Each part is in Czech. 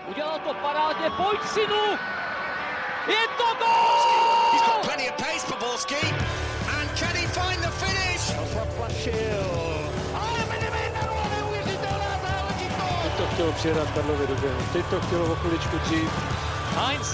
Udělal to parádně, pojď synu! Je to gól! He's got plenty of pace for Borski. And can he find the finish? Ale Benevenero, neuvěřitelná záležitost! Teď to chtělo přijedat Karlovi do běhu, teď to chtělo o chviličku dřív. Heinz!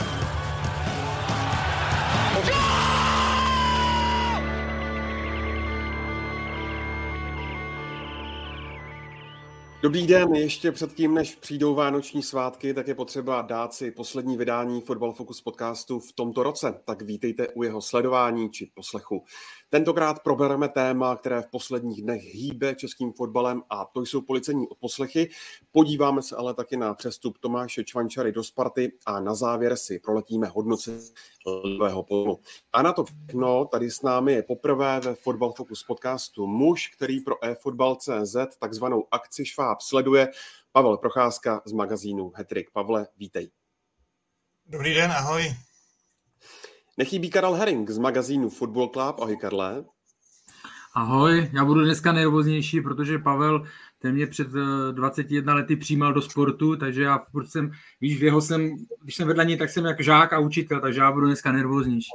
Dobrý den, ještě předtím, než přijdou vánoční svátky, tak je potřeba dát si poslední vydání Fotbal Focus podcastu v tomto roce, tak vítejte u jeho sledování či poslechu. Tentokrát probereme téma, které v posledních dnech hýbe českým fotbalem, a to jsou policejní odposlechy. Podíváme se ale taky na přestup Tomáše Čvančary do Sparty a na závěr si proletíme hodnocení lidového polu. A na to všechno tady s námi je poprvé ve Fotbal Focus podcastu muž, který pro eFootball.cz takzvanou akci Šváb sleduje, Pavel Procházka z magazínu Hattrick. Pavle, vítej. Dobrý den, ahoj. Nechybí Karel Herring z magazínu Football Club. Ahoj, Karle. Ahoj, já budu dneska nervóznější, protože Pavel ten mě před 21 lety přijímal do sportu, takže já jsem, víš, když jsem vedle něj, tak jsem jak žák a učitel, takže já budu dneska nervóznější.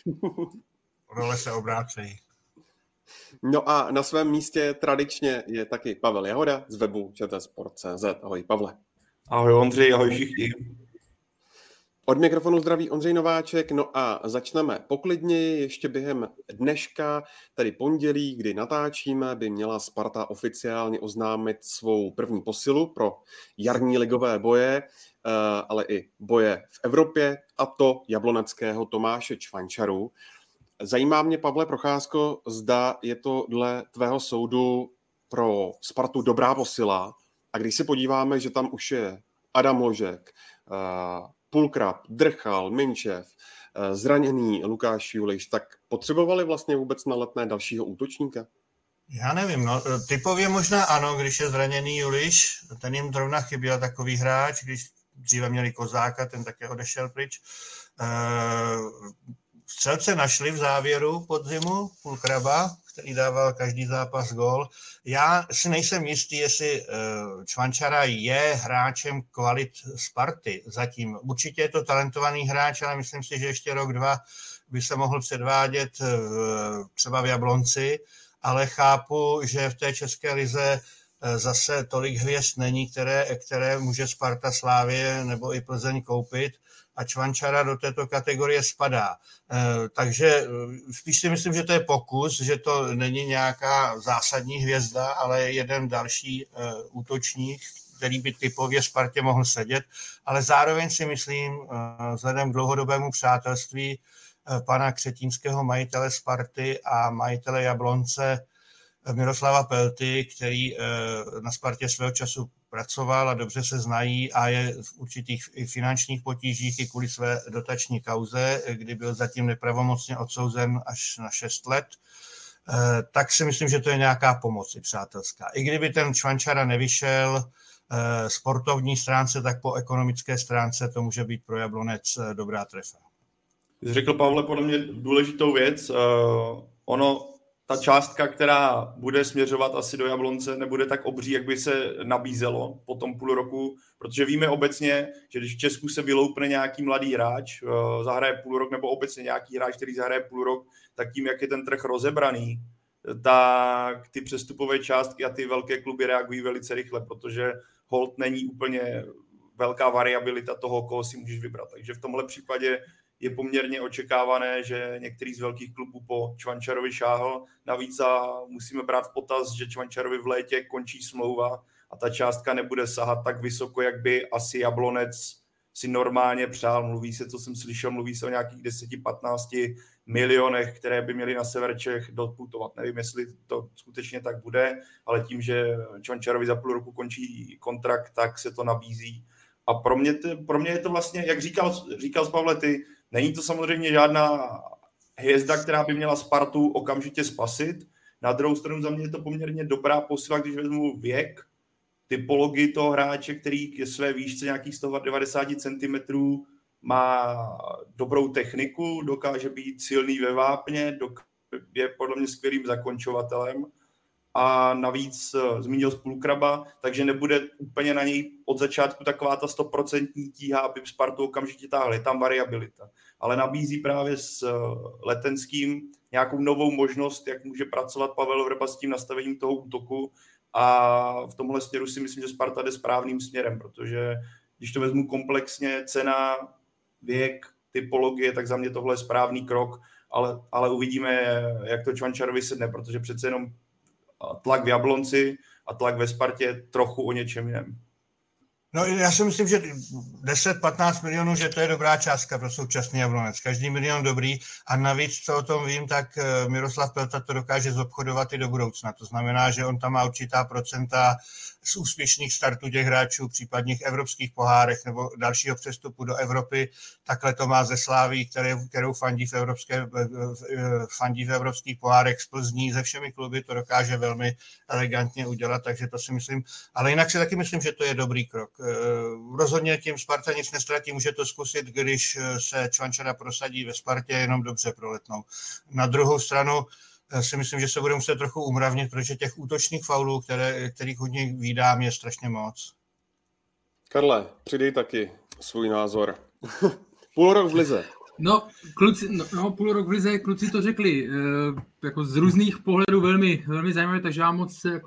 Role se obrácejí. No a na svém místě tradičně je taky Pavel Jahoda z webu čtsport.cz. Ahoj, Pavle. Ahoj Ondřej, ahoj všichni. Od mikrofonu zdraví Ondřej Nováček, no a začneme poklidněji. Ještě během dneška, tedy pondělí, kdy natáčíme, by měla Sparta oficiálně oznámit svou první posilu pro jarní ligové boje, ale i boje v Evropě, a to jabloneckého Tomáše Čvančaru. Zajímá mě, Pavle Procházko, zda je to dle tvého soudu pro Spartu dobrá posila, a když se podíváme, že tam už je Adam Ložek, Pulkrab, Drchal, Minčev, zraněný Lukáš Juliš, tak potřebovali vlastně vůbec na Letné dalšího útočníka? Já nevím, no, typově možná ano, když je zraněný Juliš, ten jim zrovna chyběl takový hráč, když dříve měli Kozáka, ten také odešel pryč. Střelce našli v závěru podzimu, Pulkraba, který dával každý zápas gól. Já si nejsem jistý, jestli Čvančara je hráčem kvalit Sparty zatím. Určitě je to talentovaný hráč, ale myslím si, že ještě rok, dva by se mohl předvádět třeba v Jablonci, ale chápu, že v té české lize zase tolik hvězd není, které může Sparta, Slavie nebo i Plzeň koupit, a Čvančara do této kategorie spadá. Takže spíš si myslím, že to je pokus, že to není nějaká zásadní hvězda, ale jeden další útočník, který by typově Spartě mohl sedět, ale zároveň si myslím, vzhledem k dlouhodobému přátelství pana Křetínského, majitele Sparty, a majitele Jablonce Miroslava Pelty, který na Spartě svého času pracoval a dobře se znají a je v určitých finančních potížích i kvůli své dotační kauze, kdy byl zatím nepravomocně odsouzen až na 6 let, tak si myslím, že to je nějaká pomoc i přátelská. I kdyby ten Čvančara nevyšel sportovní stránce, tak po ekonomické stránce to může být pro Jablonec dobrá trefa. Jsi řekl, Pavle, podle mě důležitou věc. Ta částka, která bude směřovat asi do Jablonce, nebude tak obří, jak by se nabízelo po tom půl roku, protože víme obecně, že když v Česku se vyloupne nějaký mladý hráč, zahraje půl rok, nebo obecně nějaký hráč, který zahraje půl rok, tak tím, jak je ten trh rozebraný, tak ty přestupové částky a ty velké kluby reagují velice rychle, protože holt není úplně velká variabilita toho, koho si můžeš vybrat. Takže v tomhle případě je poměrně očekávané, že některý z velkých klubů po Čvančarovi šáhl. Navíc musíme brát v potaz, že Čvančarovi v létě končí smlouva a ta částka nebude sahat tak vysoko, jak by asi Jablonec si normálně přál. Mluví se o nějakých 10-15 milionech, které by měly na sever Čech doputovat. Nevím, jestli to skutečně tak bude, ale tím, že Čvančarovi za půl roku končí kontrakt, tak se to nabízí. A pro mě je to vlastně, jak říkal Pavle, není to samozřejmě žádná hvězda, která by měla Spartu okamžitě spasit. Na druhou stranu za mě je to poměrně dobrá posila, když vezmu věk, typologii toho hráče, který ke své výšce nějakých 190 cm má dobrou techniku, dokáže být silný ve vápně, je podle mě skvělým zakončovatelem a navíc zmínil Pulkraba, takže nebude úplně na něj od začátku taková ta 100% tíha, aby Spartu okamžitě táhli, tam variabilita. Ale nabízí právě s Letenským nějakou novou možnost, jak může pracovat Pavel Vrba s tím nastavením toho útoku a v tomhle směru si myslím, že Sparta jde správným směrem, protože když to vezmu komplexně, cena, věk, typologie, tak za mě tohle je správný krok, ale uvidíme, jak to Čvančarovi sedne, protože přece jenom tlak v Jablonci a tlak ve Spartě trochu o něčem jiném. No já si myslím, že 10-15 milionů, že to je dobrá částka pro současný Jablonec. Každý milion dobrý a navíc, co o tom vím, tak Miroslav Pelta to dokáže zobchodovat i do budoucna. To znamená, že on tam má určitá procenta z úspěšných startů těch hráčů, případných evropských pohárech nebo dalšího přestupu do Evropy. Takhle to má ze Sláví, kterou fandí v evropských pohárech z Plzní, se všemi kluby to dokáže velmi elegantně udělat, takže to si myslím. Ale jinak si taky myslím, že to je dobrý krok. Rozhodně tím Sparta nic nestratí, může to zkusit, když se Čvančara prosadí ve Spartě, jenom dobře proletnou. Na druhou stranu si myslím, že se bude muset trochu umravnit, protože těch útočných faulů, kterých hodně vídám, je strašně moc. Karle, přidej taky svůj názor. Půl rok v lize. Půl rok v lize, kluci to řekli, jako z různých pohledů velmi, velmi zajímavé, takže já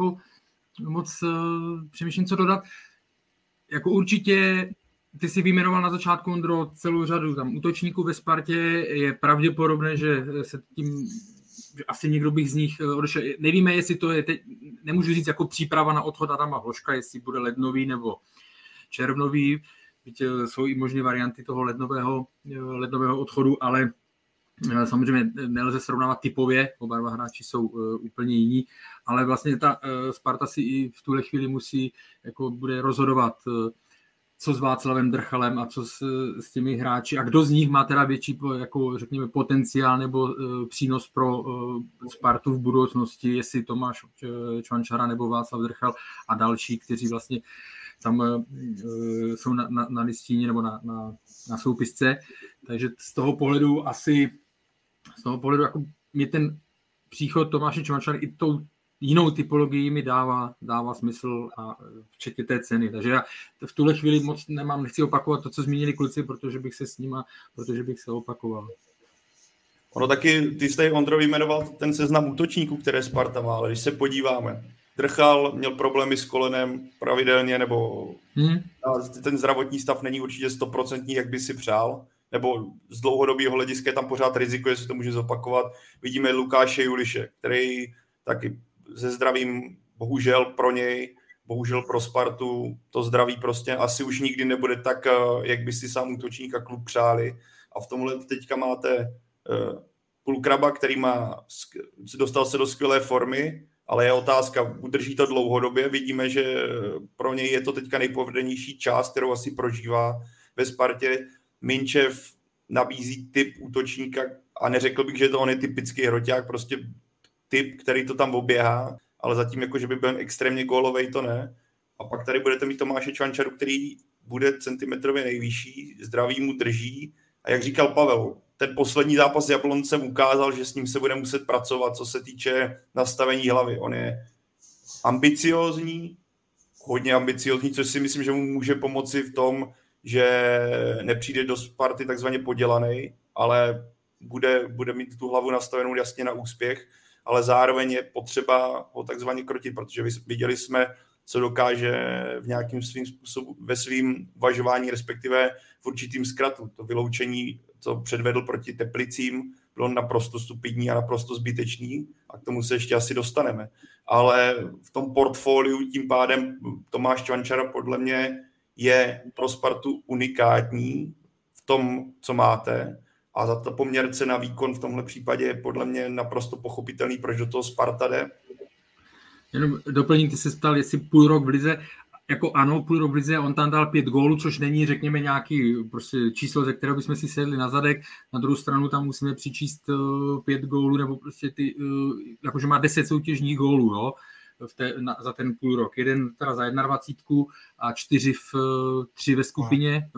moc přemýšlím, co dodat. Jako určitě, ty si vyjmenoval na začátku, Ondro, celou řadu tam útočníků ve Spartě, je pravděpodobné, že se tím, že asi někdo bych z nich odešel. Nevíme, jestli to je teď, nemůžu říct jako příprava na odchod Adama Hloška, jestli bude lednový nebo červnový, byť jsou i možné varianty toho lednového odchodu, ale samozřejmě nelze srovnávat typově, oba dva hráči jsou úplně jiní, ale vlastně ta Sparta si i v tuhle chvíli bude rozhodovat, co s Václavem Drchalem a co s těmi hráči a kdo z nich má teda větší, jako řekněme, potenciál nebo přínos pro Spartu v budoucnosti, jestli Tomáš Čvančara nebo Václav Drchal a další, kteří vlastně tam jsou na listině nebo na soupisce. Takže z toho pohledu jako mě ten příchod Tomáše Čvančara i tou jinou typologii mi dává smysl a včetně té ceny. Takže já v tuhle chvíli moc nechci opakovat to, co zmínili kluci, protože bych se opakoval. Ono taky, ty jste, Ondro, vyjmenoval ten seznam útočníků, které Sparta má, ale když se podíváme, Drchal měl problémy s kolenem pravidelně, nebo ten zdravotní stav není určitě 100%, jak by si přál, nebo z dlouhodobého hlediska je tam pořád riziko, jestli to může zopakovat. Vidíme Lukáše Juliše, který taky se zdravím, bohužel pro něj, bohužel pro Spartu, to zdraví prostě asi už nikdy nebude tak, jak by si sám útočník a klub přáli. A v tomhle teďka máte Pulkraba, který dostal se do skvělé formy, ale je otázka, udrží to dlouhodobě. Vidíme, že pro něj je to teďka nejpovedenější část, kterou asi prožívá ve Spartě. Minčev nabízí typ útočníka a neřekl bych, že to on je typický hroťák, prostě typ, který to tam oběhá, ale zatím jako, že by byl extrémně gólovej, to ne. A pak tady budete mít Tomáše Čvančaru, který bude centimetrově nejvyšší, zdraví mu drží. A jak říkal Pavel, ten poslední zápas s Jabloncem ukázal, že s ním se bude muset pracovat, co se týče nastavení hlavy. On je ambiciózní, hodně ambiciózní, což si myslím, že mu může pomoci v tom, že nepřijde do Sparty takzvaně podělanej, ale bude mít tu hlavu nastavenou jasně na úspěch, ale zároveň je potřeba ho takzvaně krotit, protože viděli jsme, co dokáže v nějakým svým způsobu, ve svým uvažování, respektive v určitým zkratu. To vyloučení, co předvedl proti Teplicím, bylo naprosto stupidní a naprosto zbytečný a k tomu se ještě asi dostaneme. Ale v tom portfoliu tím pádem Tomáš Čvančara podle mě je pro Spartu unikátní v tom, co máte, a za to poměr cena výkon v tomhle případě je podle mě naprosto pochopitelný, proč do toho Sparta jde. Jenom doplním, ty se ptal, jestli půl rok v lize, jako ano, půl rok v lize, on tam dal 5 gólů, což není, řekněme, nějaký prostě číslo, ze kterého bychom si sedli na zadek, na druhou stranu tam musíme přičíst 5 gólů, nebo prostě jakože má 10 soutěžních gólů, jo, za ten půl rok. Jeden teda za 21 a 3 ve skupině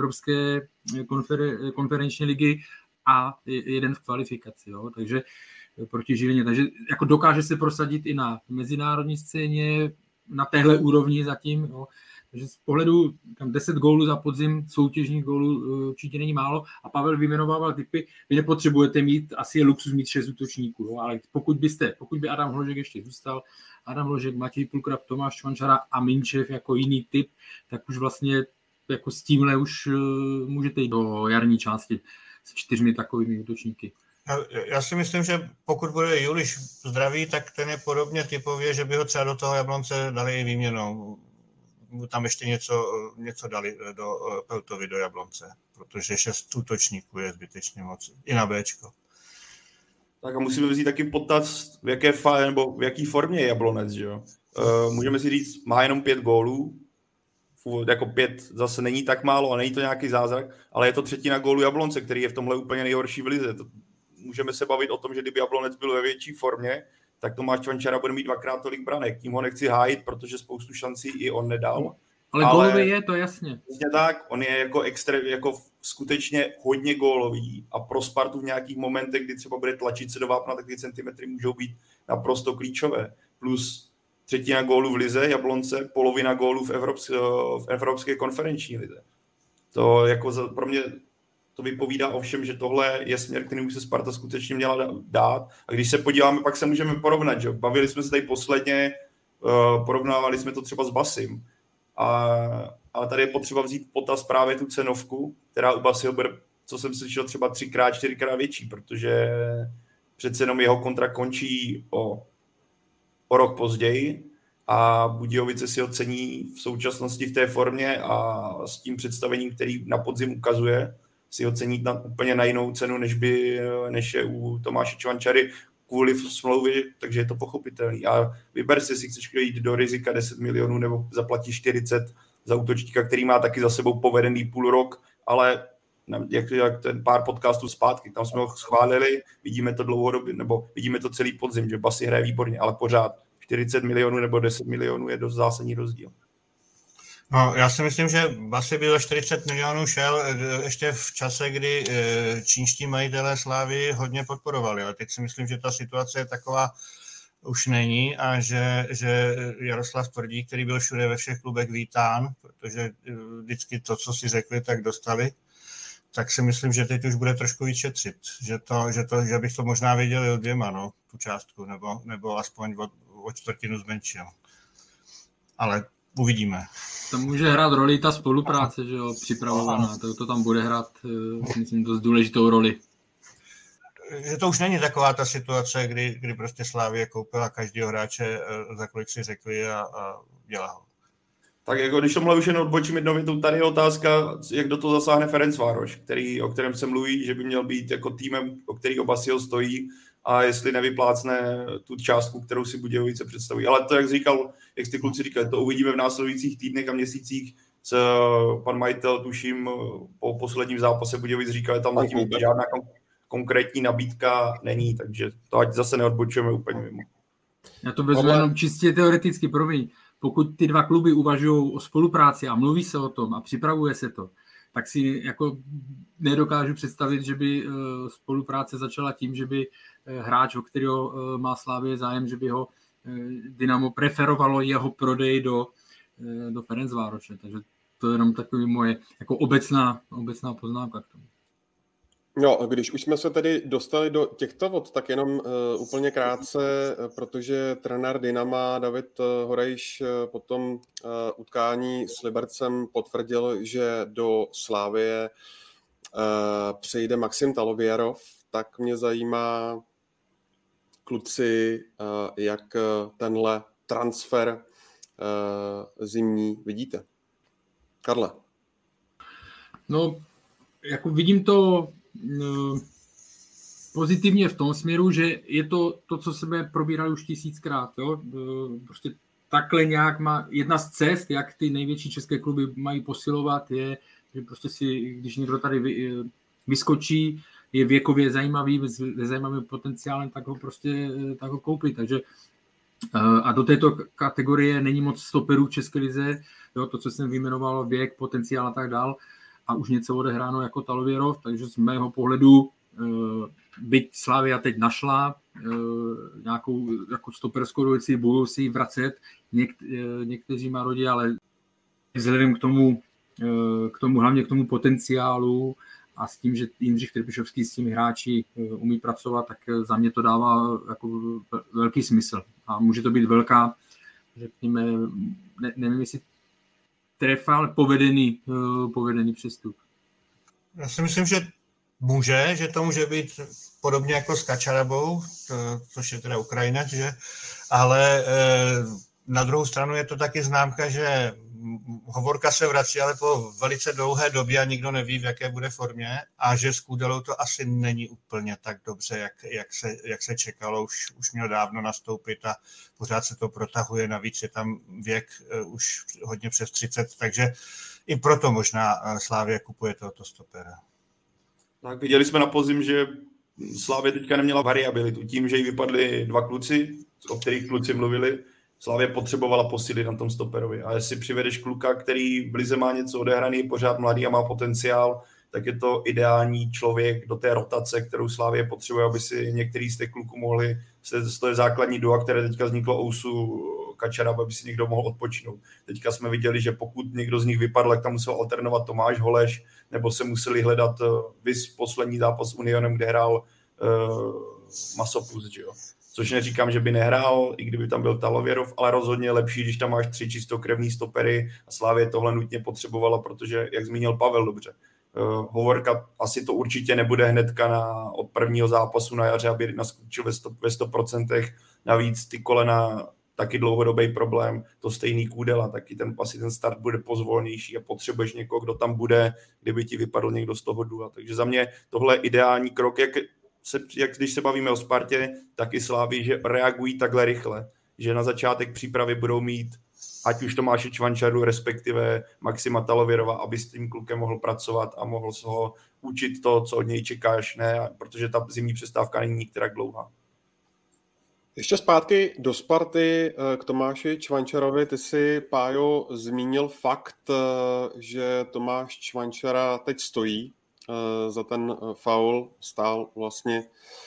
Evropské konferenční ligy a jeden v kvalifikaci. Jo. Takže proti Žilině, takže jako dokáže se prosadit i na mezinárodní scéně, na téhle úrovni zatím, jo. Takže z pohledu tam 10 gólů za podzim, soutěžních gólů určitě není málo a Pavel vyjmenovával typy, vy nepotřebujete mít, asi je luxus mít 6 útočníků, jo, ale pokud by Adam Hložek ještě zůstal, Adam Hložek, Matěj Pulkrab, Tomáš Čvančara a Minčev jako jiný typ, tak už vlastně jako s tímhle už můžete jít do jarní části s 4 takovými útočníky. Já si myslím, že pokud bude Juliš zdravý, tak ten je podobně typově, že by ho třeba do toho Jablonce dali i výměnou. Tam ještě něco dali do Peltovi do Jablonce, protože 6 útočníků je zbytečně moc. I na Bčko. Tak a musíme vzít taky potaz, v jaký formě je Jablonec, že jo? Můžeme si říct, má jenom 5 gólů, jako 5 zase není tak málo a není to nějaký zázrak, ale je to 1/3 gólů Jablonce, který je v tomhle úplně nejhorší v lize. Můžeme se bavit o tom, že kdyby Jablonec byl ve větší formě, tak Tomáš Čvančara bude mít 2x tolik branek. Tím ho nechci hájit, protože spoustu šancí i on nedal. Ale gólový je, to jasně. Tak, on je jako skutečně hodně gólový a pro Spartu v nějakých momentech, kdy třeba bude tlačit se do vápna, tak ty centimetry můžou být naprosto klíčové. Plus 1/3 gólů v lize Jablonce, polovina gólů v Evropské konferenční lize. To jako pro mě to vypovídá ovšem, že tohle je směr, který se Sparta skutečně měla dát. A když se podíváme, pak se můžeme porovnat. Že? Bavili jsme se tady posledně, porovnávali jsme to třeba s Basim. Ale tady je potřeba vzít potaz právě tu cenovku, která u Basiho bude, co jsem slyšel, třeba 3x, 4x větší, protože přece jenom jeho kontrakt končí o rok později a Budějovice si ho cení v současnosti v té formě a s tím představením, který na podzim ukazuje, si ho cení úplně na jinou cenu, než je u Tomáše Čvančary kvůli smlouvy, takže je to pochopitelný. A vyber si, jestli chceš jít do rizika 10 milionů nebo zaplatíš 40 za útočníka, který má taky za sebou povedený půl rok, ale jak ten pár podcastů zpátky, tam jsme ho schválili, vidíme to dlouhodobě, nebo vidíme to celý podzim, že Basi hraje výborně, ale pořád 40 milionů nebo 10 milionů je dost zásadní rozdíl. No, já si myslím, že Basi byl 40 milionů šel ještě v čase, kdy čínští majitelé Slávy hodně podporovali, ale teď si myslím, že ta situace je taková už není a že Jaroslav Tvrdík, který byl všude ve všech klubech vítán, protože vždycky to, co si řekli, tak dostali, tak si myslím, že teď už bude trošku víc šetřit, že bych to možná věděl o 2, no, tu částku, nebo aspoň o 1/4 zmenšil. Ale uvidíme. Tam může hrát roli ta spolupráce, že jo, připravovaná. To tam bude hrát, myslím, dost důležitou roli. Že to už není taková ta situace, kdy prostě Slavia koupila každého hráče, za kolik si řekli a dělá ho. Tak jako když tomhle už jen odbočím jednou větou, tady je otázka, jak do toho zasáhne Ferencvároš, o kterém se mluví, že by měl být jako týmem, o který Basiho stojí a jestli nevyplácne tu částku, kterou si Budějovice představují. Ale to, jak ty kluci říkali, to uvidíme v následujících týdnech a měsících. Pan majitel, tuším, po posledním zápase Budějovic říkal, že tam zatím žádná konkrétní nabídka není, takže to ať zase neodbočujeme úplně mimo. Já to vezmu jenom čistě teoreticky, promiň. Pokud ty 2 kluby uvažují o spolupráci a mluví se o tom a připravuje se to, tak si jako nedokážu představit, že by spolupráce začala tím, že by hráč, o kterého má Slavie zájem, že by ho Dynamo preferovalo jeho prodej do Ferencvároše. Takže to je jenom takový moje jako obecná poznámka k tomu. No, když už jsme se tedy dostali do těchto vod, tak jenom úplně krátce, protože trenér Dynama David Horejš po tom utkání s Libercem potvrdil, že do Slavie přejde Maxim Talověrov, tak mě zajímá, kluci, jak tenhle transfer zimní vidíte. Karle. No, jako vidím to pozitivně v tom směru, že je to, co jsme probírali už 1000krát. Jo? Prostě takhle nějak má jedna z cest, jak ty největší české kluby mají posilovat, je, že prostě si, když někdo tady vyskočí, je věkově zajímavý, se zajímavým potenciálem, tak ho koupit. Takže a do této kategorie není moc stoperů v České lize, jo, to, co jsem vyjmenoval, věk, potenciál a tak dál, a už něco odehráno jako Talověrov, takže z mého pohledu byť Slavia teď našla nějakou jako stoperskou dvojici, budou si ji vracet někteří Marodi, ale vzhledem k tomu hlavně k tomu potenciálu a s tím, že Jindřich Trpišovský s těmi hráči umí pracovat, tak za mě to dává jako velký smysl. A může to být velká, řekněme, nevím, jestli trefa, ale povedený přestup. Já si myslím, že to může být podobně jako s Kačarabou, což je teda Ukrajinec, že? Ale na druhou stranu je to taky známka, že Hovorka se vrací, ale po velice dlouhé době a nikdo neví, v jaké bude formě a že s Kůdelou to asi není úplně tak dobře, jak se čekalo. Už měl dávno nastoupit a pořád se to protahuje. Navíc je tam věk už hodně přes 30, takže i proto možná Slavia kupuje tohoto stopera. Tak viděli jsme na podzim, že Slavia teďka neměla variabilitu. Tím, že jí vypadli 2 kluci, o kterých kluci mluvili, Slavia potřebovala posílit na tom stoperovi. A jestli přivedeš kluka, který v lize má něco odehraný, pořád mladý a má potenciál, tak je to ideální člověk do té rotace, kterou Slavia potřebuje, aby si některý z těch kluků mohli, to je základní duo, které teďka vzniklo Ousu Kačarab, aby si někdo mohl odpočinout. Teďka jsme viděli, že pokud někdo z nich vypadl, tak tam musel alternovat Tomáš Holeš, nebo se museli hledat poslední zápas s Unionem, kde hrál Masopust, že jo. Což neříkám, že by nehrál, i kdyby tam byl Talověrov, ale rozhodně lepší, když tam máš 3 čistokrevný stopery a Slavie tohle nutně potřebovala, protože, jak zmínil Pavel dobře, Hovorka asi to určitě nebude hnedka od prvního zápasu na jaře, aby naskočil ve 100%, navíc ty kolena taky dlouhodobý problém, to stejný Kůdela, taky ten start bude pozvolnější a potřebuješ někoho, kdo tam bude, kdyby ti vypadl někdo z toho dua. Takže za mě tohle je ideální krok, jak když se bavíme o Spartě, tak i Slavii, že reagují takhle rychle, že na začátek přípravy budou mít ať už Tomáše Čvančaru, respektive Maxima Talověrova, aby s tím klukem mohl pracovat a mohl se ho učit to, co od něj čekáš, ne, protože ta zimní přestávka není nikterak dlouhá. Ještě zpátky do Sparty k Tomáši Čvančarovi. Ty si, Pájo, zmínil fakt, že Tomáš Čvančara teď stojí za ten faul, stál vlastně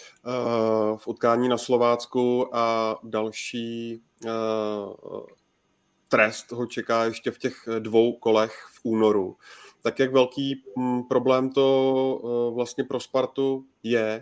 v utkání na Slovácku a další trest ho čeká ještě v těch 2 kolech v únoru. Tak jak velký problém to vlastně pro Spartu je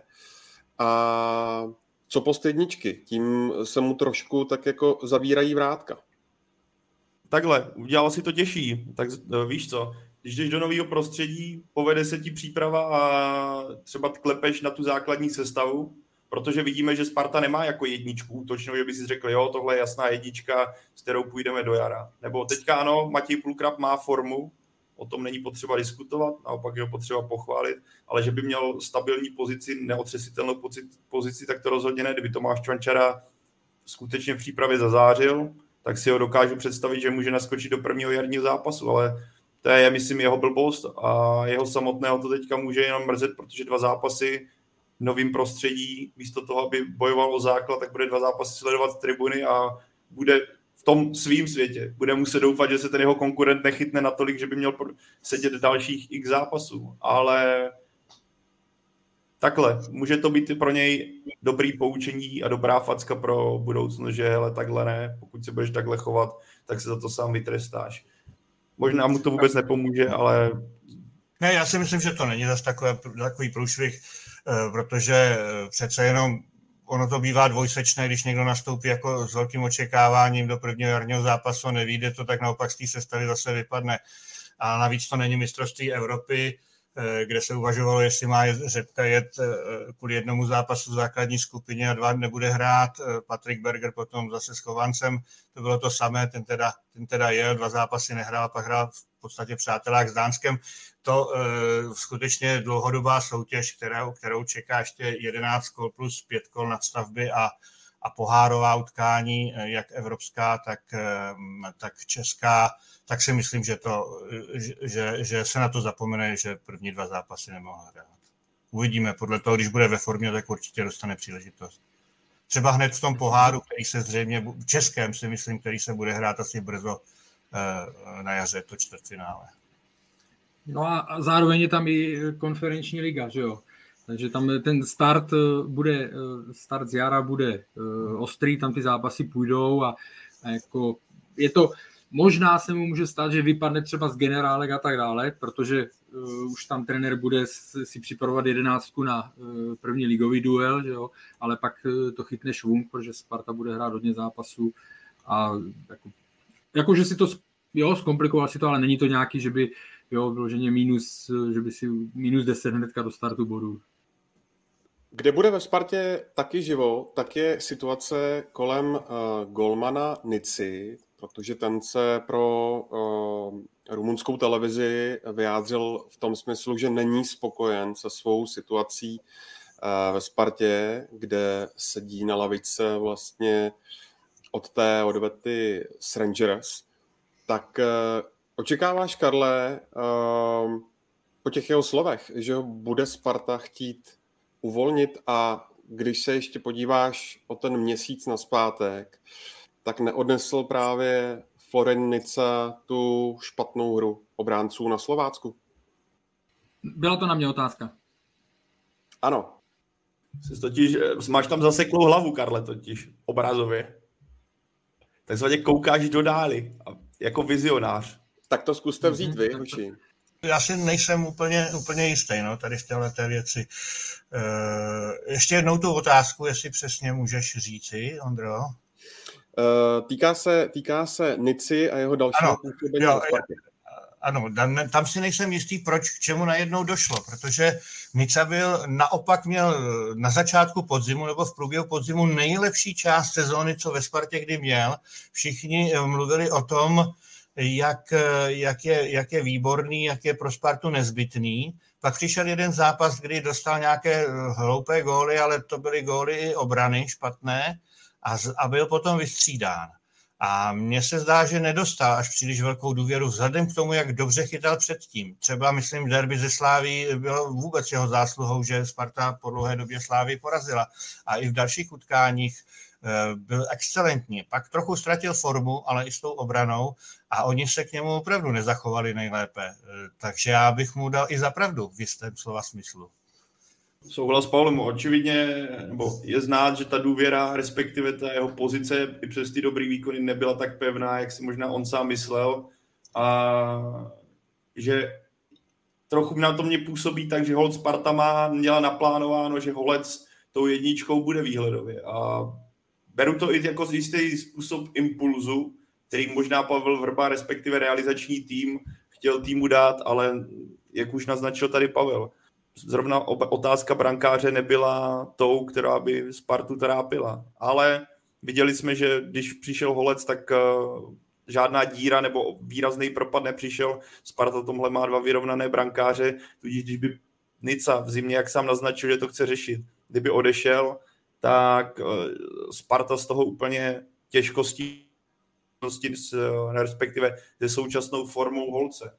a co post jedničky? Tím se mu trošku tak jako zavírají vrátka. Takhle, udělal si to těžší, tak víš co, když jdeš do nového prostředí, povede se ti příprava a třeba klepeš na tu základní sestavu, protože vidíme, že Sparta nemá jako jedničku útočnou, že by si řekl, jo, tohle je jasná jednička, s kterou půjdeme do jara. Nebo teďka ano, Matěj Pulkrab má formu, o tom není potřeba diskutovat, naopak je ho potřeba pochválit, ale že by měl stabilní pozici, neotřesitelnou pozici, tak to rozhodně ne. Kdyby Tomáš Čvančara skutečně v přípravě zazářil, tak si ho dokážu představit, že může naskočit do prvního jarního zápasu, ale to je, myslím, jeho blbost a jeho samotného to teďka může jenom mrzet, protože 2 zápasy v novém prostředí, místo toho, aby bojoval o základ, tak bude 2 zápasy sledovat tribuny a bude v tom svým světě. Bude muset doufat, že se ten jeho konkurent nechytne natolik, že by měl sedět dalších x zápasů, ale takhle, může to být pro něj dobrý poučení a dobrá facka pro budoucnost, že hele, takhle ne, pokud se budeš takhle chovat, tak se za to sám vytrestáš. Možná mu to vůbec nepomůže, ale... Ne, já si myslím, že to není zase takový průšvih, protože přece jenom ono to bývá dvojsečné, když někdo nastoupí jako s velkým očekáváním do prvního jarního zápasu, nevyjde to, tak naopak z té sestavy zase vypadne. A navíc to není mistrovství Evropy, kde se uvažovalo, jestli má Řepka jet kvůli jednomu zápasu v základní skupině a 2 nebude hrát. Patrik Berger potom zase s Chovancem, to bylo to samé, ten teda jel, 2 zápasy nehrál, pak hrál v podstatě přátelák s Dánskem. To skutečně dlouhodobá soutěž, kterou čeká ještě 11 kol plus 5 kol nadstavby a pohárová utkání, jak evropská, tak česká, tak si myslím, že se na to zapomene, že první 2 zápasy nemohl hrát. Uvidíme, podle toho, když bude ve formě, tak určitě dostane příležitost. Třeba hned v tom poháru, který se zřejmě, českém si myslím, který se bude hrát asi brzo na jaře, to čtvrtfinále. No a zároveň je tam i konferenční liga, že jo? Takže tam ten start z jara bude ostrý, tam ty zápasy půjdou a jako je to, možná se mu může stát, že vypadne třeba z generálek a tak dále, protože už tam trenér bude si připravovat 11 na první ligový duel, že jo? Ale pak to chytne švung, protože Sparta bude hrát hodně zápasů a jako že si to zkomplikoval si to, ale není to nějaký, že by vyloženě že by si minus 10 hnedka do startu bodů. Kde bude ve Spartě taky živo, tak je situace kolem golmana Nici, protože ten se pro rumunskou televizi vyjádřil v tom smyslu, že není spokojen se svou situací ve Spartě, kde sedí na lavičce vlastně od té odvety s Rangers. Tak očekáváš, Karle, po těch jeho slovech, že ho bude Sparta chtít uvolnit a když se ještě podíváš o ten měsíc nazpátek, tak neodnesl právě Florin Nica tu špatnou hru obránců na Slovácku? Byla to na mě otázka. Ano. Totiž, máš tam zaseklou hlavu, Karle, totiž, obrazově. Takzvaně koukáš do dály, jako vizionář. Tak to zkuste vzít vy, hoši. Já si nejsem úplně jistý, tady v téhleté věci. Ještě jednou tu otázku, jestli přesně můžeš říci, Ondro. Týká se Nici a jeho dalšího působení ve Spartě. Ano, tam si nejsem jistý, k čemu najednou došlo, protože Nica naopak měl na začátku podzimu nebo v průběhu podzimu nejlepší část sezóny, co ve Spartě kdy měl. Všichni mluvili o tom, jak je výborný, jak je pro Spartu nezbytný. Pak přišel jeden zápas, kdy dostal nějaké hloupé góly, ale to byly góly i obrany špatné a byl potom vystřídán. A mně se zdá, že nedostal až příliš velkou důvěru vzhledem k tomu, jak dobře chytal předtím. Třeba, myslím, derby ze Sláví bylo vůbec jeho zásluhou, že Sparta po dlouhé době Slávii porazila. A i v dalších utkáních byl excelentní. Pak trochu ztratil formu, ale i s tou obranou a oni se k němu opravdu nezachovali nejlépe. Takže já bych mu dal i za pravdu v jistém slova smyslu. Souhlas s Pavlem, očividně, nebo je znát, že ta důvěra, respektive ta jeho pozice i přes ty dobrý výkony nebyla tak pevná, jak si možná on sám myslel. A že trochu na to mě působí tak, že holt Sparta měla naplánováno, že Holec tou jedničkou bude výhledově. A beru to i jako jistý způsob impulzu, který možná Pavel Vrba, respektive realizační tým, chtěl týmu dát, ale jak už naznačil tady Pavel, zrovna otázka brankáře nebyla tou, která by Spartu trápila. Ale viděli jsme, že když přišel Holec, tak žádná díra nebo výrazný propad nepřišel. Sparta tomhle má 2 vyrovnané brankáře, tudíž když by Nica v zimě, jak sám naznačil, že to chce řešit, kdyby odešel, tak Sparta z toho úplně těžkostí, respektive se současnou formou Holce.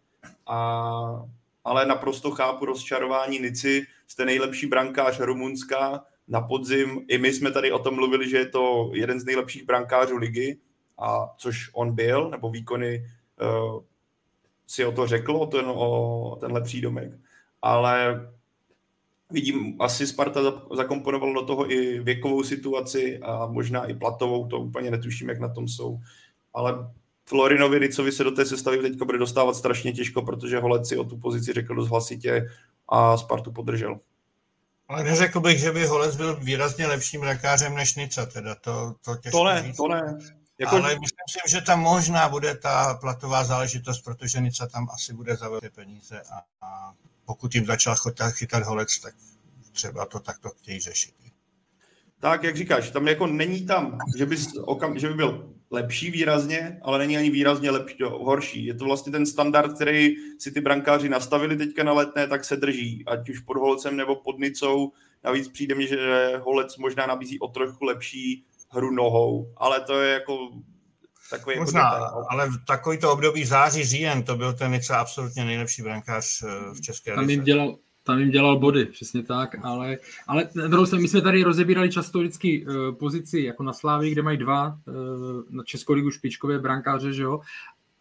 Ale naprosto chápu rozčarování Nici, jste nejlepší brankář Rumunska na podzim. I my jsme tady o tom mluvili, že je to jeden z nejlepších brankářů ligy, a což on byl, nebo výkony si o to řekl, o tenhle přídomek. Ale vidím, asi Sparta zakomponovala do toho i věkovou situaci a možná i platovou, to úplně netuším, jak na tom jsou. Ale Florinovi Nicovi se do té sestavy teďka bude dostávat strašně těžko, protože Holec si o tu pozici řekl dost hlasitě a Spartu podržel. Ale neřekl bych, že by Holec byl výrazně lepším brankářem než Nica, teda to těžko říct. To ne. Ale myslím si, že tam možná bude ta platová záležitost, protože Nica tam asi bude za velké peníze a pokud jim začal chytat Holec, tak třeba to takto chtějí řešit. Tak, jak říkáš, tam jako není tam, že by byl lepší výrazně, ale není ani výrazně horší. Je to vlastně ten standard, který si ty brankáři nastavili teďka na Letné, tak se drží, ať už pod Holcem nebo pod Nicou. Navíc přijde mi, že Holec možná nabízí o trochu lepší hru nohou, ale to je jako takový... Možná, ale v takovýto období září, říjen, to byl ten Nica absolutně nejlepší brankář v České lize. Tam jim dělal body, přesně tak, ale my jsme tady rozebírali často vždycky pozici jako na Slávii, kde mají 2 na Českou ligu špičkové brankáře, že jo?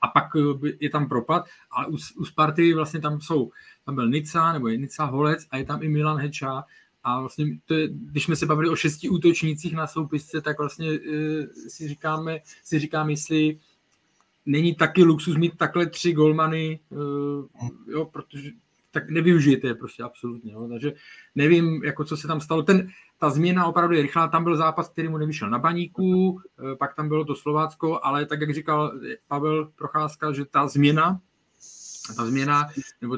a pak je tam propad, ale u Sparty vlastně tam byl Nica, nebo je Nica Holec a je tam i Milan Heča a vlastně to je, když jsme se bavili o 6 útočnících na soupisce, tak vlastně si říkám, jestli není taky luxus mít takhle 3 golmany, jo, protože tak nevyužijete je prostě absolutně. Jo. Takže nevím, jako co se tam stalo. Ta změna opravdu je rychlá. Tam byl zápas, který mu nevyšel na Baníku, pak tam bylo to Slovácko, ale tak, jak říkal Pavel Procházka, že ta změna, nebo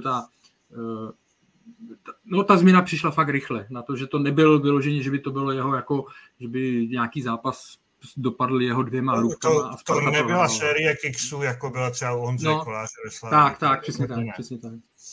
ta změna přišla fakt rychle. Na to, že to nebylo vyloženě, že by to bylo jeho, jako, že by nějaký zápas dopadl jeho 2 rukama. To nebyla série kiksů, jako byla třeba u Honzy Koláře ve Slávii. Tak, přesně tak.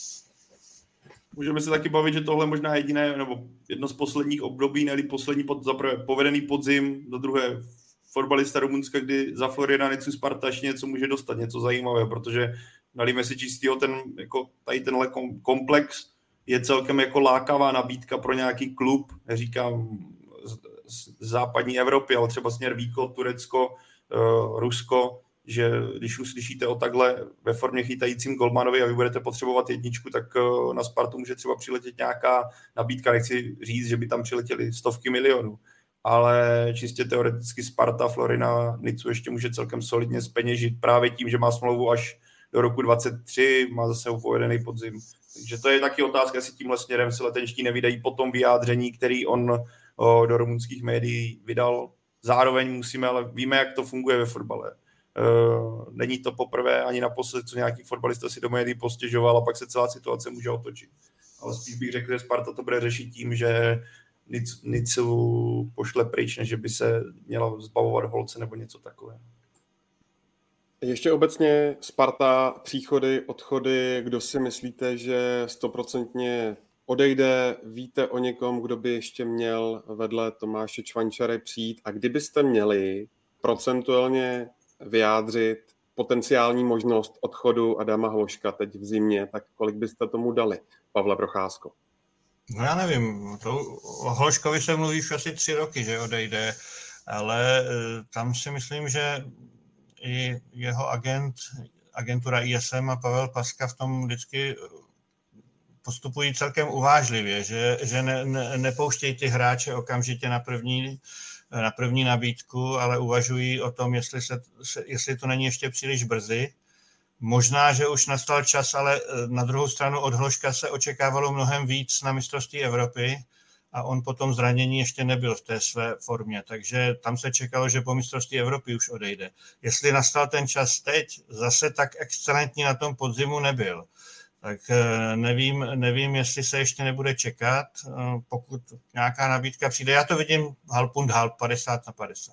Můžeme se taky bavit, že tohle možná jediné, nebo jedno z posledních období, ne-li poslední zaprvé povedený podzim, za druhé fotbalista Rumunska, kdy za Floriana Nicu Sparta ještě něco může dostat, něco zajímavého, protože nalíme si čistýho, tady tenhle komplex je celkem jako lákavá nabídka pro nějaký klub, neříkám z západní Evropy, ale třeba směr Východ, Turecko, Rusko, že když uslyšíte o takhle ve formě chytajícím golmanovi a vy budete potřebovat jedničku, tak na Spartu může třeba přiletět nějaká nabídka, nechci říct, že by tam přiletěly 100 milionů, ale čistě teoreticky Sparta Florina Nicu ještě může celkem solidně zpeněžit právě tím, že má smlouvu až do roku 2023, má zase povedený podzim. Takže to je taky otázka, jestli tímhle směrem se letenští nevydají po tom vyjádření, který on do rumunských médií vydal. Zároveň ale víme, jak to funguje ve fotbale. Není to poprvé ani naposled, co nějaký fotbalista si do médií postěžoval a pak se celá situace může otočit. Ale spíš bych řekl, že Sparta to bude řešit tím, že Nicu pošle pryč, než by se měla zbavovat Holce nebo něco takového. Ještě obecně Sparta, příchody, odchody, kdo si myslíte, že 100% odejde, víte o někom, kdo by ještě měl vedle Tomáše Čvančary přijít a kdybyste měli procentuálně vyjádřit potenciální možnost odchodu Adama Hložka teď v zimě, tak kolik byste tomu dali, Pavle Procházko? No já nevím, o Hložkovi se mluví už asi 3 roky, že odejde, ale tam si myslím, že i jeho agentura ISM a Pavel Paska v tom vždycky postupují celkem uvážlivě, že nepouštějí ty hráče okamžitě na první nabídku, ale uvažují o tom, jestli to není ještě příliš brzy. Možná, že už nastal čas, ale na druhou stranu od Hložka se očekávalo mnohem víc na mistrovství Evropy a on po tom zranění ještě nebyl v té své formě, takže tam se čekalo, že po mistrovství Evropy už odejde. Jestli nastal ten čas teď, zase tak excelentní na tom podzimu nebyl. Tak nevím, jestli se ještě nebude čekat, pokud nějaká nabídka přijde. Já to vidím halb 50/50.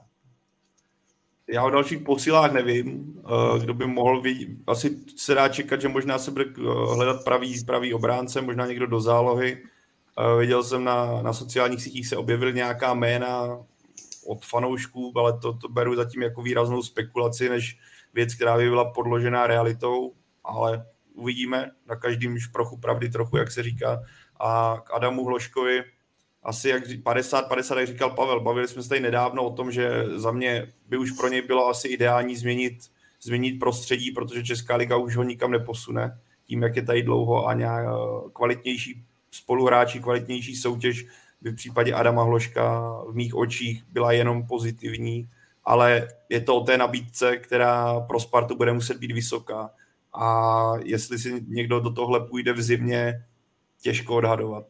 Já o dalších posilách nevím, kdo by mohl asi se dá čekat, že možná se bude hledat pravý obránce, možná někdo do zálohy. Viděl jsem na sociálních sítích se objevil nějaká jména od fanoušků, ale to beru zatím jako výraznou spekulaci, než věc, která by byla podložená realitou, ale uvidíme na každém šprochu pravdy trochu, jak se říká. A k Adamu Hložkovi asi jak 50-50, jak říkal Pavel, bavili jsme se tady nedávno o tom, že za mě by už pro něj bylo asi ideální změnit prostředí, protože Česká liga už ho nikam neposune. Tím, jak je tady dlouho a nějak kvalitnější spoluhráči, kvalitnější soutěž by v případě Adama Hložka v mých očích byla jenom pozitivní, ale je to o té nabídce, která pro Spartu bude muset být vysoká. A jestli si někdo do tohle půjde v zimě, těžko odhadovat.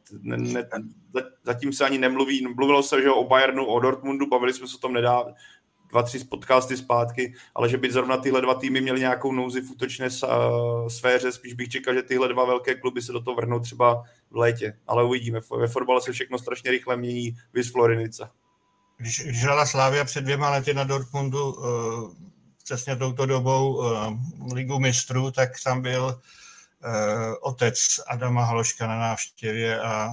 Zatím se ani nemluví. Mluvilo se, že o Bayernu, o Dortmundu, bavili jsme se o tom nedávno, 2-3 podcasty zpátky, ale že by zrovna tyhle 2 týmy měly nějakou nouzi v útočné sféře, spíš bych čekal, že tyhle 2 velké kluby se do toho vrhnou třeba v létě. Ale uvidíme. Ve fotbale se všechno strašně rychle mění, viz Florinica. Když hrála Slavia před 2 lety na Dortmundu, přesně touto dobou Ligu mistrů, tak tam byl otec Adama Hložka na návštěvě a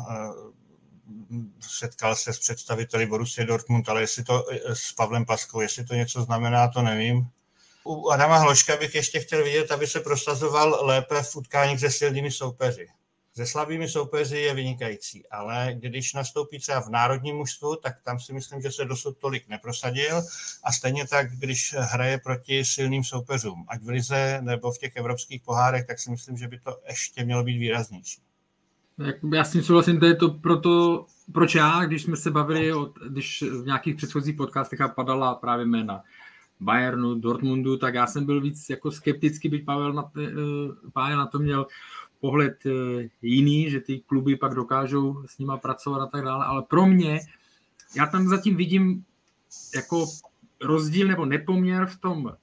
setkal se s představiteli Borussia Dortmund, ale jestli to s Pavlem Paskou, jestli to něco znamená, to nevím. U Adama Hložka bych ještě chtěl vidět, aby se prosazoval lépe v utkáních se silnými soupeři. Se slabými soupeři je vynikající, ale když nastoupí třeba v národním mužstvu, tak tam si myslím, že se dosud tolik neprosadil a stejně tak, když hraje proti silným soupeřům, ať v lize nebo v těch evropských pohárech, tak si myslím, že by to ještě mělo být výraznější. Já s tím souhlasím, to je to proto, proč já, když jsme se bavili, když v nějakých předchozích podcastech padala právě jména Bayernu, Dortmundu, tak já jsem byl víc jako skeptický, byť Pája na to měl pohled jiný, že ty kluby pak dokážou s nima pracovat a tak dále, ale pro mě, já tam zatím vidím jako rozdíl nebo nepoměr v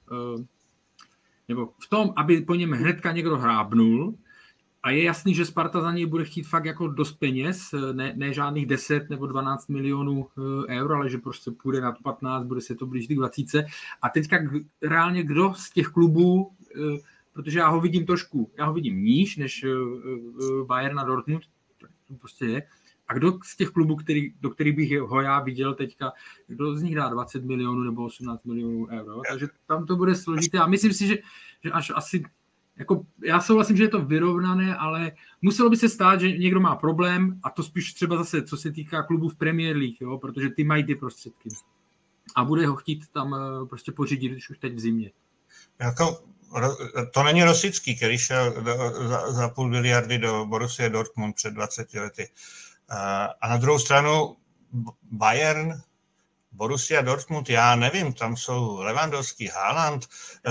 tom, aby po něm hnedka někdo hrábnul a je jasný, že Sparta za něj bude chtít fakt jako dost peněz, ne žádných 10 nebo 12 milionů eur, ale že prostě půjde na to 15, bude se to blížit k 20. A teďka reálně kdo z těch klubů, protože já ho vidím níž než Bayern a Dortmund, to prostě je. A kdo z těch klubů, do kterých bych ho já viděl teďka, kdo z nich dá 20 milionů nebo 18 milionů eur. Takže tam to bude složité. A myslím si, že až asi, jako, já souhlasím, že je to vyrovnané, ale muselo by se stát, že někdo má problém a to spíš třeba zase, co se týká klubů v Premier League, jo, protože ty mají ty prostředky. A bude ho chtít tam prostě pořídit už teď v zimě. Jako, to není Rosický, který šel za 500 miliardy do Borussia Dortmund před 20 lety. A na druhou stranu Bayern, Borussia Dortmund, já nevím, tam jsou Lewandowski, Haaland.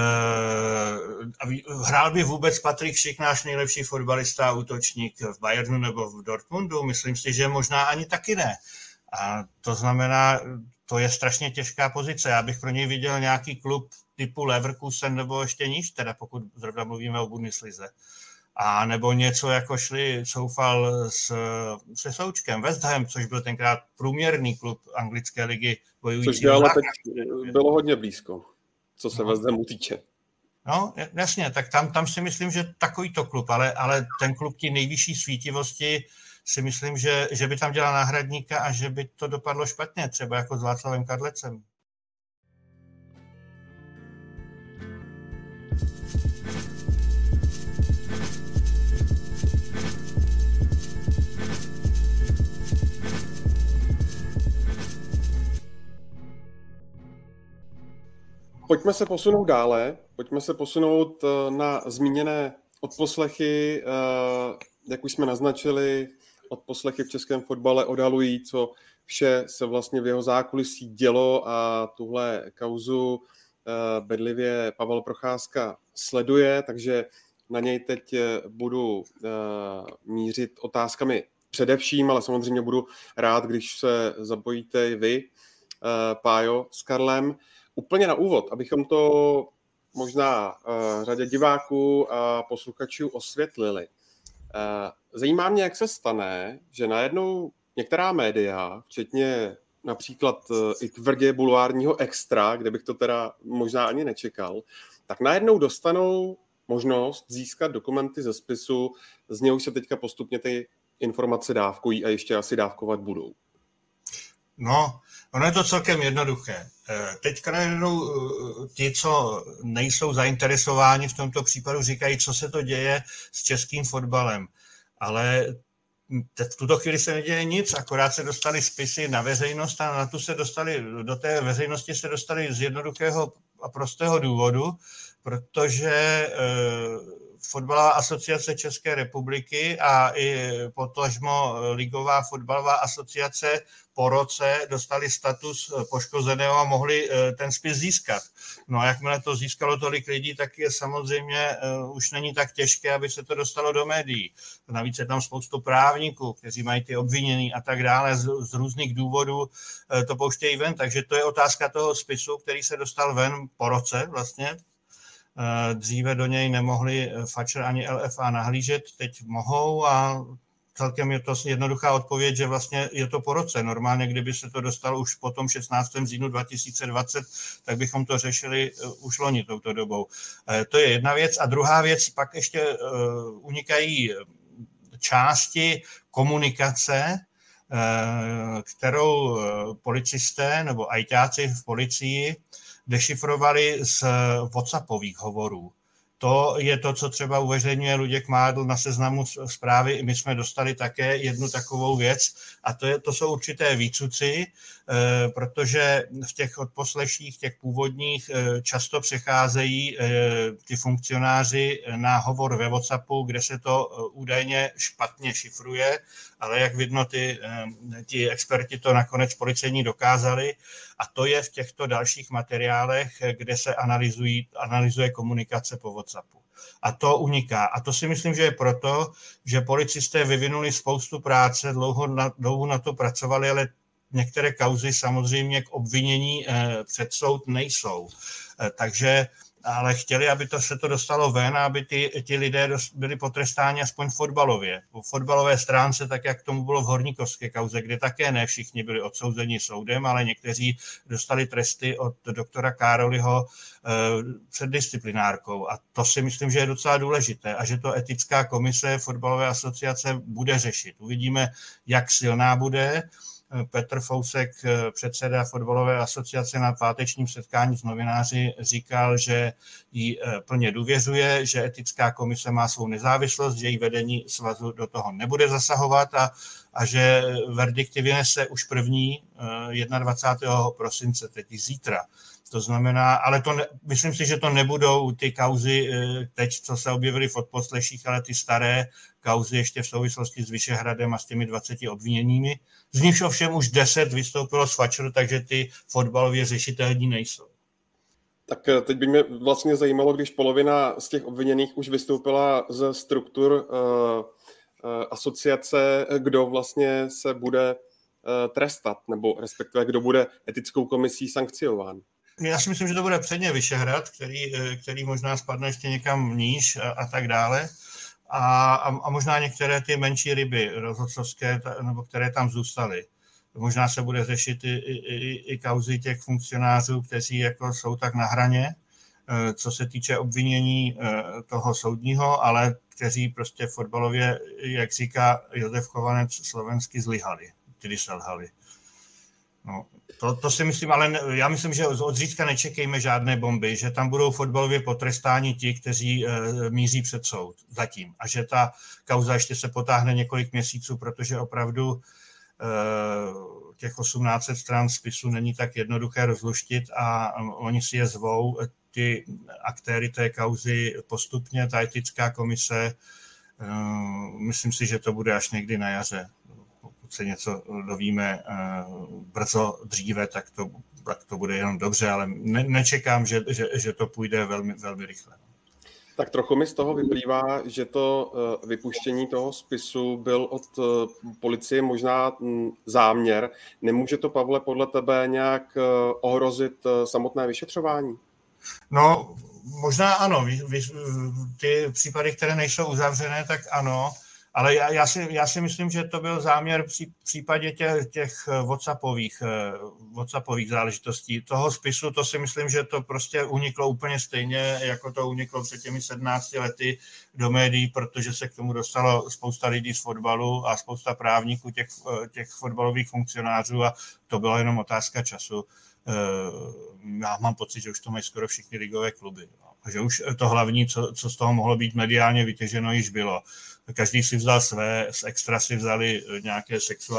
Hrál by vůbec Patrik Schick, náš nejlepší fotbalista a útočník v Bayernu nebo v Dortmundu? Myslím si, že možná ani taky ne. A to znamená, to je strašně těžká pozice. Já bych pro něj viděl nějaký klub typu Leverkusen nebo ještě níž, teda pokud zrovna mluvíme o Bundeslize. A nebo něco jako soufal se Součkem, West Ham, což byl tenkrát průměrný klub anglické ligy bojující. Což ale teď bylo hodně blízko, co se West Hamu týče. No, jasně, tak tam si myslím, že takovýto klub, ale ten klub tí nejvyšší svítivosti si myslím, že by tam dělal náhradníka a že by to dopadlo špatně, třeba jako s Václavem Kadlecem. Pojďme se posunout dále, pojďme se posunout na zmíněné odposlechy, jak už jsme naznačili, odposlechy v českém fotbale odhalují, co vše se vlastně v jeho zákulisí dělo a tuhle kauzu bedlivě Pavel Procházka sleduje, takže na něj teď budu mířit otázkami především, ale samozřejmě budu rád, když se zapojíte i vy, Pájo, s Karlem. Úplně na úvod, abychom to možná řadě diváků a posluchačů osvětlili. Zajímá mě, jak se stane, že najednou některá média, včetně například i tvrdě bulvárního Extra, kde bych to teda možná ani nečekal, tak najednou dostanou možnost získat dokumenty ze spisu, z něhož se teďka postupně ty informace dávkují a ještě asi dávkovat budou. No, ono je to celkem jednoduché. Teďka najednou ti, co nejsou zainteresováni v tomto případu, říkají, co se to děje s českým fotbalem. Ale v tuto chvíli se neděje nic, akorát se dostali spisy na veřejnost a na tu se dostali, do té veřejnosti se dostali z jednoduchého a prostého důvodu, protože Fotbalová asociace České republiky a i potažmo Ligová fotbalová asociace po roce dostali status poškozeného a mohli ten spis získat. No a jakmile to získalo tolik lidí, tak je samozřejmě už není tak těžké, aby se to dostalo do médií. Navíc je tam spoustu právníků, kteří mají ty obvinění a tak dále, z různých důvodů to pouštějí ven, takže to je otázka toho spisu, který se dostal ven po roce vlastně. Dříve do něj nemohli Fatcher ani LFA nahlížet, teď mohou a celkem je to jednoduchá odpověď, že vlastně je to po roce. Normálně, kdyby se to dostalo už po tom 16. říjnu 2020, tak bychom to řešili už loni touto dobou. To je jedna věc. A druhá věc, pak ještě unikají části komunikace, kterou policisté nebo ajťáci v policii dešifrovali z WhatsAppových hovorů. to je to, co třeba uveřejňuje Luděk Mádl na Seznamu Zprávy. My jsme dostali také jednu takovou věc a to jsou určité výcuci, protože v těch odposleších, těch původních, často přecházejí ti funkcionáři na hovor ve WhatsAppu, kde se to údajně špatně šifruje, ale jak vidno, ti experti to nakonec policejní dokázali a to je v těchto dalších materiálech, kde se analyzuje komunikace po WhatsAppu. A to uniká. A to si myslím, že je proto, že policisté vyvinuli spoustu práce, dlouho na to pracovali, ale některé kauzy samozřejmě k obvinění před soud nejsou. Takže ale chtěli, aby se to dostalo ven, aby ti lidé byli potrestáni aspoň fotbalově. Po fotbalové stránce, tak jak tomu bylo v Horníkovské kauze, kde také ne všichni byli odsouzeni soudem, ale někteří dostali tresty od doktora Károliho před disciplinárkou. A to si myslím, že je docela důležité a že to etická komise fotbalové asociace bude řešit. Uvidíme, jak silná bude. Petr Fousek, předseda fotbalové asociace, na pátečním setkání s novináři říkal, že jí plně důvěřuje, že etická komise má svou nezávislost, že její vedení svazu do toho nebude zasahovat a že verdikty vynese už první 21. prosince, teď zítra. To znamená, ale myslím si, že to nebudou ty kauzy teď, co se objevily v odposleších, ale ty staré kauzy ještě v souvislosti s Vyšehradem a s těmi 20 obviněními. Z nich ovšem už 10 vystoupilo z FAČRu, takže ty fotbalově řešitelní nejsou. Tak teď by mě vlastně zajímalo, když polovina z těch obviněných už vystoupila ze struktur asociace, kdo vlastně se bude trestat, nebo respektive kdo bude etickou komisí sankciován. Já si myslím, že to bude předně Vyšehrad, který možná spadne ještě někam níž a tak dále. A možná některé ty menší ryby rozhodcovské, nebo které tam zůstaly. Možná se bude řešit i kauzy těch funkcionářů, kteří jako jsou tak na hraně, co se týče obvinění toho soudního, ale kteří prostě fotbalově, jak říká Josef Chovanec, slovensky zlyhali, tedy selhali. No, to si myslím, ale já myslím, že od zítřka nečekejme žádné bomby, že tam budou fotbalově potrestáni ti, kteří míří před soud zatím. A že ta kauza ještě se potáhne několik měsíců, protože opravdu těch 1800 stran spisu není tak jednoduché rozluštit a oni si je zvou, ty aktéry té kauzy postupně, ta etická komise. Myslím si, že to bude až někdy na jaře. Pokud se něco dovíme brzo dříve, tak to bude jenom dobře, ale nečekám, že to půjde velmi, velmi rychle. Tak trochu mi z toho vyplývá, že to vypuštění toho spisu byl od policie možná záměr. Nemůže to, Pavle, podle tebe nějak ohrozit samotné vyšetřování? No, možná ano. Ty případy, které nejsou uzavřené, tak ano. Ale já si myslím, že to byl záměr v případě těch WhatsAppových záležitostí. Toho spisu, to si myslím, že to prostě uniklo úplně stejně, jako to uniklo před těmi 17 lety do médií, protože se k tomu dostalo spousta lidí z fotbalu a spousta právníků těch fotbalových funkcionářů a to byla jenom otázka času. Já mám pocit, že už to mají skoro všichni ligové kluby. Že už to hlavní, co z toho mohlo být mediálně vytěženo, již bylo. Každý si vzal své, z extra si vzali nějaké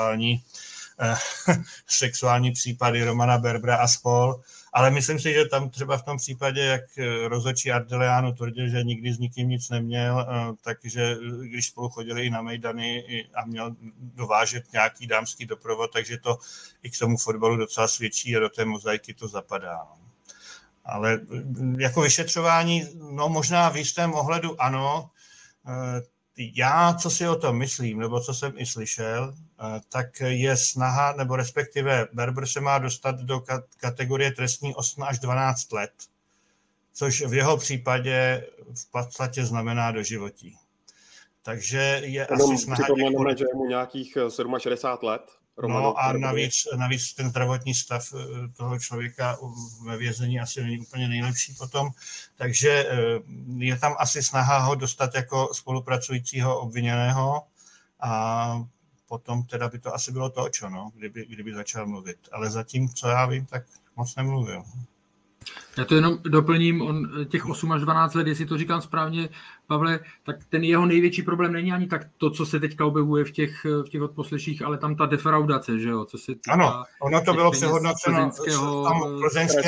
sexuální případy Romana Berbera a spol, ale myslím si, že tam třeba v tom případě, jak rozhodčí Ardeleanu tvrdil, že nikdy s nikým nic neměl, takže když spolu chodili i na mejdany a měl dovážet nějaký dámský doprovod, takže to i k tomu fotbalu docela svědčí a do té mozaiky to zapadá. Ale jako vyšetřování, no možná v jistém ohledu ano. Já, co si o tom myslím, nebo co jsem i slyšel, tak je snaha, nebo respektive Berber se má dostat do kategorie trestní 8 až 12 let, což v jeho případě v podstatě znamená doživotí. Takže je asi snaha... Připomeneme, že je mu nějakých 67 let. No a navíc ten zdravotní stav toho člověka ve vězení asi není úplně nejlepší potom, takže je tam asi snaha ho dostat jako spolupracujícího obviněného a potom teda by to asi bylo to, kdyby začal mluvit. Ale zatím, co já vím, tak moc nemluvil. Já to jenom doplním, on těch 8 až 12 let, jestli to říkám správně, Pavle, tak ten jeho největší problém není ani tak to, co se teďka objevuje v těch odposleších, ale tam ta defraudace, že jo, co se týká. Ano, ono to bylo přehodnoceno v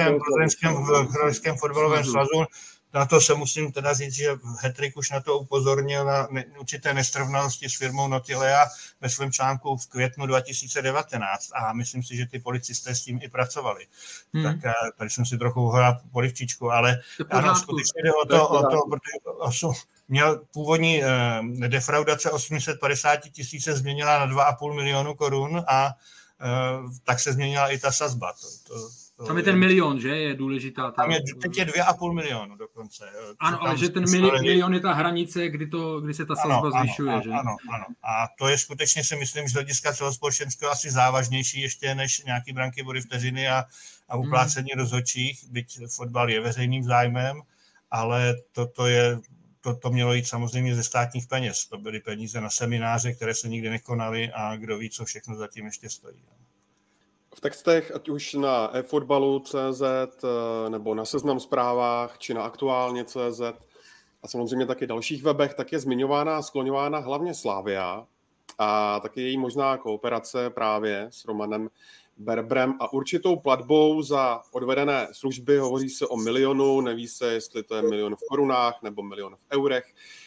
plzeňském fotbalovém svazu. Na to se musím teda říct, že Hetrik už na to upozornil na určité nestrovnalosti s firmou Notilea ve svém článku v květnu 2019 a myslím si, že ty policisté s tím i pracovali. Tak tady jsem si trochu uhrál polivčičku, ale ano, skutečně jde o to, protože měl původní defraudace 850 000 se změnila na 2,5 milionu korun a tak se změnila i ta sazba. Tam je ten milion, že? Je důležitá. Teď je 2,5 milionu dokonce. Ano, ale že ten milion je ta hranice, kdy se ta sazba zvyšuje, že? Ano. A to je skutečně, si myslím, z hlediska celospolečenského asi závažnější ještě než nějaký branky, body, vteřiny a uplácení rozhodčích, byť fotbal je veřejným zájmem, ale to mělo jít samozřejmě ze státních peněz. To byly peníze na semináře, které se nikdy nekonaly a kdo ví, co všechno zatím ještě stojí. V textech, ať už na eFotbalu.cz nebo na Seznam Zprávách, či na Aktuálně.cz a samozřejmě taky dalších webech, tak je zmiňována a skloňována hlavně Slavia a taky její možná kooperace právě s Romanem Berbrem a určitou platbou za odvedené služby. Hovoří se o milionu, neví se, jestli to je milion v korunách nebo milion v eurech.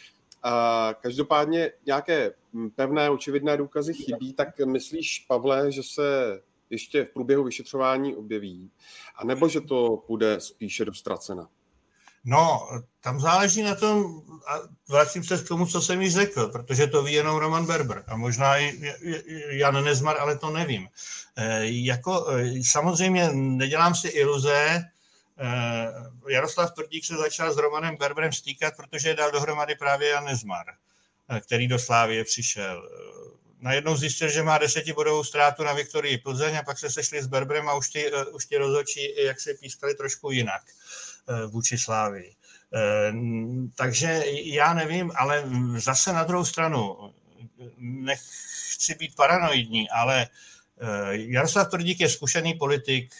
Každopádně nějaké pevné, očividné důkazy chybí, tak myslíš, Pavle, že se ještě v průběhu vyšetřování objeví, anebo že to bude spíše dostracena? No, tam záleží na tom, a vrátím se k tomu, co jsem již řekl, protože to ví jenom Roman Berber a možná i Jan Nezmar, ale to nevím. Samozřejmě nedělám si iluze, Jaroslav Tvrdík se začal s Romanem Berberem stýkat, protože dal dohromady právě Jan Nezmar, který do Slávie přišel. Najednou zjistil, že má 10bodovou ztrátu na Viktorii Plzeň a pak se sešli s Berberem a už ti rozhodčí jak se pískali trošku jinak vůči Slávii. Takže já nevím, ale zase na druhou stranu nechci být paranoidní, ale Jaroslav Tvrdík je zkušený politik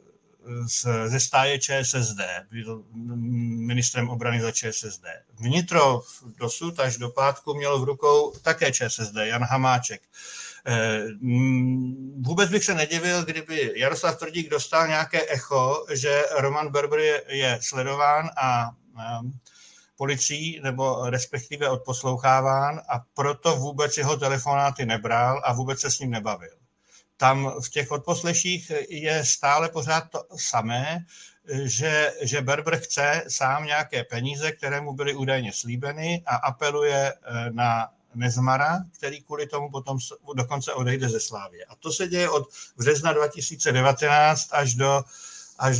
ze stáje ČSSD, byl ministrem obrany za ČSSD. Vnitro dosud až do pátku mělo v rukou také ČSSD, Jan Hamáček. Vůbec bych se nedivil, kdyby Jaroslav Tvrdík dostal nějaké echo, že Roman Berber je sledován a policií, nebo respektive odposloucháván a proto vůbec jeho telefonáty nebral a vůbec se s ním nebavil. Tam v těch odposleších je stále pořád to samé, že Berber chce sám nějaké peníze, které mu byly údajně slíbeny a apeluje na Nezmara, který kvůli tomu potom dokonce odejde ze Slávie. A to se děje od března 2019 až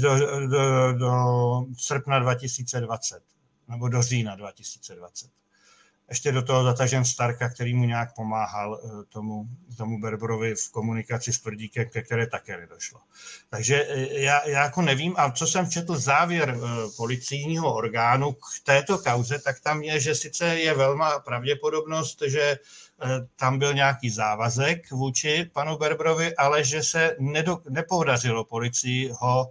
do srpna 2020, nebo do října 2020. Ještě do toho zatažen Starka, který mu nějak pomáhal tomu Berberovi v komunikaci s Tvrdíkem, ke které také nedošlo. Takže já jako nevím, a co jsem četl závěr policijního orgánu k této kauze, tak tam je, že sice je velmi pravděpodobnost, že tam byl nějaký závazek vůči panu Berberovi, ale že se nepodařilo policii ho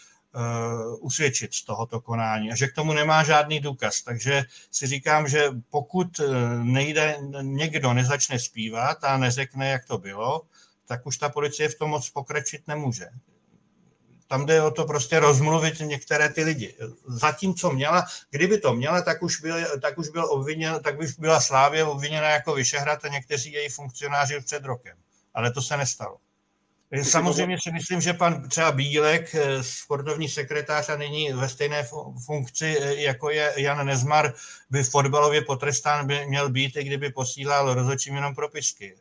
usvědčit z tohoto konání a že k tomu nemá žádný důkaz. Takže si říkám, že pokud někdo nezačne zpívat a neřekne, jak to bylo, tak už ta policie v tom moc pokračit nemůže. Tam jde o to prostě rozmluvit některé ty lidi. Zatímco měla, kdyby to měla, tak už byla Slávie obviněna jako Vyšehrad a někteří její funkcionáři před rokem. Ale to se nestalo. Samozřejmě si myslím, že pan třeba Bílek, sportovní sekretář a nyní ve stejné funkci, jako je Jan Nezmar, by fotbalově potrestán měl být, i kdyby posílal rozhodčím jenom propisky.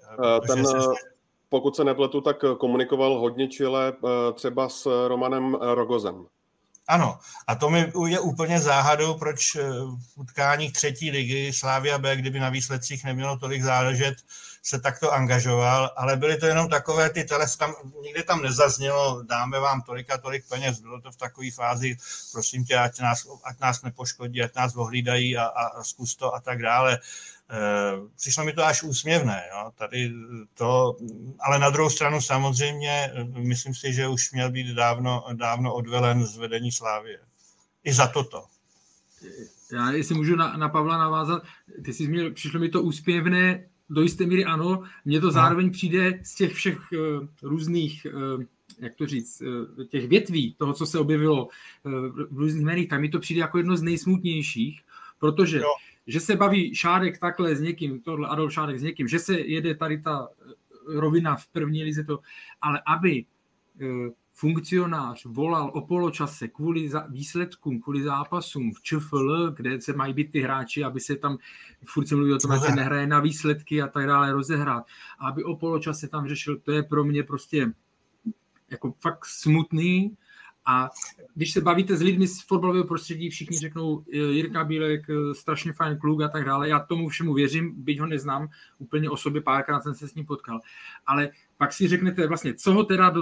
Pokud se nepletu, tak komunikoval hodně čile třeba s Romanem Rogozem. Ano, a to mi je úplně záhadou, proč v utkáních třetí ligy Slavia B, kdyby na výsledcích nemělo tolik záležet, se takto angažoval, ale byly to jenom takové ty nikdy tam nezaznělo, dáme vám tolik a tolik peněz, bylo to v takové fázi, prosím tě, ať nás nepoškodí, ať nás ohlídají a zkus to a tak dále. Přišlo mi to až úsměvné. Jo? Tady to, ale na druhou stranu samozřejmě myslím si, že už měl být dávno odvelen z vedení Slavie. I za toto. Já, jestli můžu na Pavla navázat, ty jsi zmínil, přišlo mi to úsměvné, do jisté míry ano, mně to zároveň přijde z těch všech různých, jak to říct, těch větví, toho, co se objevilo v různých médiích, tak mi to přijde jako jedno z nejsmutnějších, protože že se baví Šádek takhle s někým, tohle Adolf Šádek s někým, že se jede tady ta rovina v první lize, ale aby funkcionář volal o poločase kvůli výsledkům, kvůli zápasům v ČFL, kde se mají být ty hráči, aby se tam, furt se mluví o tom, že se nehraje na výsledky a tak dále, rozehrát. A aby o poločase tam řešil, to je pro mě prostě jako fakt smutný. A když se bavíte s lidmi z fotbalového prostředí, všichni řeknou Jirka Bílek, strašně fajn kluk a tak dále. Já tomu všemu věřím, byť ho neznám úplně o sobě, párkrát jsem se s ním potkal. Ale pak si řeknete vlastně, co ho teda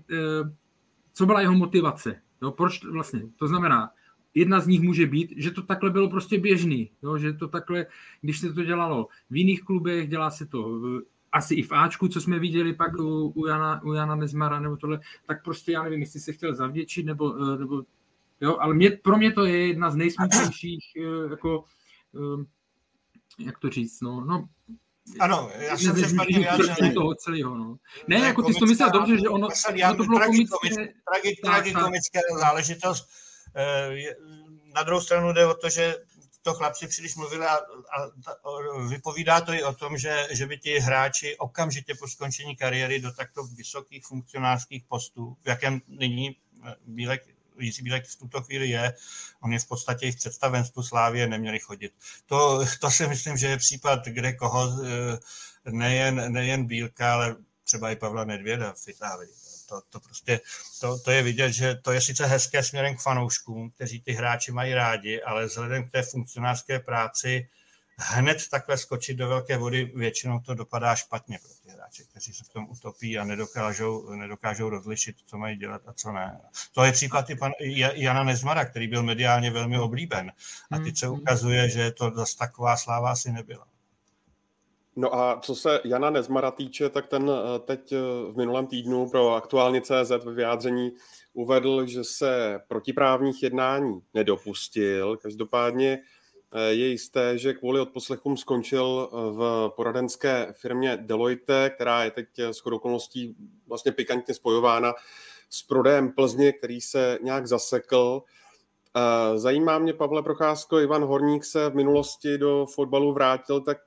co byla jeho motivace? Jo, proč vlastně? To znamená, jedna z nich může být, že to takhle bylo prostě běžný. Jo, že to takhle, když se to dělalo v jiných klubech, dělá se to asi i v Ačku, co jsme viděli pak u Jana Nezmara nebo tohle, tak prostě já nevím, jestli se chtěl zavděčit, nebo jo, ale pro mě to je jedna z nejsmutnějších, jako, jak to říct, no ano, já jsem se špatně vyjádřil. Toho celého, no. Ne, jako ty jsi to myslel dobře, že ono to bylo tragikomická záležitost. Na druhou stranu jde o to, že to chlapci příliš mluvili a vypovídá to i o tom, že by ti hráči okamžitě po skončení kariéry do takto vysokých funkcionářských postů, v jakém nyní Jiří Bílek v tuto chvíli je, on je v podstatě i v představenstvu Slávie, neměli chodit. To si myslím, že je případ kde koho, nejen Bílka, ale třeba i Pavla Nedvěda v Itálii. To je vidět, že to je sice hezké směrem k fanouškům, kteří ty hráči mají rádi, ale vzhledem k té funkcionářské práci hned takhle skočit do velké vody, většinou to dopadá špatně pro ty hráče, kteří se v tom utopí a nedokážou rozlišit, co mají dělat a co ne. To je případ i Jana Nezmara, který byl mediálně velmi oblíben. A teď se ukazuje, že to zase taková sláva asi nebyla. No a co se Jana Nezmara týče, tak ten teď v minulém týdnu pro Aktuálně.cz ve vyjádření uvedl, že se protiprávních jednání nedopustil. Každopádně je jisté, že kvůli odposlechům skončil v poradenské firmě Deloitte, která je teď shodou okolností vlastně pikantně spojována s prodejem Plzně, který se nějak zasekl. Zajímá mě, Pavle Procházko, Ivan Horník se v minulosti do fotbalu vrátil, tak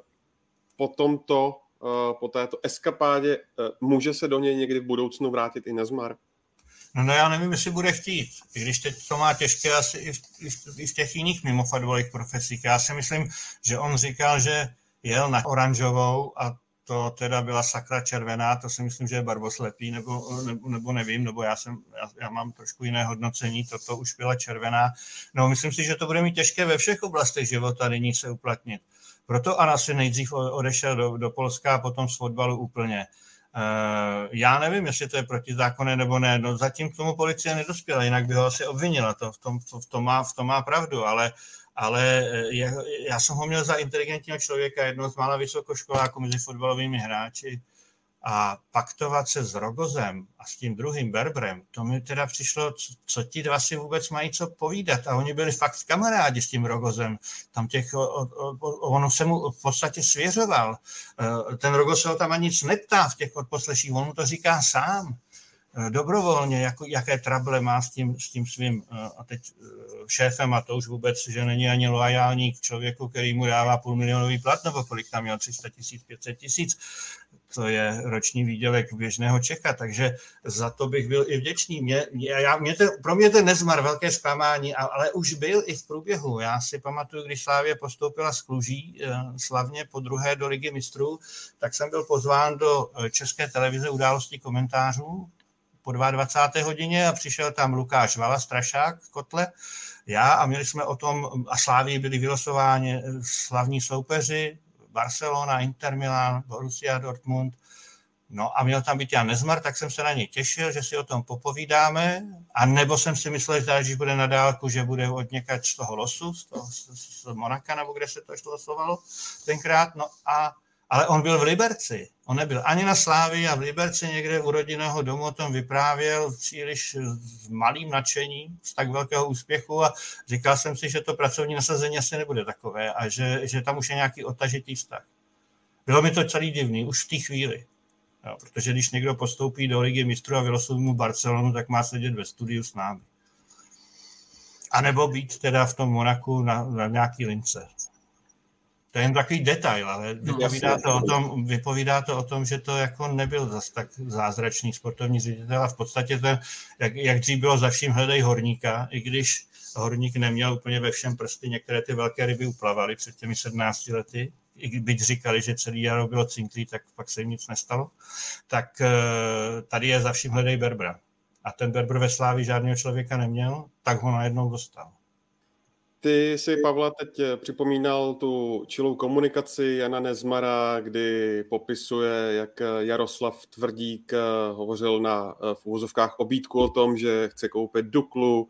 po této eskapádě může se do něj někdy v budoucnu vrátit i Nezmar? No já nevím, jestli bude chtít, i když teď to má těžké asi i v těch jiných mimofotbalových profesích. Já si myslím, že on říkal, že jel na oranžovou a to teda byla sakra červená, to si myslím, že je barvoslepý, nebo nevím, nebo já mám trošku jiné hodnocení, toto už byla červená. No myslím si, že to bude mít těžké ve všech oblastech života nyní se uplatnit. Proto asi nejdřív odešel do Polska a potom z fotbalu úplně. Já nevím, jestli to je protizákonné nebo ne, no zatím k tomu policie nedospěla, jinak by ho asi obvinila, v tom má pravdu, ale já jsem ho měl za inteligentního člověka, jednoho z mála vysokoškoláků mezi fotbalovými hráči a paktovat se s Rogozem a s tím druhým Berbrem, to mi teda přišlo, co ti dva si vůbec mají co povídat a oni byli fakt kamarádi s tím Rogozem, tam on se mu v podstatě svěřoval, ten Rogoz se ho tam ani nic neptá v těch odposleších, on mu to říká sám, dobrovolně, jaké trable má s tím svým a teď šéfem a to už vůbec, že není ani loajální k člověku, který mu dává 500 000 plat, nebo kolik tam měl, 300 000, 500 000, to je roční výdělek běžného Čecha, takže za to bych byl i vděčný. Pro mě ten Nezmar velké zklamání, ale už byl i v průběhu. Já si pamatuju, když Slavie postoupila z Kluží slavně po druhé do Ligy mistrů, tak jsem byl pozván do České televize Události komentářů po 22. hodině a přišel tam Lukáš Vala, Strašák, Kotle, já a měli jsme o tom, a Slavii byli vylosováni slavní soupeři, Barcelona, Inter Milan, Borussia Dortmund. No a měl tam být Jan Nezmar, tak jsem se na něj těšil, že si o tom popovídáme, a nebo jsem si myslel, že když bude na dálku, že bude od někač z toho losu, z Monaka, nebo kde se to losovalo tenkrát, no ale on byl v Liberci, on nebyl ani na Slávii a v Liberci někde u rodinného domu o tom vyprávěl příliš s malým nadšením, z tak velkého úspěchu, a říkal jsem si, že to pracovní nasazení asi nebude takové a že tam už je nějaký odtažitý vztah. Bylo mi to celý divný, už v té chvíli. Jo, protože když někdo postoupí do Ligy mistrů a vylosuje mu Barcelonu, tak má sedět ve studiu s námi. A nebo být teda v tom Monaku na nějaký lince. To je jen takový detail, ale vypovídá to o tom, že to jako nebyl zase tak zázračný sportovní ředitel a v podstatě ten, jak dřív bylo za vším hledej horníka, i když horník neměl úplně ve všem prsty, některé ty velké ryby uplavaly před těmi 17 lety, i byť říkali, že celý jaro bylo cinklý, tak pak se jim nic nestalo, tak tady je za vším hledej Berbra. A ten Berber ve Slávii žádného člověka neměl, tak ho najednou dostal. Ty si, Pavle, teď připomínal tu čilou komunikaci Jana Nezmara, kdy popisuje, jak Jaroslav Tvrdík hovořil v uvozovkách obídku o tom, že chce koupit Duklu,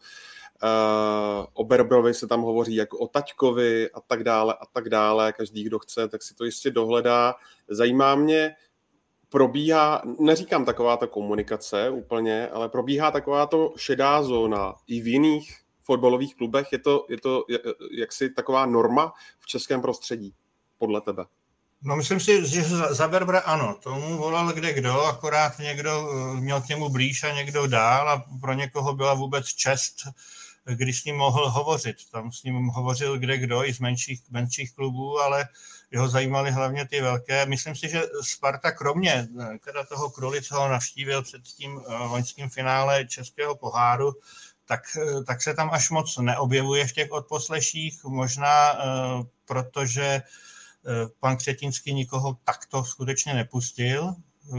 o Berbrovi se tam hovoří jako o taťkovi a tak dále. Každý, kdo chce, tak si to jistě dohledá. Zajímá mě, probíhá, neříkám taková ta komunikace úplně, ale probíhá taková to šedá zóna i v jiných fotbalových klubech. Je to jaksi taková norma v českém prostředí, podle tebe? No, myslím si, že za Berbra ano. Tomu volal kdekdo, akorát někdo měl k němu blíž a někdo dál a pro někoho byla vůbec čest, když s ním mohl hovořit. Tam s ním hovořil kdekdo i z menších klubů, ale jeho zajímaly hlavně ty velké. Myslím si, že Sparta kromě teda toho Kruly, co ho navštívil před tím loňským finále Českého poháru, tak se tam až moc neobjevuje v těch odposleších, možná protože pan Křetínský nikoho takto skutečně nepustil,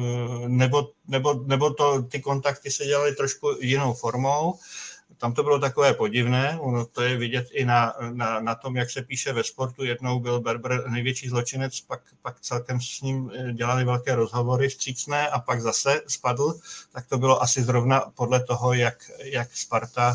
nebo ty kontakty se dělaly trošku jinou formou. Tam to bylo takové podivné, to je vidět i na tom, jak se píše ve Sportu. Jednou byl Berber největší zločinec, pak celkem s ním dělali velké rozhovory vstřícné a pak zase spadl. Tak to bylo asi zrovna podle toho, jak Sparta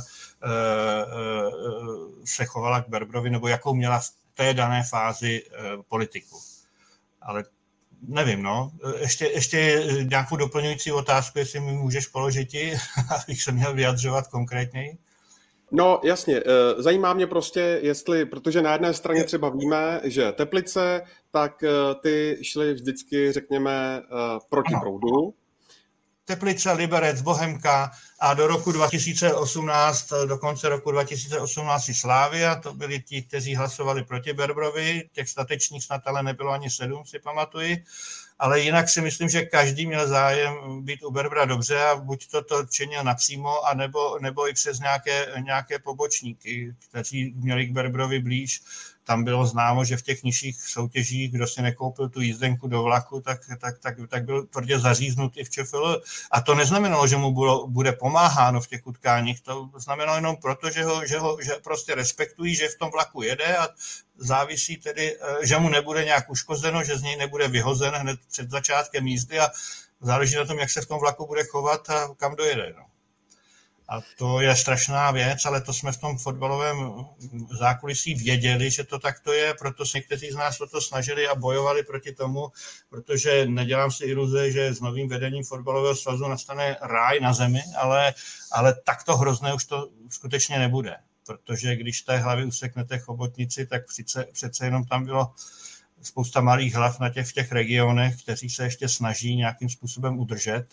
se chovala k Berbrovi, nebo jakou měla v té dané fázi politiku. Ale nevím, no. Ještě nějakou doplňující otázku, jestli mi můžeš položit, abych se měl vyjadřovat konkrétněji. No jasně, zajímá mě prostě, protože na jedné straně třeba víme, že Teplice, tak ty šly vždycky, řekněme, proti proudu. Teplice, Liberec, Bohemka a do roku 2018, do konce roku 2018 i Slavia, to byli ti, kteří hlasovali proti Berbrovi, těch statečních snad ale nebylo ani 7, si pamatuji, ale jinak si myslím, že každý měl zájem být u Berbra dobře a buď to činil napřímo, nebo i přes nějaké pobočníky, kteří měli k Berbrovi blíž. Tam bylo známo, že v těch nižších soutěžích, kdo si nekoupil tu jízdenku do vlaku, tak byl tvrdě zaříznut i v ČFL. A to neznamenalo, že mu bude pomáháno v těch utkáních. To znamenalo jenom proto, že prostě respektují, že v tom vlaku jede a závisí tedy, že mu nebude nějak uškozeno, že z něj nebude vyhozen hned před začátkem jízdy a záleží na tom, jak se v tom vlaku bude chovat a kam dojede. No. A to je strašná věc, ale to jsme v tom fotbalovém zákulisí věděli, že to takto je, proto se někteří z nás o to snažili a bojovali proti tomu, protože nedělám si iluze, že s novým vedením fotbalového svazu nastane ráj na zemi, ale takto hrozné už to skutečně nebude, protože když té hlavy useknete chobotnici, tak přece jenom tam bylo spousta malých hlav v těch regionech, kteří se ještě snaží nějakým způsobem udržet.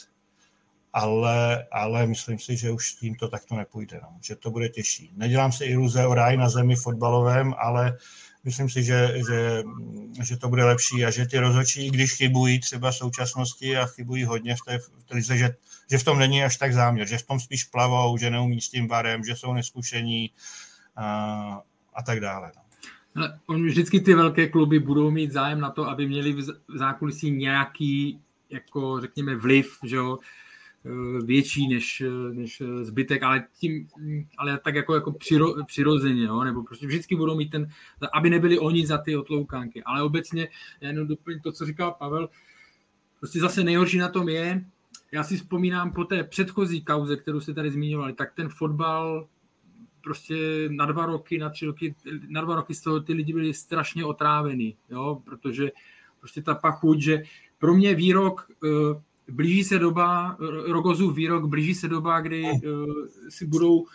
Ale myslím si, že už tím to takto nepůjde, no. Že to bude těžší. Nedělám si iluze o ráji na zemi fotbalovém, ale myslím si, že to bude lepší a že ty rozhodčí, když chybují třeba v současnosti a chybují hodně v té lize, že v tom není až tak záměr, že v tom spíš plavou, že neumí s tím varem, že jsou neskušení a tak dále. No. Ale vždycky ty velké kluby budou mít zájem na to, aby měli v zákulisí nějaký, jako řekněme, vliv, že jo, větší než zbytek, ale tak jako přirozeně, jo? Nebo prostě vždycky budou mít aby nebyli oni za ty otloukánky. Ale obecně, já jenom doplním to, co říkal Pavel, prostě zase nejhorší na tom je, já si vzpomínám po té předchozí kauze, kterou jste tady zmiňovali, tak ten fotbal prostě na 2 roky, na 3 roky, na 2 roky z toho ty lidi byli strašně otrávený, jo, protože prostě ta pachuť, že pro mě výrok, blíží se doba, Rogozův výrok, blíží se doba, kdy si budou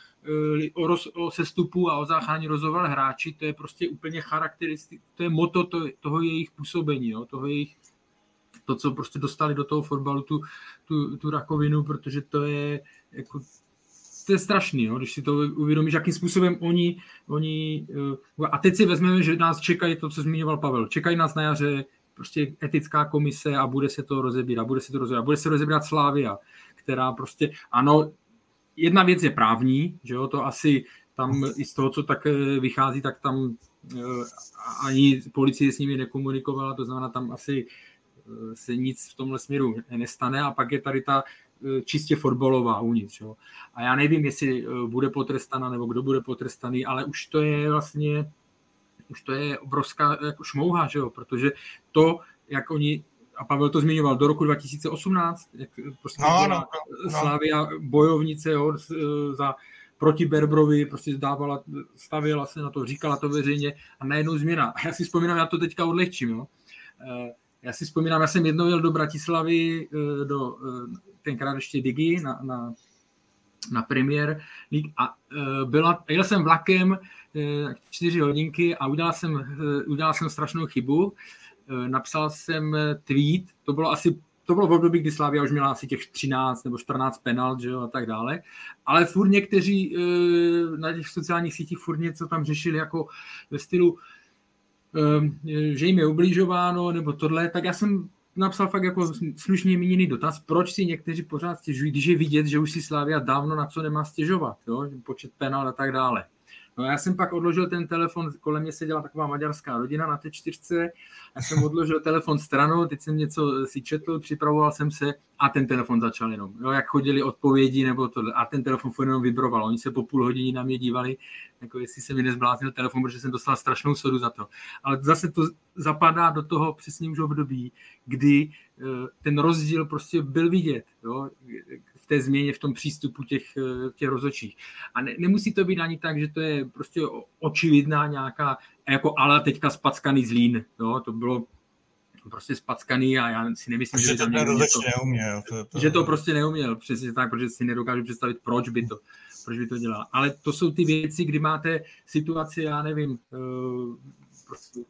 o sestupu a o záchání rozhodovat hráči, to je prostě úplně charakteristické, to je motto toho jejich působení, jo, to, co prostě dostali do toho fotbalu, tu rakovinu, protože to je jako, to je strašný, jo, když si to uvědomíš, jakým způsobem oni a teď si vezmeme, že nás čekají to, co zmiňoval Pavel, čekají nás na jaře prostě etická komise a bude se to rozebírat, bude se rozebírat Slavia, která prostě, ano, jedna věc je právní, že jo, to asi tam i z toho, co tak vychází, tak tam ani policie s nimi nekomunikovala, to znamená, tam asi se nic v tomhle směru nestane a pak je tady ta čistě fotbalová uvnitř. Jo. A já nevím, jestli bude potrestaná nebo kdo bude potrestaný, ale už to je vlastně obrovská jako šmouha, že jo, protože to, jak oni, a Pavel to zmiňoval, do roku 2018, jak prostě Slavia bojovnice, jo, proti Berbrovi, prostě stavěla se na to, říkala to veřejně a najednou změna. A já si vzpomínám, já to teďka odlehčím, jo. Já si vzpomínám, já jsem jednou jel do Bratislavy, tenkrát ještě Digi na Premier League a jel jsem vlakem 4 hodinky a udělal jsem strašnou chybu. Napsal jsem tweet, to bylo v období, kdy Slavia už měla asi těch 13 nebo 14 penalt, že jo, a tak dále, ale furt někteří na těch sociálních sítích furt něco tam řešili jako ve stylu, že jim je ubližováno, nebo tohle, tak já jsem napsal fakt jako slušně míněný dotaz, proč si někteří pořád stěžují, když je vidět, že už si Slavia dávno na co nemá stěžovat, jo? Počet penalt a tak dále. No já jsem pak odložil ten telefon, kolem mě seděla taková maďarská rodina na té 4, já jsem odložil telefon stranou, teď jsem něco si četl, připravoval jsem se a ten telefon začal jenom, jo, jak chodili odpovědi nebo tohle a ten telefon jenom vibroval, oni se po půl hodině na mě dívali, jako jestli se mi nezbláznil telefon, protože jsem dostal strašnou sodu za to. Ale zase to zapadá do toho přesně už období, kdy ten rozdíl prostě byl vidět, jo, v té změně, v tom přístupu těch rozhodčích. A nemusí to být ani tak, že to je prostě očividná nějaká, jako ale teďka spackaný Zlín, jo, to bylo prostě spackaný a já si nemyslím, že to neuměl. Že to prostě neuměl, přesně tak, protože si nedokážu představit, proč by to dělal. Ale to jsou ty věci, kdy máte situaci, já nevím, prostě...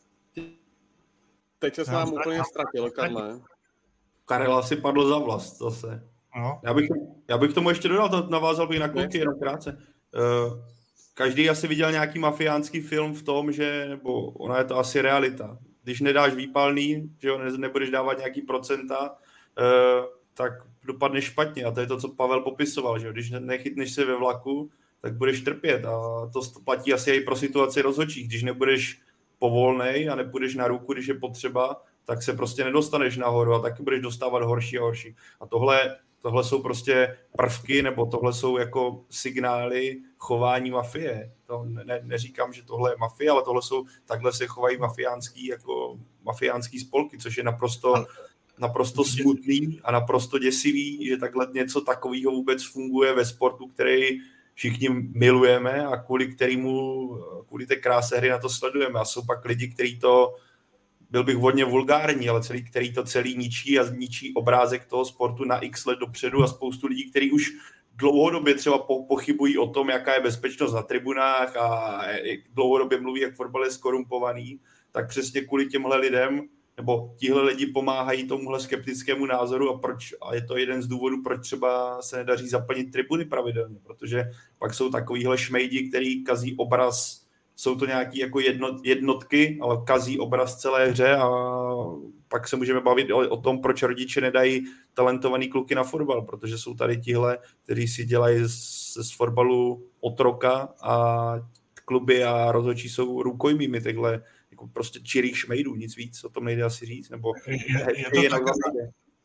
Teď se s nám úplně ztratil, Karle. Karel asi padl za vlast zase. No. Já bych tomu ještě dodal, to navázal bych na kluky, jenom krátce. Každý asi viděl nějaký mafiánský film v tom, že, nebo ona je to asi realita. Když nedáš výpalný, že jo, nebudeš dávat nějaký procenta, tak dopadne špatně. A to je to, co Pavel popisoval, že jo. Když nechytneš se ve vlaku, tak budeš trpět. A to platí asi i pro situaci rozhodčích. Když nebudeš povolnej a nepůjdeš na ruku, když je potřeba, tak se prostě nedostaneš nahoru a taky budeš dostávat horší a horší. A tohle jsou prostě prvky, nebo tohle jsou jako signály chování mafie. To neříkám, že tohle je mafie, ale takhle se chovají mafiánský spolky, což je naprosto smutný a naprosto děsivý, že takhle něco takového vůbec funguje ve sportu, který všichni milujeme a kvůli té kráse hry na to sledujeme. A jsou pak lidi, kteří to, byl bych hodně vulgární, ale který to celý ničí a ničí obrázek toho sportu na x let dopředu a spoustu lidí, kteří už dlouhodobě třeba pochybují o tom, jaká je bezpečnost na tribunách a dlouhodobě mluví, jak fotbal je skorumpovaný, tak přesně kvůli těmhle lidem, nebo tihle lidi pomáhají tomuhle skeptickému názoru a je to jeden z důvodů, proč třeba se nedaří zaplnit tribuny pravidelně, protože pak jsou takovýhle šmejdi, který kazí obraz, jsou to nějaký jako jednotky, ale kazí obraz celé hře a pak se můžeme bavit o tom, proč rodiče nedají talentovaný kluky na fotbal, protože jsou tady tihle, kteří si dělají z fotbalu otroka a kluby a rozhodčí jsou rukojmími takhle jako prostě čirých šmejdů, nic víc, o tom nejde asi říct, nebo je to tak,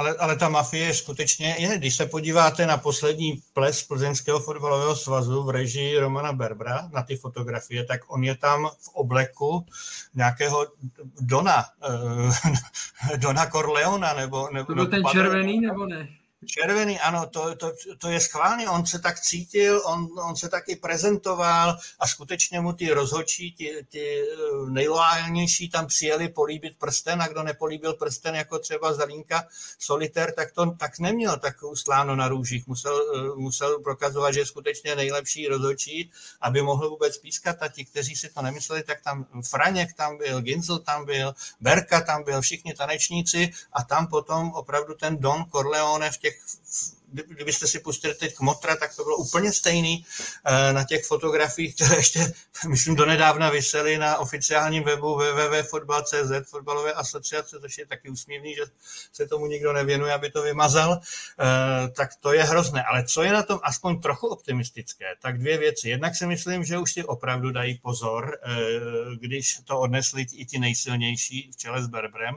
Ale ta mafie skutečně je. Když se podíváte na poslední ples Plzeňského fotbalového svazu v režii Romana Berbera, na ty fotografie, tak on je tam v obleku nějakého Dona Corleona, nebo to byl ten červený, nebo ne? Červený, ano, to je schválně, on se tak cítil, on se taky prezentoval a skutečně mu ty rozhodčí, ty nejloajálnější tam přijeli políbit prsten a kdo nepolíbil prsten, jako třeba Zalínka Solitér, tak to tak neměl tak ustláno na růžích, musel prokazovat, že je skutečně nejlepší rozhodčí, aby mohl vůbec pískat a ti, kteří si to nemysleli, tak tam Franěk tam byl, Ginzel tam byl, Berka tam byl, všichni tanečníci a tam potom opravdu ten Don Corleone v těch, kdybyste si pustili teď Kmotra, tak to bylo úplně stejný na těch fotografiích, které ještě, myslím, donedávna visely na oficiálním webu www.fotbal.cz, fotbalové asociace, což je taky úsměvný, že se tomu nikdo nevěnuje, aby to vymazal, tak to je hrozné. Ale co je na tom aspoň trochu optimistické, tak dvě věci. Jednak si myslím, že už si opravdu dají pozor, když to odnesli i ti nejsilnější v čele s Berberem.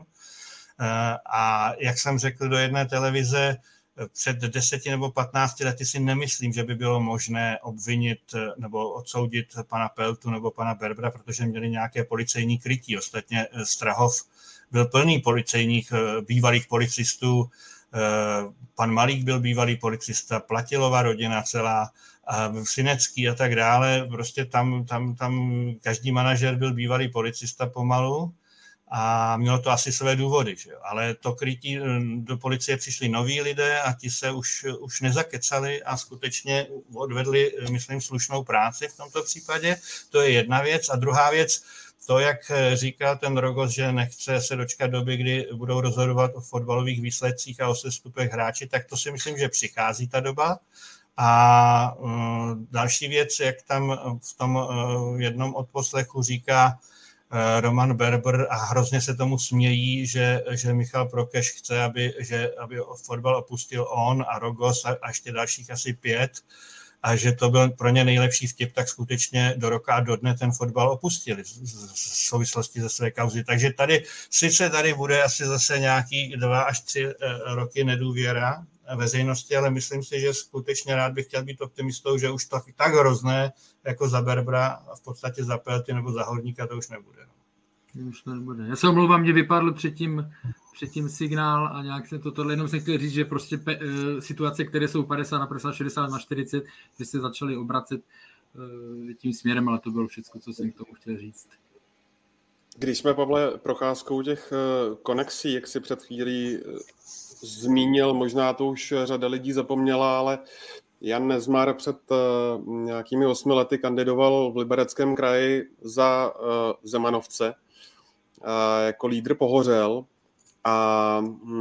A jak jsem řekl do jedné televize, před 10 nebo 15 lety si nemyslím, že by bylo možné obvinit nebo odsoudit pana Peltu nebo pana Berbera, protože měli nějaké policejní krytí. Ostatně Strahov byl plný policejních bývalých policistů, pan Malík byl bývalý policista, Platilová rodina celá, Synecký a tak dále. Prostě tam každý manažer byl bývalý policista pomalu. A mělo to asi své důvody, že jo? Ale to krytí, do policie přišli noví lidé a ti se už nezakecali a skutečně odvedli, myslím, slušnou práci v tomto případě. To je jedna věc. A druhá věc, to, jak říkal ten Rogos, že nechce se dočkat doby, kdy budou rozhodovat o fotbalových výsledcích a o sestupech hráči, tak to si myslím, že přichází ta doba. A další věc, jak tam v tom jednom odposlechu říká Roman Berber a hrozně se tomu smějí, že Michal Prokeš chce, aby fotbal opustil on a Rogos a ještě dalších asi 5 a že to byl pro ně nejlepší vtip, tak skutečně do roka a do dne ten fotbal opustili v souvislosti ze své kauzy. Takže tady bude asi zase nějaký 2 až 3 roky nedůvěra veřejnosti, ale myslím si, že skutečně rád bych chtěl být optimistou, že už to tak hrozné jako za Berbera a v podstatě za Pelty nebo za Horníka to už nebude. Už to nebude. Já se omlouvám, mě vypadl předtím signál a nějak jsem tohle jenom jsem chtěl říct, že prostě situace, které jsou 50/50, 60/40, že se začaly obracet tím směrem, ale to bylo všechno, co jsem k tomu chtěl říct. Když jsme, Pavle, procházkou těch konexí, jak si před chvílí zmínil, možná to už řada lidí zapomněla, ale Jan Nezmar před nějakými 8 lety kandidoval v Libereckém kraji za Zemanovce jako lídr Pohořel a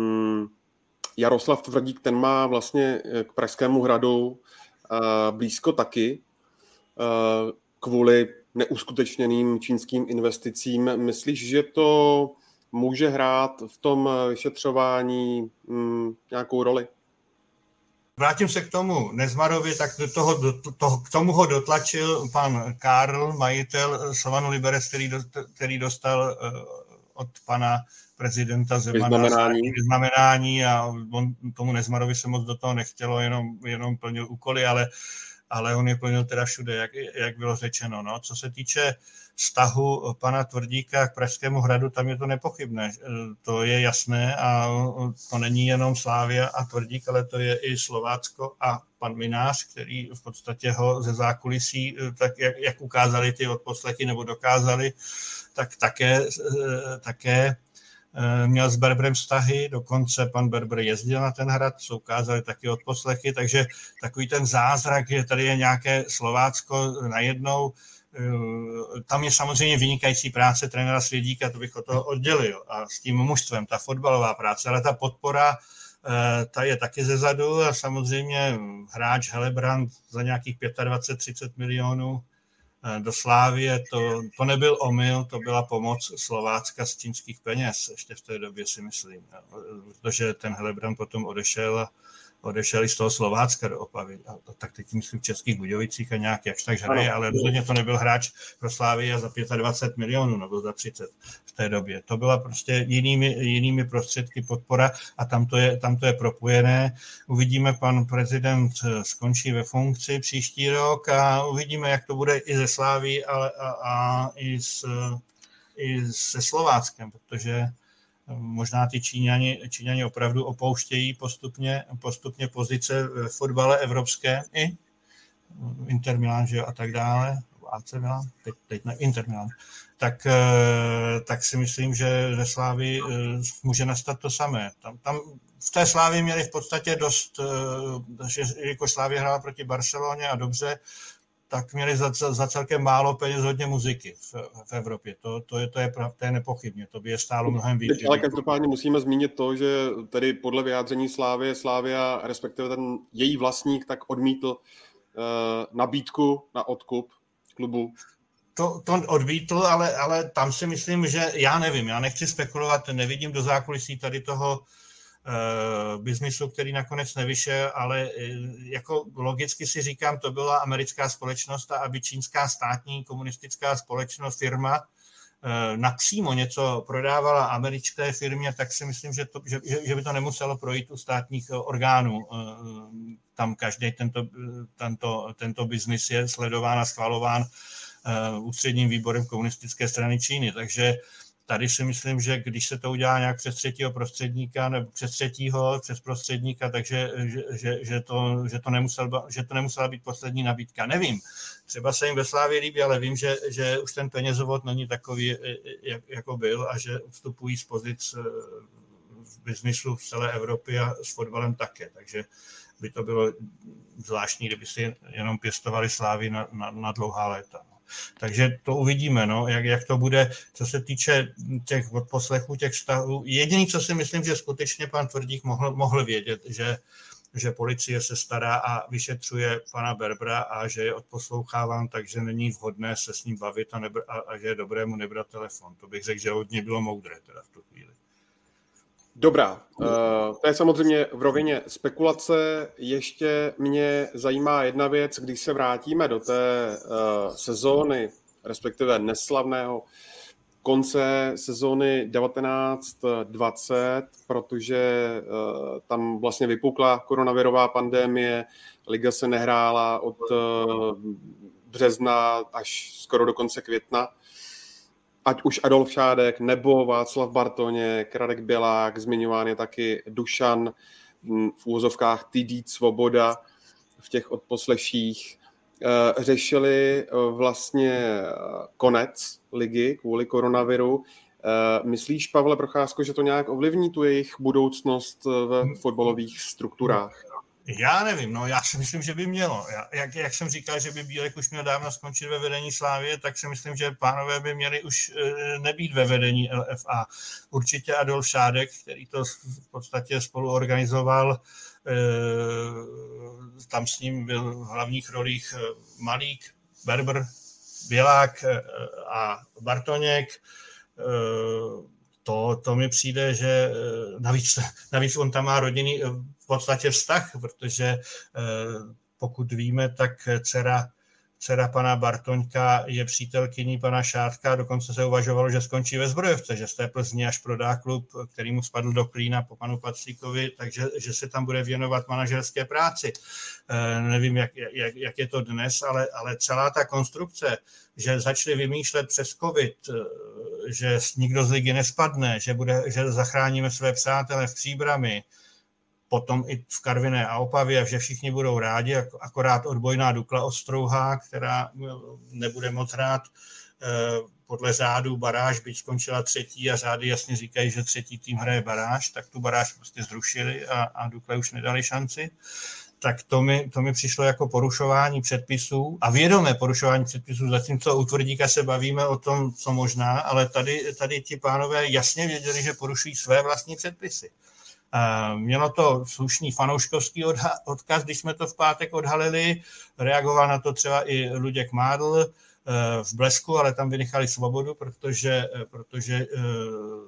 Jaroslav Tvrdík, ten má vlastně k Pražskému hradu blízko taky kvůli neuskutečněným čínským investicím. Myslíš, že to může hrát v tom vyšetřování nějakou roli? Vrátím se k tomu Nezmarovi, tak k tomu ho dotlačil pan Karl, majitel Slovanu Liberec, který dostal od pana prezidenta Zemana vyznamenání a on tomu Nezmarovi se moc do toho nechtělo, jenom plnil úkoly, ale on je plnil teda všude, jak bylo řečeno. No. Co se týče vztahu pana Tvrdíka k Pražskému hradu, tam je to nepochybné. To je jasné a to není jenom Slavia a Tvrdík, ale to je i Slovácko a pan Minář, který v podstatě ho ze zákulisí, tak jak ukázali ty odposlechy nebo dokázali, tak také měl s Berberem vztahy, dokonce pan Berber jezdil na ten hrad, co ukázali taky odposlechy, takže takový ten zázrak, že tady je nějaké Slovácko najednou, tam je samozřejmě vynikající práce trenéra Svědíka, to bych od toho oddělil, a s tím mužstvem, ta fotbalová práce, ale ta podpora, ta je taky zezadu a samozřejmě hráč Helebrand za nějakých 25-30 milionů do Slávie, to nebyl omyl, to byla pomoc Slovácka z čínských peněz, ještě v té době si myslím, protože ten Helebrand potom odešel odešel z toho Slovácka do Opavy. A tak teď myslím v Českých Budějovicích a nějak jakž tak hraje, ale rozhodně to nebyl hráč pro Slávii a za 25 milionů nebo za 30 v té době. To byla prostě jinými prostředky podpora a tam to je propojené. Uvidíme, pan prezident skončí ve funkci příští rok a uvidíme, jak to bude i ze Sláví a i se Slováckem, protože možná ty Číňani opravdu opouštějí postupně pozice v fotbale evropské i Inter Milan, že jo, a tak dále, AC Milan, teď na Inter Milan, tak si myslím, že ve Slávii může nastat to samé. Tam v té Slávii měli v podstatě dost, že jako Slávia hrála proti Barceloně a dobře, tak měli za celkem málo peněz hodně muziky v Evropě. To je nepochybně, to by je stálo mnohem víc. Ale každopádně musíme zmínit to, že tedy podle vyjádření Slavia, respektive ten její vlastník, tak odmítl nabídku na odkup klubu. To odmítl, ale tam si myslím, že já nevím, já nechci spekulovat, nevidím do zákulisí tady toho biznisu, který nakonec nevyšel, ale jako logicky si říkám, to byla americká společnost a aby čínská státní komunistická společnost, firma napřímo něco prodávala americké firmě, tak si myslím, že by to nemuselo projít u státních orgánů. Tam každý tento biznis je sledován a schvalován ústředním výborem komunistické strany Číny, takže tady si myslím, že když se to udělá nějak přes třetího prostředníka nebo přes prostředníka, takže že to nemusela být poslední nabídka. Nevím, třeba se jim ve Slávii líbí, ale vím, že už ten penězovod není takový, jako byl a že vstupují z pozic v biznisu v celé Evropě a s fotbalem také, takže by to bylo zvláštní, kdyby si jenom pěstovali Slávii na dlouhá léta. Takže to uvidíme, no, jak to bude, co se týče těch odposlechů, těch vztahů. Jediný, co si myslím, že skutečně pan Tvrdík mohl vědět, že policie se stará a vyšetřuje pana Berbera a že je odposloucháván, takže není vhodné se s ním bavit a že je dobré mu nebrat telefon. To bych řekl, že hodně bylo moudré teda v tu chvíli. Dobrá, to je samozřejmě v rovině spekulace. Ještě mě zajímá jedna věc, když se vrátíme do té sezóny, respektive neslavného konce sezóny 19-20, protože tam vlastně vypukla koronavirová pandemie, liga se nehrála od března až skoro do konce května. Ať už Adolf Šádek nebo Václav Bartoněk, Radek Bělák, zmiňován je taky Dušan, v úvozovkách Tidít Svoboda v těch odposleších, řešili vlastně konec ligy kvůli koronaviru. Myslíš, Pavle Procházko, že to nějak ovlivní tu jejich budoucnost ve fotbalových strukturách? Já nevím, no já si myslím, že by mělo. Jak jsem říkal, že by Bílek už měl dávno skončit ve vedení Slávie, tak si myslím, že pánové by měli už nebýt ve vedení LFA. Určitě Adolf Šádek, který to v podstatě spolu organizoval, tam s ním byl v hlavních rolích Malík, Berber, Bělák a Bartoněk. To mi přijde, že navíc on tam má rodinný v podstatě vztah, protože pokud víme, tak dcera pana Bartoňka je přítelkyní pana Šádka, dokonce se uvažovalo, že skončí ve Zbrojovce, že z té Plzně až prodá klub, který mu spadl do klína po panu Paclíkovi, takže že se tam bude věnovat manažerské práci. Nevím, jak je to dnes, ale celá ta konstrukce, že začali vymýšlet přes covid, že nikdo z ligy nespadne, že zachráníme své přátele v Příbrami, potom i v Karviné a Opavě, že všichni budou rádi, akorát odbojná Dukla Ostrouha, která nebude moc hrát podle řádu baráž, byť skončila třetí a řády jasně říkají, že třetí tým hraje baráž, tak tu baráž prostě zrušili a Dukle už nedali šanci. Tak to mi přišlo jako porušování předpisů a vědomé porušování předpisů, zatímco u Tvrdíka se bavíme o tom, co možná, ale tady ti pánové jasně věděli, že porušují své vlastní předpisy. Mělo to slušný fanouškovský odkaz, když jsme to v pátek odhalili, reagoval na to třeba i Luděk Mádl v Blesku, ale tam vynechali Svobodu, protože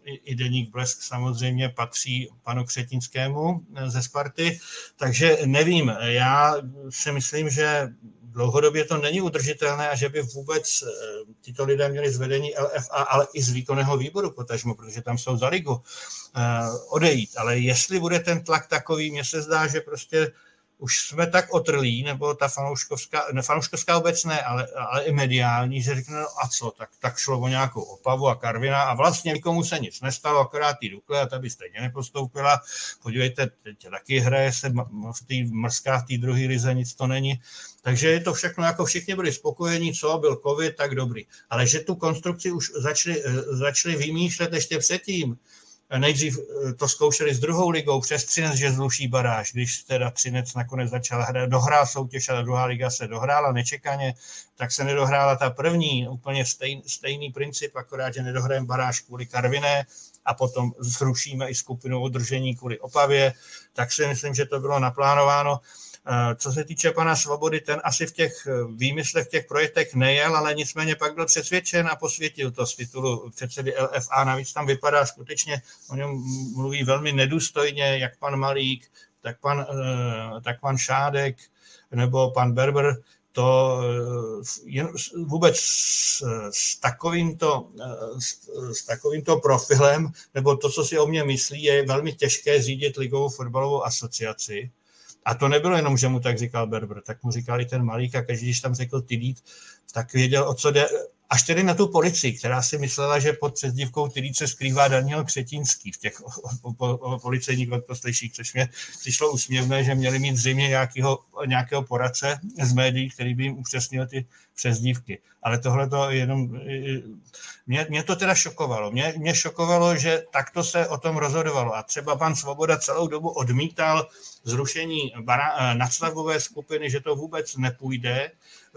i deník Blesk samozřejmě patří panu Křetinskému ze Sparty, takže nevím, já si myslím, že dlouhodobě to není udržitelné a že by vůbec tyto lidé měli z vedení LFA, ale i z výkonného výboru potažmo, protože tam jsou za ligu, odejít. Ale jestli bude ten tlak takový, mně se zdá, že prostě už jsme tak otrlí, nebo ta fanouškovská obec ne, ale i mediální, že řekne, no a co, tak šlo o nějakou Opavu a Karviná a vlastně nikomu se nic nestalo, akorát ty Dukle a ta by stejně nepostoupila. Podívejte, teď taky hraje se v té druhé lize, nic to není. Takže je to všechno, jako všichni byli spokojení, co, byl covid, tak dobrý. Ale že tu konstrukci už začali vymýšlet ještě předtím, nejdřív to zkoušeli s druhou ligou přes Třinec, že zruší baráž, když teda Třinec nakonec začal hrát, dohrál soutěž a druhá liga se dohrála nečekaně, tak se nedohrála ta první, úplně stejný princip, akorát, že nedohrajeme baráž kvůli Karviné a potom zrušíme i skupinu udržení kvůli Opavě, tak si myslím, že to bylo naplánováno. Co se týče pana Svobody, ten asi v těch výmyslech, v těch projektech nejel, ale nicméně pak byl přesvědčen a posvětil to z titulu předsedy LFA. Navíc tam vypadá skutečně, o něm mluví velmi nedůstojně, jak pan Malík, tak pan Šádek nebo pan Berber. To vůbec s takovýmto profilem, nebo to, co si o mě myslí, je velmi těžké řídit ligovou fotbalovou asociaci. A to nebylo jenom, že mu tak říkal Berber, tak mu říkal i ten Malík a každý, když tam řekl Tilít, tak věděl, o co jde. Až tedy na tu policii, která si myslela, že pod přezdívkou Tilít se skrývá Daniel Křetínský v těch policejních odposleších, což mě přišlo úsměvné, že měli mít zřejmě nějakého poradce z médií, který by jim upřesnil ty přezdívky. Ale tohle to jenom... Mě to teda šokovalo. Mě šokovalo, že takto se o tom rozhodovalo. A třeba pan Svoboda celou dobu odmítal zrušení nadstavbové skupiny, že to vůbec nepůjde,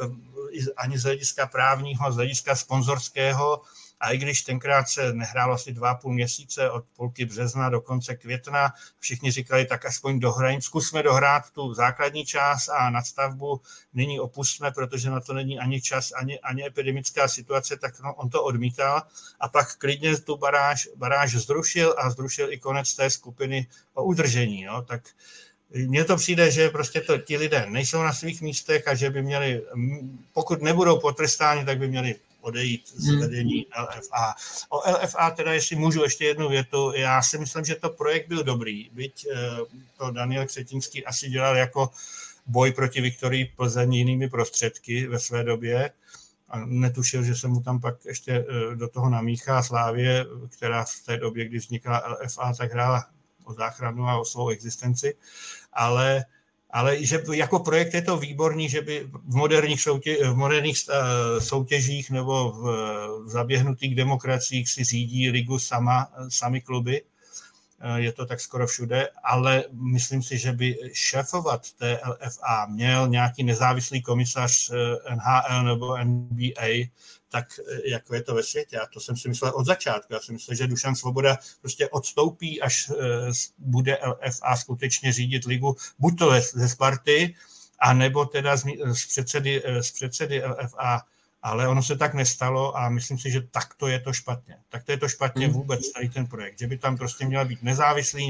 ani z hlediska právního, z hlediska sponzorského. A i když tenkrát se nehrálo asi 2,5 měsíce od půlky března do konce května, všichni říkali, tak aspoň zkusme dohrát tu základní část a nadstavbu nyní opustme, protože na to není ani čas, ani epidemická situace, tak no, on to odmítal a pak klidně tu baráž zrušil a zrušil i konec té skupiny o udržení. No, tak mně to přijde, že prostě ti lidé nejsou na svých místech a že by měli, pokud nebudou potrestáni, tak by měli odejít z vedení LFA. O LFA teda, jestli můžu ještě jednu větu, já si myslím, že to projekt byl dobrý, byť to Daniel Křetínský asi dělal jako boj proti Viktorii Plzeň jinými prostředky ve své době a netušil, že se mu tam pak ještě do toho namíchá Slavie, která v té době, kdy vznikla LFA, tak hrála o záchranu a o svou existenci, ale že jako projekt je to výborný, že by v moderních soutěžích nebo v zaběhnutých demokraciích si řídí ligu sami kluby. Je to tak skoro všude, ale myslím si, že by šéfovat té LFA měl nějaký nezávislý komisař NHL nebo NBA, tak jako je to ve světě. A to jsem si myslel od začátku. Já si myslím, že Dušan Svoboda prostě odstoupí, až bude LFA skutečně řídit ligu, buď to ze Sparty, anebo teda z předsedy LFA. Ale ono se tak nestalo a myslím si, že takto je to špatně. Takto je to špatně vůbec tady ten projekt. Že by tam prostě měl být nezávislý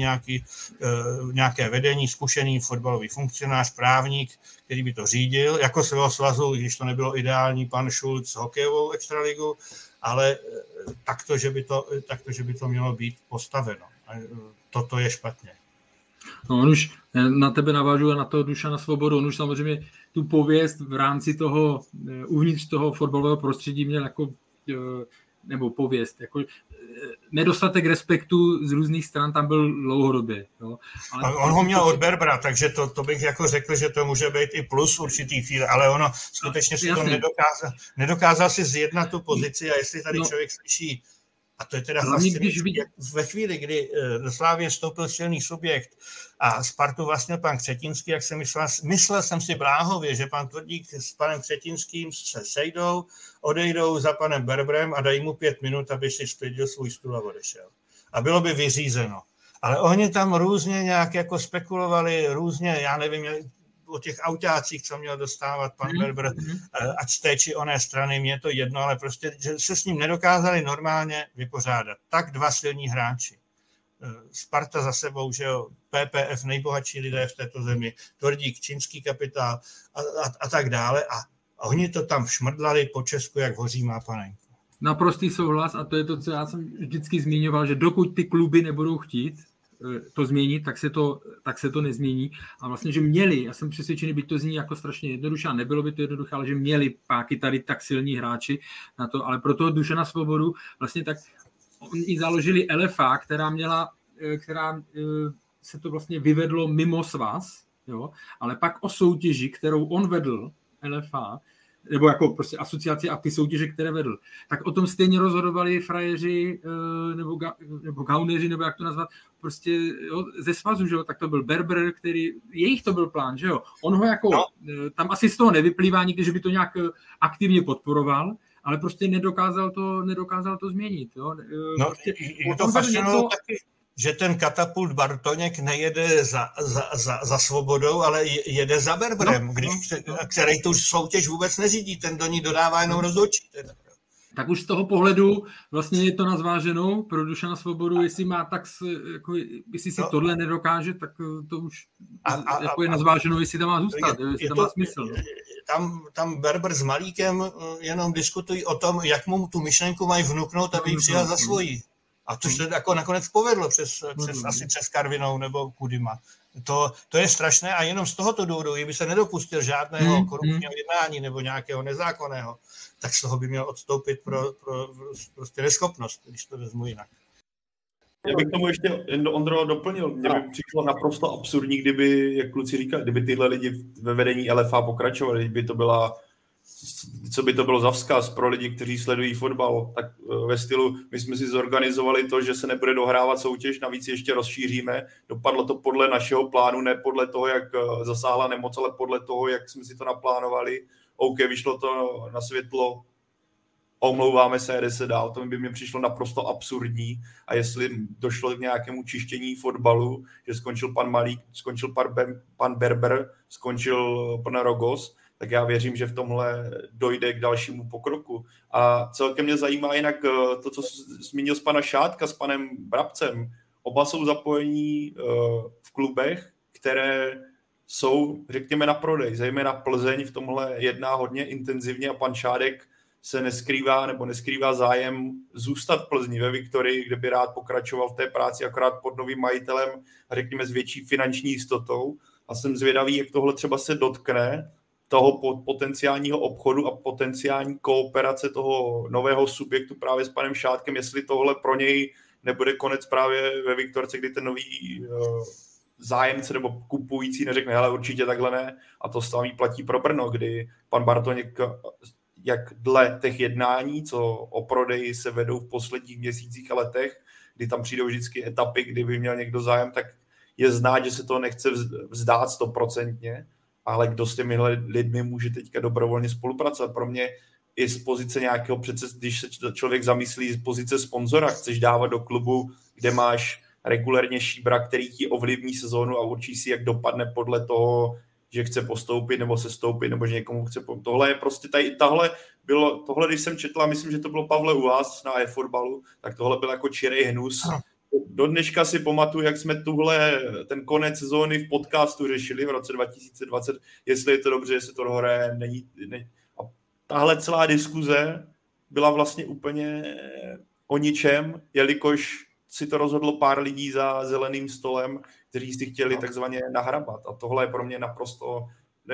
nějaké vedení, zkušený fotbalový funkcionář, právník, který by to řídil, jako svého svazu, když to nebylo ideální, pan Šulc, hokejovou extraligu, ale takto, že by to mělo být postaveno. A toto je špatně. No, on už na tebe navážuje na toho Dušana Svobodu, on už samozřejmě tu pověst v rámci toho, uvnitř toho fotbalového prostředí měl jako, nebo pověst, jako nedostatek respektu z různých stran tam byl dlouhodobě. Jo. Ale on ho měl od Berbera, takže to bych jako řekl, že to může být i plus určitý chvíli, ale ono skutečně si to nedokázal si zjednat tu pozici a jestli tady člověk slyší, a to je teda fascinující. Ve chvíli, kdy do Slávie vstoupil silný subjekt a Spartu vlastnil pan Křetínský, jak jsem myslel jsem si bláhově, že pan Tvrdík s panem Křetínským se sejdou, odejdou za panem Berberem a dají mu 5 minut, aby si sklidil svůj stůl a odešel. A bylo by vyřízeno. Ale oni tam různě nějak jako spekulovali, různě, já nevím, o těch autácích, co měl dostávat pan Berber, ať z té či oné strany, mě je to jedno, ale prostě, že se s ním nedokázali normálně vypořádat. Tak dva silní hráči. Sparta za sebou, že jo, PPF, nejbohatší lidé v této zemi, Tvrdík, čínský kapitál a tak dále. A oni to tam šmrdlali po Česku, jak hoří má panenku. Naprostý souhlas a to je to, co já jsem vždycky zmiňoval, že dokud ty kluby nebudou chtít to změnit, tak se to nezmění. A vlastně, že měli, já jsem přesvědčený, byť to zní jako strašně jednoduché, a nebylo by to jednoduché, ale že měli páky tady tak silní hráči na to, ale pro toho Dušana Svobodu vlastně tak oni založili LFA, která se to vlastně vyvedlo mimo svaz, jo, ale pak o soutěži, kterou on vedl, LFA, nebo jako prostě asociace a ty soutěže, které vedl, tak o tom stejně rozhodovali frajeři nebo gauneři, nebo jak to nazvat, prostě jo, ze svazu, že jo, tak to byl Berber, jejich to byl plán, že jo, on ho jako, tam asi z toho nevyplývá nikdy, že by to nějak aktivně podporoval, ale prostě nedokázal to změnit. Jo. No, prostě, je to fascinující taky, že ten katapult Bartoněk nejede za Svobodou, ale jede za Berberem, který tu soutěž vůbec neřídí, ten do ní dodává jenom rozhodčí. Tak už z toho pohledu vlastně je to na zváženou pro Dušana Svobodu, jestli má tak, jako, jestli si tohle nedokáže, tak to už jako je na zváženou, jestli to má zůstat, jestli to má smysl. Tam Berber s Malíkem jenom diskutují o tom, jak mu tu myšlenku mají vnuknout, aby ji přijal za svoji. A to se jako nakonec povedlo asi přes Karvinou nebo Kudyma. To je strašné a jenom z tohoto důvodu, kdyby se nedopustil žádného korupčního jednání nebo nějakého nezákonného, tak z toho by měl odstoupit pro prostě neschopnost, když to vezmu jinak. Já bych tomu ještě, Ondro, doplnil. Mně by přišlo naprosto absurdní, kdyby, jak kluci říkali, kdyby tyhle lidi ve vedení LFA pokračovali, kdyby to byla, co by to bylo za vzkaz pro lidi, kteří sledují fotbal, tak ve stylu, my jsme si zorganizovali to, že se nebude dohrávat soutěž, navíc ještě rozšíříme. Dopadlo to podle našeho plánu, ne podle toho, jak zasáhla nemoc, ale podle toho, jak jsme si to naplánovali. OK, vyšlo to na světlo, omlouváme se, jde se dál, to by mi přišlo naprosto absurdní a jestli došlo k nějakému čištění fotbalu, že skončil pan Malík, skončil pan Berber, skončil pan Rogos, tak já věřím, že v tomhle dojde k dalšímu pokroku. A celkem mě zajímá jinak to, co zmínil z pana Šátka, s panem Brabcem. Oba jsou zapojení v klubech, které jsou, řekněme, na prodej. Zejména Plzeň v tomhle jedná hodně intenzivně a pan Šádek se neskrývá zájem zůstat v Plzni ve Viktorii, kde by rád pokračoval v té práci akorát pod novým majitelem, řekněme, s větší finanční jistotou. A jsem zvědavý, jak tohle třeba se dotkne toho potenciálního obchodu a potenciální kooperace toho nového subjektu právě s panem Šátkem, jestli tohle pro něj nebude konec právě ve Viktorce, kdy ten nový zájemce nebo kupující neřekne, ale určitě takhle ne. A to samý platí pro Brno, kdy pan Bartoněk, jak dle těch jednání, co o prodeji se vedou v posledních měsících a letech, kdy tam přijdou vždycky etapy, kdy by měl někdo zájem, tak je znát, že se to nechce vzdát 100%, ale kdo s těmi lidmi může teďka dobrovolně spolupracovat. Pro mě i z pozice nějakého, přece když se člověk zamyslí z pozice sponzora, chceš dávat do klubu, kde máš regulérně šíbra, který ti ovlivní sezónu a určí si, jak dopadne podle toho, že chce postoupit nebo sestoupit, nebo že někomu chce... Tohle je prostě tohle, když jsem četla, myslím, že to bylo Pavle u vás na eFotbalu, tak tohle byl jako čirej hnus. Do dneška si pamatuju, jak jsme ten konec sezóny v podcastu řešili v roce 2020, jestli je to dobře, jestli to dohraje, není. A tahle celá diskuze byla vlastně úplně o ničem, jelikož si to rozhodlo pár lidí za zeleným stolem, kteří si chtěli takzvaně nahrabat. A tohle je pro mě naprosto...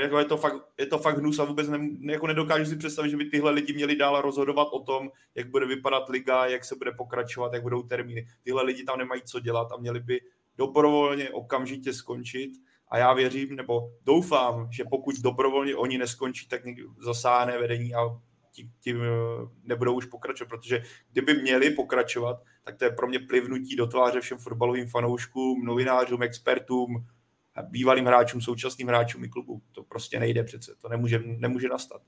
Je to fakt hnus a vůbec nedokážu si představit, že by tyhle lidi měli dál rozhodovat o tom, jak bude vypadat liga, jak se bude pokračovat, jak budou termíny. Tyhle lidi tam nemají co dělat a měli by dobrovolně okamžitě skončit. A já věřím, nebo doufám, že pokud dobrovolně oni neskončí, tak někdo zasáhne vedení a tím nebudou už pokračovat, protože kdyby měli pokračovat, tak to je pro mě plivnutí do tváře všem fotbalovým fanouškům, novinářům, expertům, bývalým hráčům, současným hráčům i klubu. To prostě nejde přece, to nemůže nastat.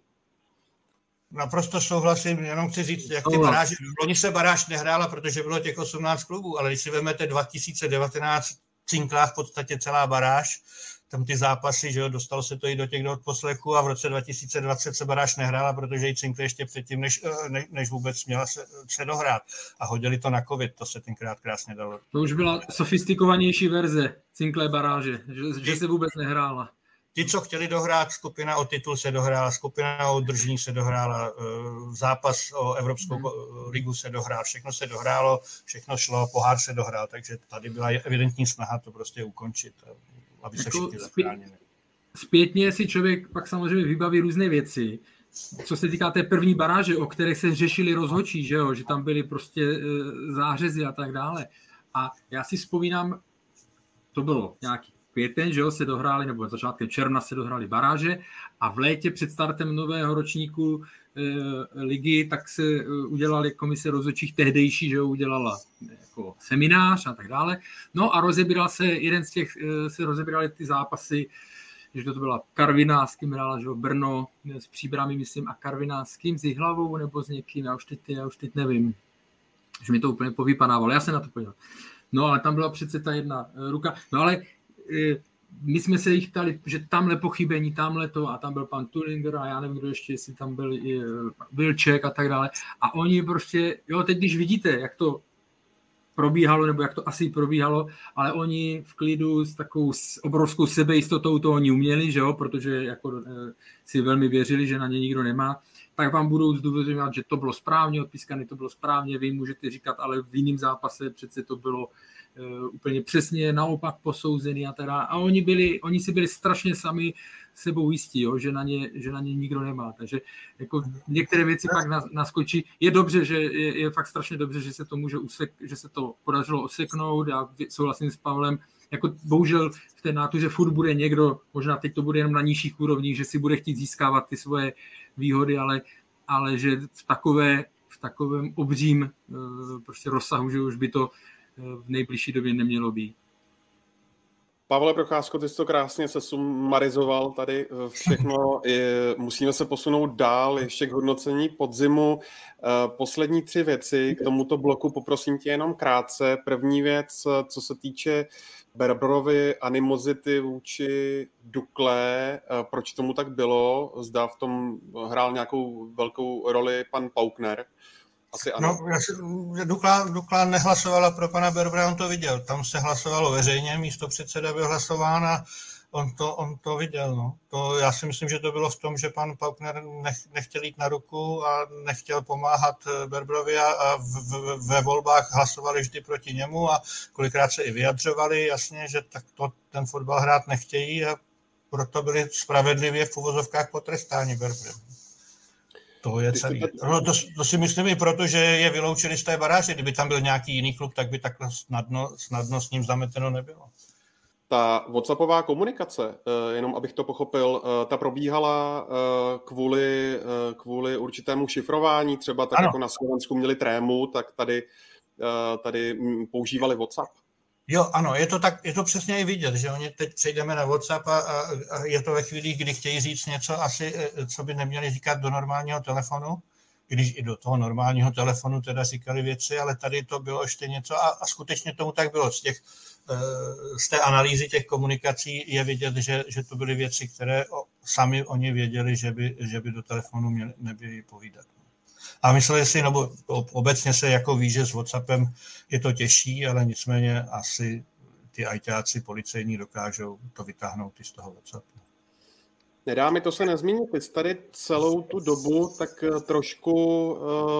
Naprosto souhlasím, jenom chci říct, jak ty baráže, loni se baráž nehrála, protože bylo těch 18 klubů, ale když si vezmete 2019, cinkla v podstatě celá baráž, tam ty zápasy, že jo, dostalo se to i do těch odposlechů a v roce 2020 se baráž nehrála, protože ji cinkli ještě předtím, než vůbec měla se dohrát. A hodili to na covid, to se tenkrát krásně dalo. To už byla sofistikovanější verze cinklé baráže, že se vůbec nehrála. Ti, co chtěli dohrát, skupina o titul se dohrála, skupina o udržení se dohrála, zápas o Evropskou ligu se dohrál, všechno se dohrálo, všechno šlo, pohár se dohrál, takže tady byla evidentní snaha to prostě ukončit, aby se všichni zachránili. Zpětně si člověk pak samozřejmě vybaví různé věci. Co se týká té první baráže, o které se řešili rozhodčí, že tam byly prostě zářezy a tak dále. A já si vzpomínám, to bylo nějaký květen, že se dohráli, nebo začátkem června se dohráli baráže a v létě před startem nového ročníku ligy, tak se udělali komise rozhodčích tehdejší, že udělala jako seminář a tak dále. No a rozebírali ty zápasy, že to byla Karviná, s kým hrála, že Brno, s Příbrami, myslím, a Karviná s kým, s Jihlavou nebo s někým, já už teď nevím, že mi to úplně povypadávalo, já se na to podíval. No ale tam byla přece ta jedna ruka, no ale my jsme se jich ptali, že tamhle pochybení, tamhle to, a tam byl pan Tulinger a já nevím, kdo ještě, jestli tam byl Vilček a tak dále. A oni prostě, teď když vidíte, jak to probíhalo, nebo jak to asi probíhalo, ale oni v klidu s takovou obrovskou sebejistotou to oni uměli, že jo, protože jako si velmi věřili, že na ně nikdo nemá, tak vám budou zdůvodňovat, že to bylo správně odpískané, to bylo správně, vy můžete říkat, ale v jiném zápase přece to bylo úplně přesně naopak posouzený a teda. A oni si byli strašně sami sebou jistí, jo, že na ně nikdo nemá. Takže jako některé věci pak naskočí. Je dobře, že je fakt strašně dobře, že se to že se to podařilo oseknout. Já souhlasím s Pavlem. Jako bohužel v té nátuře furt bude někdo, možná teď to bude jenom na nižších úrovních, že si bude chtít získávat ty svoje výhody, ale že v takovém obřím prostě rozsahu, že už by to v nejbližší době nemělo být. Pavle Procházko, ty jsi to krásně sesumarizoval tady všechno. Musíme se posunout dál ještě k hodnocení podzimu. Poslední 3 věci k tomuto bloku poprosím tě jenom krátce. První věc, co se týče Berberovy animozity vůči Dukle, proč tomu tak bylo? Zda v tom hrál nějakou velkou roli pan Paukner? Asi ano. Dukla nehlasovala pro pana Berbera, on to viděl. Tam se hlasovalo veřejně, místo předseda byl hlasován a on to viděl. No. Já si myslím, že to bylo v tom, že pan Paukner nechtěl jít na ruku a nechtěl pomáhat Berberovi a ve volbách hlasovali vždy proti němu a kolikrát se i vyjadřovali jasně, že takto ten fotbal hrát nechtějí a proto byli spravedlivě v uvozovkách potrestáni Berberem. To je celý. To si myslím i proto, že je vyloučili z té baráže. Kdyby tam byl nějaký jiný klub, tak by takhle snadno s ním zameteno nebylo. Ta WhatsAppová komunikace, jenom abych to pochopil, ta probíhala kvůli určitému šifrování, třeba tak ano. Jako na Slovensku měli Trému, tak tady používali WhatsApp. Jo, ano, je to přesně i vidět, že oni teď přejdeme na WhatsApp a je to ve chvíli, kdy chtějí říct něco asi, co by neměli říkat do normálního telefonu, když i do toho normálního telefonu teda říkali věci, ale tady to bylo ještě něco a skutečně tomu tak bylo. Z té analýzy těch komunikací je vidět, že to byly věci, které sami oni věděli, že by do telefonu nebyli povídat. A mysleli si, nebo obecně se jako ví, že s WhatsAppem je to těžší, ale nicméně asi ty ajťáci policejní dokážou to vytáhnout i z toho WhatsAppu. Nedá mi to se nezmínit. Ty jsi tady celou tu dobu tak trošku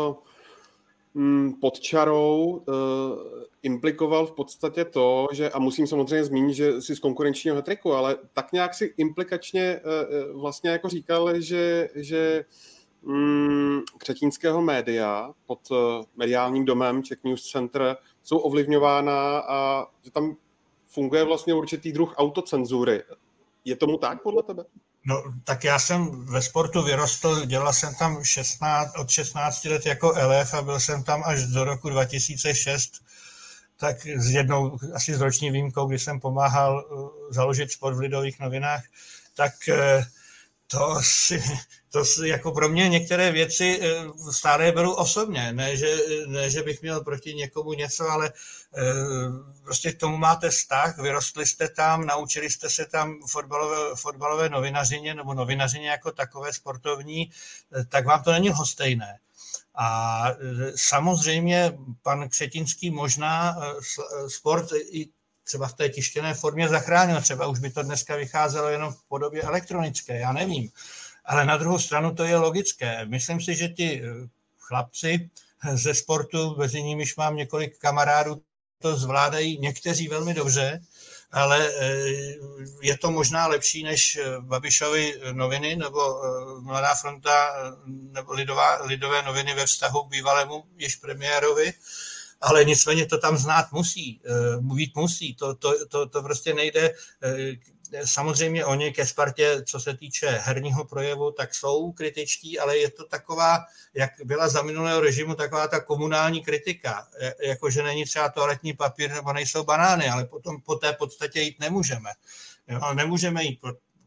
pod čarou implikoval v podstatě to, že, a musím samozřejmě zmínit, že jsi z konkurenčního hat-tricku, ale tak nějak si implikačně vlastně jako říkal, že křetínského média pod mediálním domem Czech News Center jsou ovlivňována a že tam funguje vlastně určitý druh autocenzury. Je tomu tak podle tebe? No, tak já jsem ve sportu vyrostl, dělal jsem tam od 16 let jako elef a byl jsem tam až do roku 2006, tak s jednou, asi s roční výjimkou, kdy jsem pomáhal založit sport v Lidových novinách, tak To si jako pro mě některé věci stále beru osobně. Ne, že bych měl proti někomu něco, ale prostě k tomu máte vztah, vyrostli jste tam, naučili jste se tam fotbalové novinařině nebo novinařině jako takové sportovní, tak vám to není lhostejné. A samozřejmě pan Křetínský možná sport i třeba v té tištěné formě zachránil, třeba už by to dneska vycházelo jenom v podobě elektronické, já nevím. Ale na druhou stranu to je logické. Myslím si, že ti chlapci ze sportu, mezi nimiž mám několik kamarádů, to zvládají někteří velmi dobře, ale je to možná lepší než Babišovy noviny nebo Mladá fronta nebo lidové noviny ve vztahu k bývalému již premiérovi, ale nicméně to tam znát musí, být musí, to prostě nejde. Samozřejmě oni ke Spartě, co se týče herního projevu, tak jsou kritičtí, ale je to taková, jak byla za minulého režimu, taková ta komunální kritika, jakože není třeba toaletní papír nebo nejsou banány, ale potom po té podstatě jít nemůžeme. Jo, nemůžeme jít,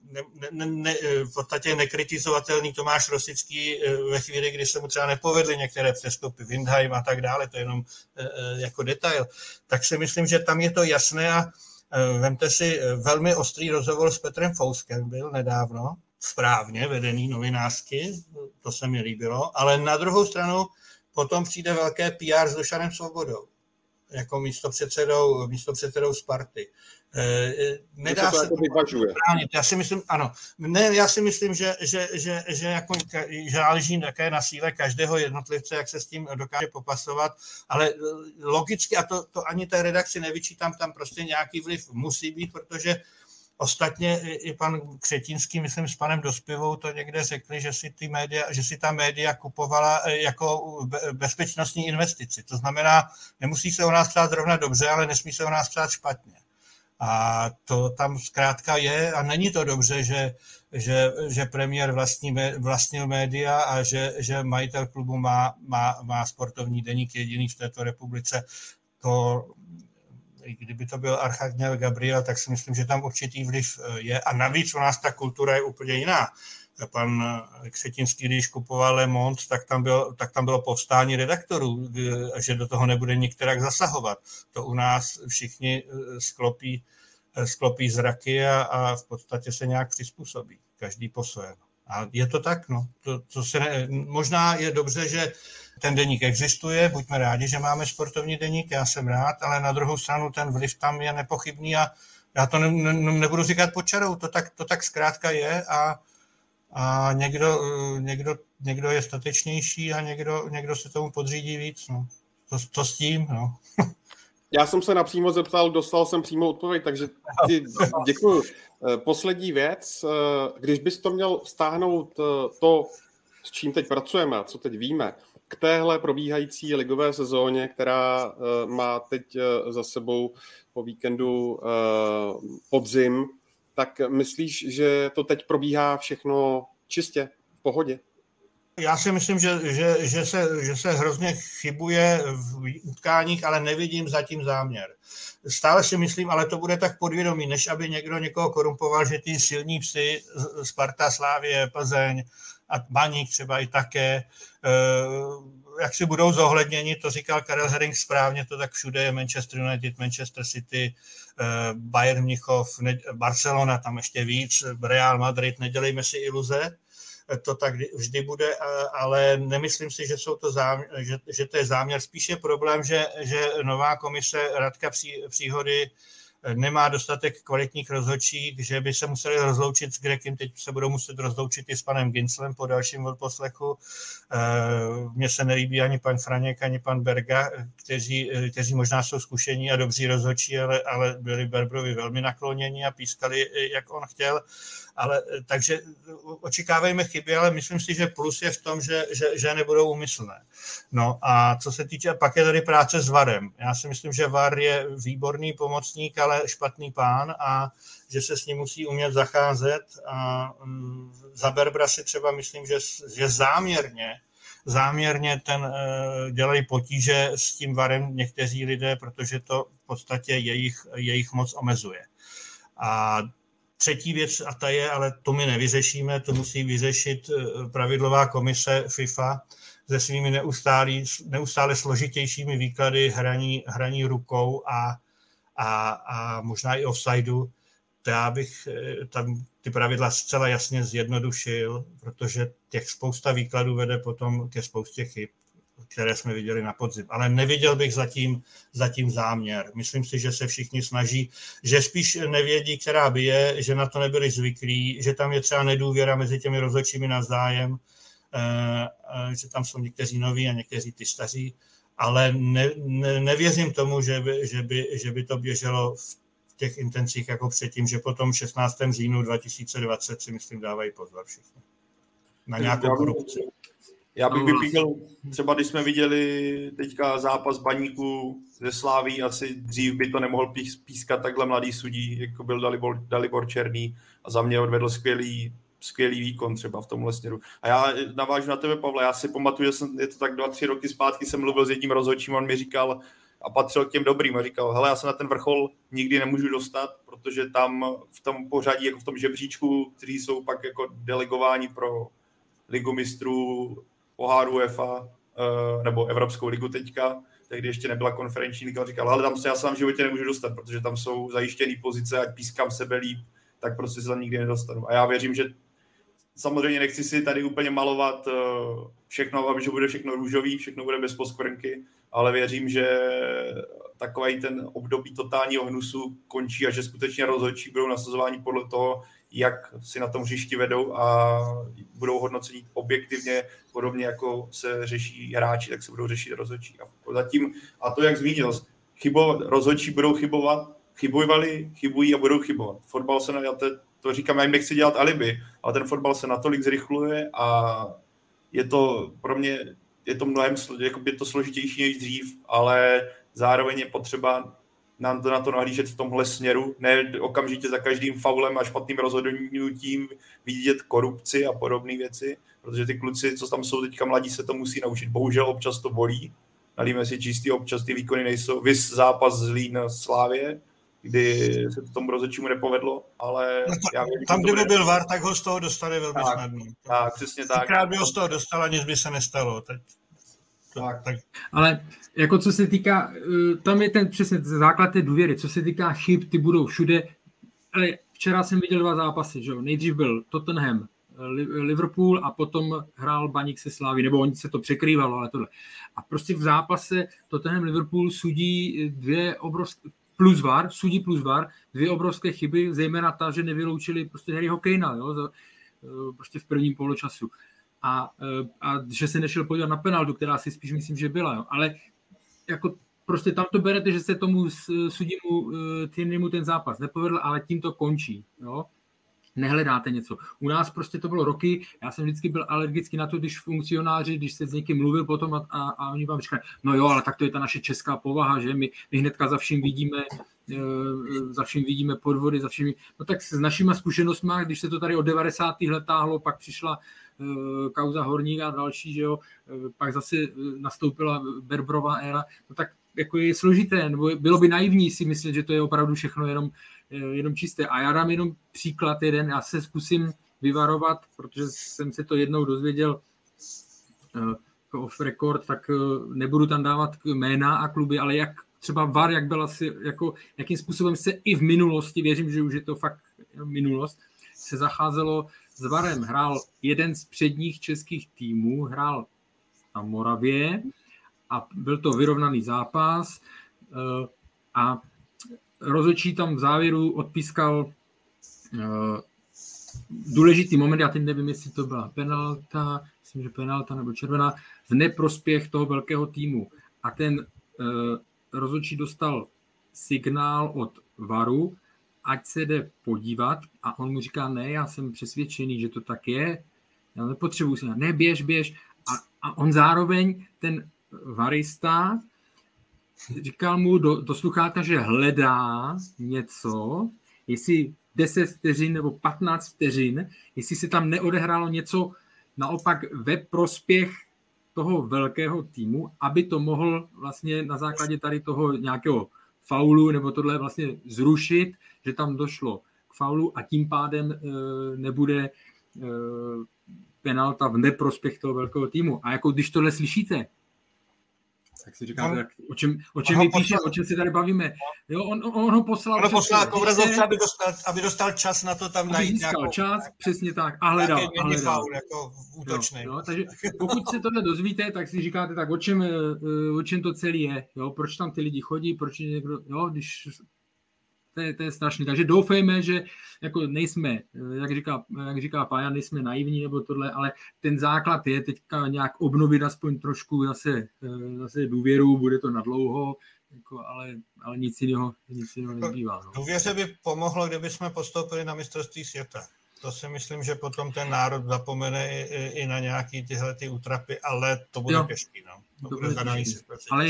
v podstatě nekritizovatelný Tomáš Rosický ve chvíli, kdy se mu třeba nepovedly některé přestupy, Windheim a tak dále, to je jenom jako detail, tak si myslím, že tam je to jasné a vemte si velmi ostrý rozhovor s Petrem Fouskem, byl nedávno, správně vedený novinářsky, to se mi líbilo, ale na druhou stranu potom přijde velké PR s Dušanem Svobodou, jako místopředsedou Sparty. Nedá se to bránit. Já si myslím, ano. Ne, já si myslím, že jako záleží také na síle každého jednotlivce, jak se s tím dokáže popasovat, ale logicky, a to ani té redakci nevyčítám, tam prostě nějaký vliv musí být, protože ostatně i pan Křetínský, myslím, s panem Dospivou to někde řekli, že si ta média kupovala jako bezpečnostní investici. To znamená, nemusí se o nás psát zrovna dobře, ale nesmí se o nás psát špatně. A to tam zkrátka je a není to dobře, že premiér vlastnil média a že majitel klubu má sportovní deník jediný v této republice. To, kdyby to byl archanděl Gabriel, tak si myslím, že tam určitý vliv je. A navíc u nás ta kultura je úplně jiná. Pan Křetínský, když kupoval Le Monde, tak tam bylo povstání redaktorů, že do toho nebude nikterak zasahovat. To u nás všichni sklopí zraky a v podstatě se nějak přizpůsobí. Každý po svém. A je to tak, no. Možná je dobře, že ten deník existuje, buďme rádi, že máme sportovní deník, já jsem rád, ale na druhou stranu ten vliv tam je nepochybný a já to nebudu říkat pod čarou, to tak zkrátka je a někdo je statečnější a někdo se tomu podřídí víc. No. To s tím. No. Já jsem se napřímo zeptal, dostal jsem přímou odpověď, takže děkuju. Poslední věc, když bys to měl stáhnout to, s čím teď pracujeme a co teď víme, k téhle probíhající ligové sezóně, která má teď za sebou po víkendu podzim, tak myslíš, že to teď probíhá všechno čistě, v pohodě? Já si myslím, že se hrozně chybuje v utkáních, ale nevidím zatím záměr. Stále si myslím, ale to bude tak podvědomí, než aby někdo někoho korumpoval, že ty silní psy, Sparta, Slavie, Plzeň a Baník třeba i také, jak si budou zohledněni, to říkal Karel Herring správně, to tak všude je Manchester United, Manchester City, Bayern Mnichov, Barcelona, tam ještě víc, Real Madrid, nedělejme si iluze, to tak vždy bude, ale nemyslím si, že to je záměr. Spíš je problém, že nová komise Radka Příhody nemá dostatek kvalitních rozhodčích, že by se museli rozloučit s Grekem, teď se budou muset rozloučit i s panem Ginslem po dalším odposlechu. Mně se nelíbí ani pan Franěk, ani pan Berga, kteří možná jsou zkušení a dobří rozhodčí, ale byli Berbrovi velmi nakloněni a pískali, jak on chtěl. Takže očekávejme chyby, ale myslím si, že plus je v tom, že nebudou úmyslné. No a co se týče, pak je tady práce s VARem. Já si myslím, že VAR je výborný pomocník, ale špatný pán a že se s ním musí umět zacházet. A za Berbra si třeba myslím, že záměrně dělají potíže s tím VARem někteří lidé, protože to v podstatě jejich moc omezuje. A třetí věc, a ta je, ale to my nevyřešíme, to musí vyřešit pravidlová komise FIFA se svými neustále složitějšími výklady hraní rukou a možná i offsideu. To já bych tam ty pravidla zcela jasně zjednodušil, protože těch spousta výkladů vede potom ke spoustě chyb, které jsme viděli na podzim. Ale neviděl bych zatím záměr. Myslím si, že se všichni snaží, že spíš nevědí, která by je, že na to nebyli zvyklí, že tam je třeba nedůvěra mezi těmi rozhodčími navzájem, že tam jsou někteří noví a někteří ty staří, ale nevěřím tomu, že by to běželo v těch intencích jako předtím, že potom 16. říjnu 2020 si myslím dávají pozor všichni. Na nějakou korupci. Já bych vypíchl, třeba když jsme viděli teďka zápas Baníku ze Sláví, asi dřív by to nemohl pískat takhle mladý sudí, jako byl Dalibor Černý, a za mě odvedl skvělý výkon třeba v tomhle směru. A já navážu na tebe, Pavle, já si pamatuju, že je to tak 2-3 roky zpátky, jsem mluvil s jedním rozhodčím, on mi říkal, a patřil k těm dobrým, a říkal, hele, já se na ten vrchol nikdy nemůžu dostat, protože tam v tom pořadí, jako v tom žebříčku, kteří jsou pak jako delegováni pro Ligu mistrů, poháru UEFA, nebo Evropskou ligu teďka, tehdy ještě nebyla konferenční liga, říkal, ale tam se já sám v životě nemůžu dostat, protože tam jsou zajištěné pozice, ať pískám sebe líp, tak prostě se tam nikdy nedostanu. A já věřím, že samozřejmě nechci si tady úplně malovat všechno, že bude všechno růžový, všechno bude bez poskvrnky, ale věřím, že takový ten období totálního hnusu končí a že skutečně rozhodčí budou nasazováni podle toho, jak si na tom hřišti vedou a budou hodnocení objektivně, podobně jako se řeší hráči, tak se budou řešit rozhodčí. A to, jak zmínil, rozhodčí budou chybovat, chybují a budou chybovat. Fotbal se to říkám, já jim nechci dělat alibi, ale ten fotbal se natolik zrychluje a je to pro mě, je to mnohem složitější než dřív, ale zároveň je potřeba na to nahlížet v tomhle směru, ne okamžitě za každým faulem a špatným rozhodnutím vidět korupci a podobné věci, protože ty kluci, co tam jsou teďka mladí, se to musí naučit. Bohužel občas to bolí, nalíme si čistý, občas ty výkony nejsou. Vys zápas Zlín Slávě, kdy se to tomu rozhodčímu nepovedlo, ale... Tam, kdyby byl VAR, tak ho z toho dostali velmi snadno. Tak, přesně tak. Třikrát by ho z toho dostal a nic by se nestalo. Tak. Ale jako co se týká, tam je ten přesně základ té důvěry, co se týká chyb, ty budou všude. Ale včera jsem viděl 2 zápasy, že jo? Nejdřív byl Tottenham, Liverpool a potom hrál Baník se Sláví, nebo oni se to překrývalo, ale tohle. A prostě v zápase Tottenham Liverpool sudí 2 obrovské, plus VAR, 2 obrovské chyby, zejména ta, že nevyloučili prostě Harryho Kanea, jo? Prostě v prvním poločasu. A že se nešel podívat na penaltu, která si spíš myslím, že byla. Jo. Ale jako prostě tam to berete, že se tomu sudímu ten zápas nepovedl, ale tím to končí. Jo. Nehledáte něco. U nás prostě to bylo roky, já jsem vždycky byl alergický na to, když funkcionáři, když se s někým mluvil potom a oni vám říkají, no jo, ale tak to je ta naše česká povaha, že my hnedka za vším vidíme podvody, no tak s našima zkušenostmi, když se to tady od 90. let táhlo, pak přišla kauza Horník a další, že jo, pak zase nastoupila Berberová éra, no tak jako je složité, nebo bylo by naivní si myslet, že to je opravdu všechno jenom čisté. A já dám jenom příklad jeden, já se zkusím vyvarovat, protože jsem se to jednou dozvěděl off record, tak nebudu tam dávat jména a kluby, ale jak třeba VAR, jak byl asi, jako, jakým způsobem se i v minulosti, věřím, že už je to fakt minulost, se zacházelo s VARem. Hrál jeden z předních českých týmů, hrál na Moravě a byl to vyrovnaný zápas a rozhodčí tam v závěru odpískal důležitý moment, já teď nevím, jestli to byla penalta, myslím, že penalta nebo červená, v neprospěch toho velkého týmu. A ten rozhodčí dostal signál od VARu, ať se jde podívat a on mu říká, ne, já jsem přesvědčený, že to tak je, já nepotřebuji si, ne, běž. A on zároveň, ten varista, říkal mu do sluchátka, že hledá něco, jestli 10 vteřin nebo 15 vteřin, jestli se tam neodehrálo něco naopak ve prospěch toho velkého týmu, aby to mohl vlastně na základě tady toho nějakého faulu nebo tohle vlastně zrušit, že tam došlo k k faulu a tím pádem nebude penalta v neprospěch toho velkého týmu. A jako když tohle slyšíte, tak si říkáte, tak o čem my píšeme, o čem se tady bavíme. Jo, on ho poslal k obrazovce, aby dostal čas na to tam najít nějakou... čas, přesně tak, a hledal. Faul, jako útočný. Jo, takže pokud se tohle dozvíte, tak si říkáte, tak o čem to celé je, jo, proč tam ty lidi chodí, proč někdo, jo, když... To je strašný. Takže doufejme, že jako nejsme, jak říká Pája, nejsme naivní nebo tohle, ale ten základ je teďka nějak obnovit aspoň trošku zase důvěru, bude to nadlouho, jako, ale nic jiného nezbývá. No. Důvěře by pomohlo, kdyby jsme postoupili na mistrovství světa. To si myslím, že potom ten národ zapomene i na nějaký tyhle ty útrapy, ale to bude těžký. No. To bude ale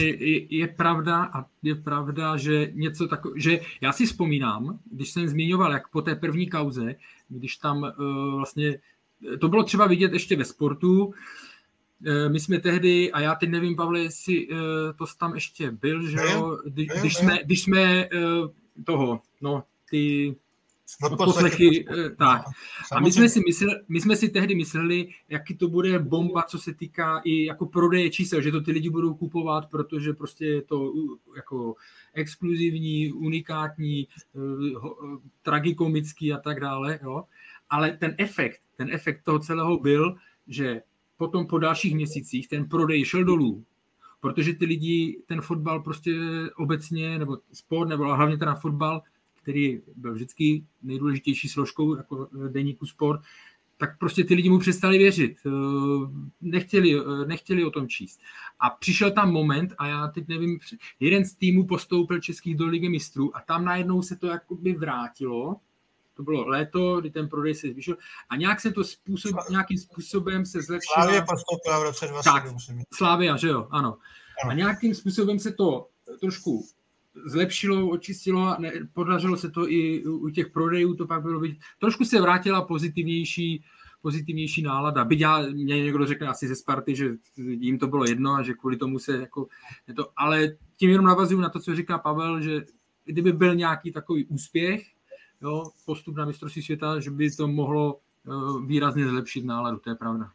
je pravda, že něco takového, že já si vzpomínám, když jsem zmiňoval, jak po té první kauze, když tam vlastně, to bylo třeba vidět ještě ve sportu, my jsme tehdy, a já teď nevím, Pavle, jestli to tam ještě byl, že jo, když jsme toho, no, ty odposlechy, tak. A my jsme si tehdy mysleli, jaký to bude bomba, co se týká i jako prodeje čísel, že to ty lidi budou kupovat, protože prostě je to jako exkluzivní, unikátní, tragikomický a tak dále, jo. Ale ten efekt toho celého byl, že potom po dalších měsících ten prodej šel dolů, protože ty lidi, ten fotbal prostě obecně, nebo sport, nebo hlavně ten fotbal, který byl vždycky nejdůležitější složkou jako deníku Sport, tak prostě ty lidi mu přestali věřit. Nechtěli o tom číst. A přišel tam moment, a já teď nevím, jeden z týmů postoupil českých do Ligy mistrů a tam najednou se to jakoby vrátilo. To bylo léto, kdy ten prodej se zvýšil a nějakým způsobem se zlepšilo. Slavia postoupila v roce 2007. Tak, Slavia, že jo, ano. A nějakým způsobem se to trošku zlepšilo, očistilo a podařilo se to i u těch prodejů, to pak bylo vidět. Trošku se vrátila pozitivnější nálada. Byť mě někdo řekne asi ze Sparty, že jim to bylo jedno a že kvůli tomu se jako... ale tím jenom navazuju na to, co říká Pavel, že kdyby byl nějaký takový úspěch, jo, postup na mistrovství světa, že by to mohlo výrazně zlepšit náladu, to je pravda.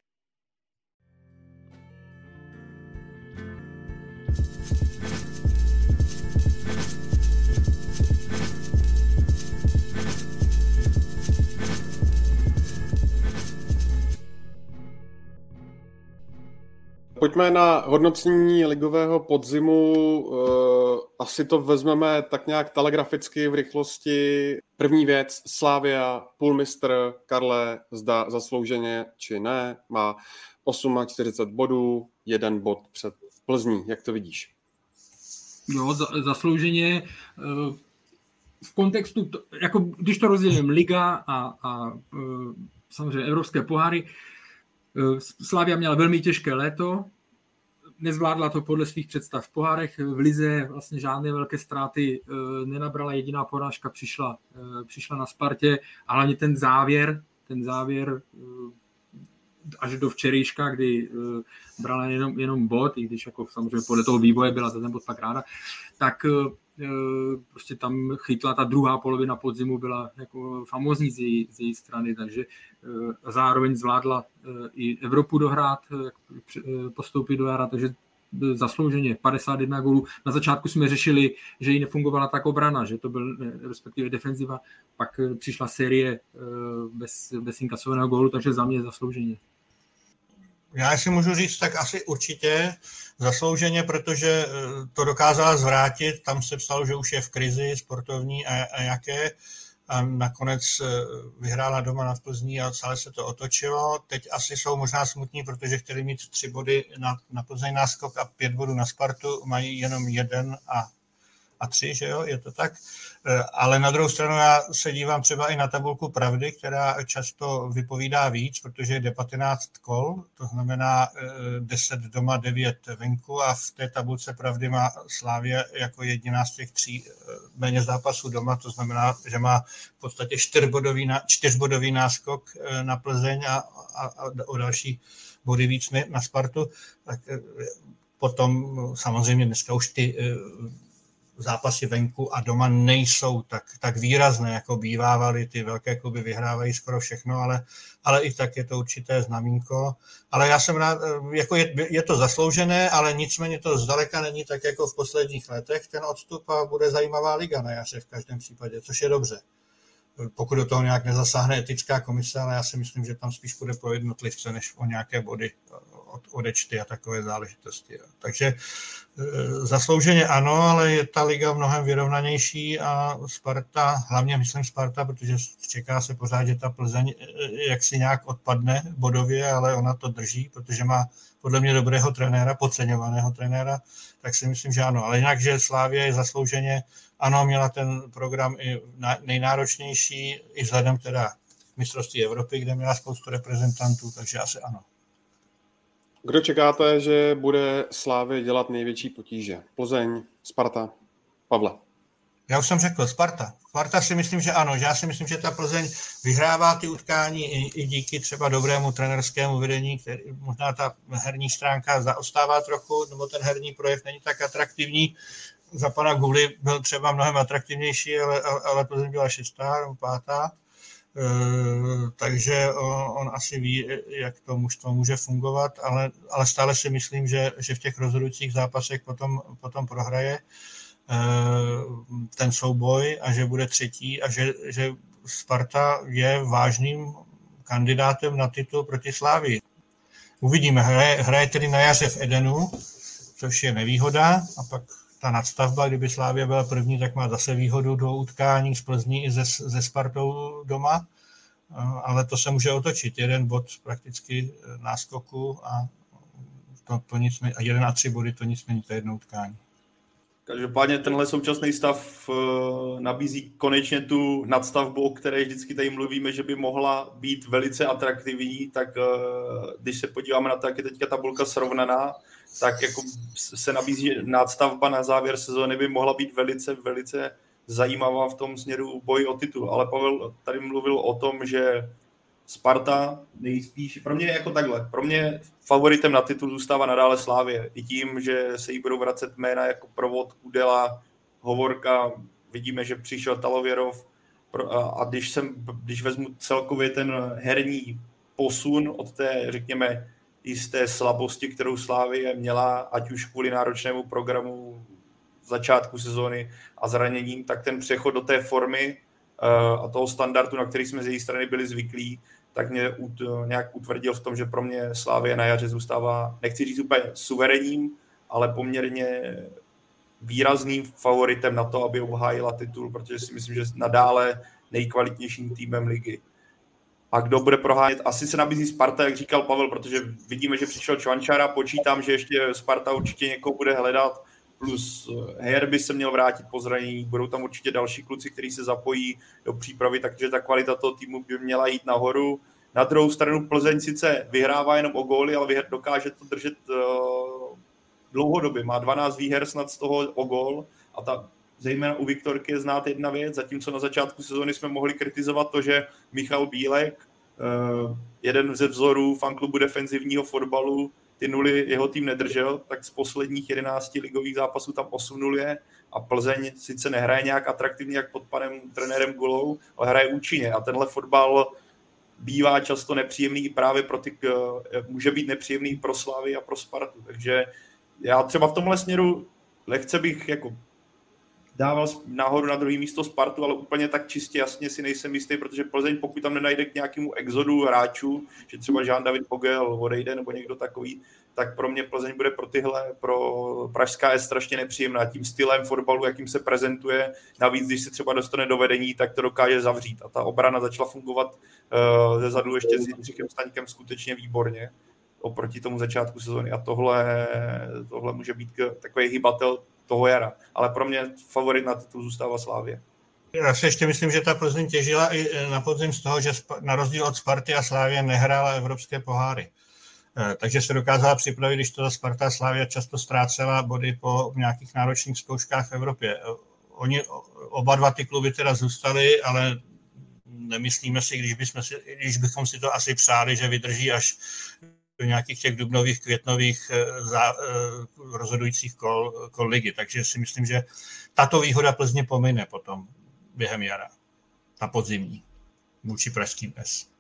Pojďme na hodnocení ligového podzimu. Asi to vezmeme tak nějak telegraficky v rychlosti. První věc, Slavia, půlmistr, Karle, zda zaslouženě či ne, má 48 bodů, 1 bod před Plzní. Jak to vidíš? Jo, zaslouženě v kontextu, jako když to rozdělím Liga a samozřejmě evropské poháry, Slavia měla velmi těžké léto, nezvládla to podle svých představ v pohárech, v lize vlastně žádné velké ztráty nenabrala, jediná porážka přišla na Spartě a hlavně ten závěr až do včerejška, kdy brala jenom bod, i když jako samozřejmě podle toho vývoje byla za ten bod pak ráda, tak prostě tam chytla ta druhá polovina podzimu, byla jako famózní z její strany, takže zároveň zvládla i Evropu dohrát, postoupit do jara, takže zaslouženě 51 gólů. Na začátku jsme řešili, že jí nefungovala tak obrana, že to byl respektive defenziva, pak přišla série bez inkasovaného gólu, takže za mě zaslouženě. Já si můžu říct, tak asi určitě zaslouženě, protože to dokázala zvrátit, tam se psalo, že už je v krizi sportovní a jaké, a nakonec vyhrála doma nad Plzní a celé se to otočilo. Teď asi jsou možná smutní, protože chtěli mít 3 body na Plzeň náskok a 5 bodů na Spartu, mají jenom 1 a 3, že jo, je to tak. Ale na druhou stranu já se dívám třeba i na tabulku Pravdy, která často vypovídá víc, protože je 15 kol, to znamená 10 doma, 9 venku a v té tabulce Pravdy má Slavia jako jediná z těch 3 méně zápasů doma, to znamená, že má v podstatě 4bodový náskok na Plzeň a o další body víc na Spartu. Tak potom samozřejmě dneska už ty zápasy venku a doma nejsou tak výrazné, jako bývávaly, ty velké kluby vyhrávají skoro všechno, ale i tak je to určité znamínko. Ale já jsem rád, jako je to zasloužené, ale nicméně to zdaleka není tak jako v posledních letech ten odstup a bude zajímavá liga na jaře v každém případě, což je dobře. Pokud do toho nějak nezasáhne etická komise, ale já si myslím, že tam spíš bude pro jednotlivce, než o nějaké body odečty a takové záležitosti. Takže zaslouženě ano, ale je ta liga mnohem vyrovnanější a Sparta, hlavně myslím Sparta, protože čeká se pořád, že ta Plzeň jaksi nějak odpadne bodově, ale ona to drží, protože má podle mě dobrého trenéra, podceňovaného trenéra, tak si myslím, že ano. Ale jinak, že Slavia je zaslouženě, ano, měla ten program i nejnáročnější, i vzhledem teda mistrovství Evropy, kde měla spoustu reprezentantů, takže asi ano. Kdo čekáte, že bude Slavii dělat největší potíže? Plzeň, Sparta, Pavle? Já už jsem řekl, Sparta. Sparta si myslím, že ano, že já si myslím, že ta Plzeň vyhrává ty utkání i díky třeba dobrému trenerskému vedení, který možná ta herní stránka zaostává trochu, nebo ten herní projev není tak atraktivní. Za pana Guly byl třeba mnohem atraktivnější, ale Plzeň byla 6. nebo 5. Takže on asi ví, jak to mužstvo může fungovat, ale stále si myslím, že v těch rozhodujících zápasech potom prohraje ten souboj a že bude 3. a že Sparta je vážným kandidátem na titul proti Slavii. Uvidíme, hraje tedy na jaře v Edenu, což je nevýhoda, a pak ta nadstavba, kdyby Slavia byla první, tak má zase výhodu do utkání z Plzní i ze Spartou doma, ale to se může otočit. 1 bod prakticky náskoku a to nic, a 1 a 3 body to nic není, to jedno utkání. Každopádně tenhle současný stav nabízí konečně tu nadstavbu, o které vždycky tady mluvíme, že by mohla být velice atraktivní, tak když se podíváme na to, jak je teďka tabulka srovnaná, tak jako se nabízí, že nadstavba na závěr sezóny by mohla být velice, velice zajímavá v tom směru boji o titul. Ale Pavel tady mluvil o tom, že Sparta nejspíš, pro mě jako takhle, pro mě favoritem na titul zůstává nadále Slavie. I tím, že se jí budou vracet jména jako Provod, Kudela, Hovorka, vidíme, že přišel Talověrov a když vezmu celkově ten herní posun od té, řekněme, jisté slabosti, kterou Slavie měla, ať už kvůli náročnému programu začátku sezóny a zraněním, tak ten přechod do té formy a toho standardu, na který jsme z její strany byli zvyklí, tak mě nějak utvrdil v tom, že pro mě Slavie na jaře zůstává, nechci říct úplně suverénním, ale poměrně výrazným favoritem na to, aby obhájila titul, protože si myslím, že nadále nejkvalitnějším týmem ligy. A kdo bude prohánět? Asi se nabízí Sparta, jak říkal Pavel, protože vidíme, že přišel Čvančara, počítám, že ještě Sparta určitě někoho bude hledat, plus Heyer by se měl vrátit po zranění, budou tam určitě další kluci, kteří se zapojí do přípravy, takže ta kvalita toho týmu by měla jít nahoru. Na druhou stranu Plzeň sice vyhrává jenom o góly, ale dokáže to držet dlouhodobě. Má 12 výher snad z toho o gól a zejména u Viktorky je znát jedna věc, zatímco na začátku sezóny jsme mohli kritizovat to, že Michal Bílek, jeden ze vzorů fanklubu defenzivního fotbalu, ty nuly jeho tým nedržel, tak z posledních 11 ligových zápasů tam 8-0 je a Plzeň sice nehraje nějak atraktivně jak pod panem trenérem Gulou, ale hraje účinně a tenhle fotbal bývá často nepříjemný právě může být nepříjemný pro Slavii a pro Spartu, takže já třeba v tomhle směru lehce bych jako dával nahoru na druhé místo Spartu, ale úplně tak čistě jasně si nejsem jistý, protože Plzeň, pokud tam nenajde k nějakému exodu hráčů, že třeba Jean-David Pogel odejde nebo někdo takový, tak pro mě Plzeň bude pro pražská je strašně nepříjemná tím stylem fotbalu, jakým se prezentuje. Navíc, když se třeba dostane do vedení, tak to dokáže zavřít. A ta obrana začala fungovat ze zadu ještě s Jindřichem Staňkem skutečně výborně oproti tomu začátku sezóny. A tohle může být takový hybatel toho jara. Ale pro mě favorit na titul zůstává Slavie. Já si ještě myslím, že ta Plzeň těžila i na podzim z toho, že na rozdíl od Sparty a Slavie nehrála evropské poháry. Takže se dokázala připravit, když to Sparta a Slavia často ztrácela body po nějakých náročných zkouškách v Evropě. Oba dva ty kluby teda zůstaly, ale nemyslíme si, když bychom si to asi přáli, že vydrží až do nějakých těch dubnových, květnových rozhodujících kol ligy. Takže si myslím, že tato výhoda Plzně pomine potom během jara, na podzimní, vůči pražským S.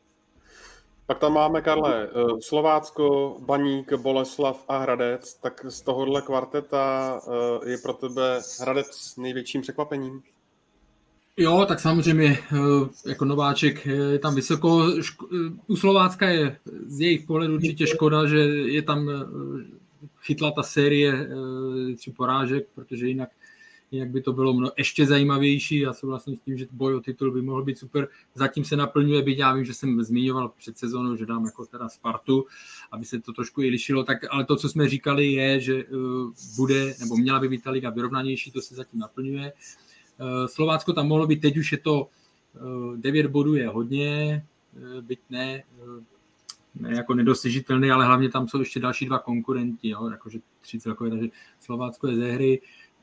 Tak tam máme, Karle, Slovácko, Baník, Boleslav a Hradec. Tak z tohohle kvarteta je pro tebe Hradec největším překvapením? Jo, tak samozřejmě jako nováček je tam vysoko. U Slovácka je z jejich pohledu určitě škoda, že je tam chytla ta série 3 porážek, protože jinak by to bylo ještě zajímavější. Já souhlasím s tím, že boj o titul by mohl být super. Zatím se naplňuje, byť já vím, že jsem zmiňoval před sezónou, že dám jako teda Spartu, aby se to trošku i lišilo, tak, ale to, co jsme říkali, je, že bude, nebo měla by být ta liga vyrovnanější, to se zatím naplňuje. Slovácko tam mohlo být, teď už je to 9 bodů je hodně, byť ne jako nedosažitelný, ale hlavně tam jsou ještě další 2 konkurenti, jo, jakože 3 celkově, takže Slovácko je ze hry.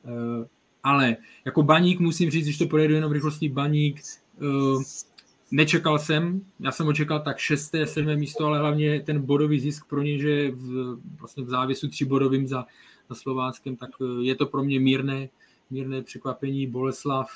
Ale jako Baník musím říct, když to projedu jenom v rychlosti, Baník nečekal jsem, já jsem očekal tak 6., 7. místo, ale hlavně ten bodový zisk pro ně, že vlastně v závěsu 3 bodovým za Slováckem, tak je to pro mě mírné překvapení. Boleslav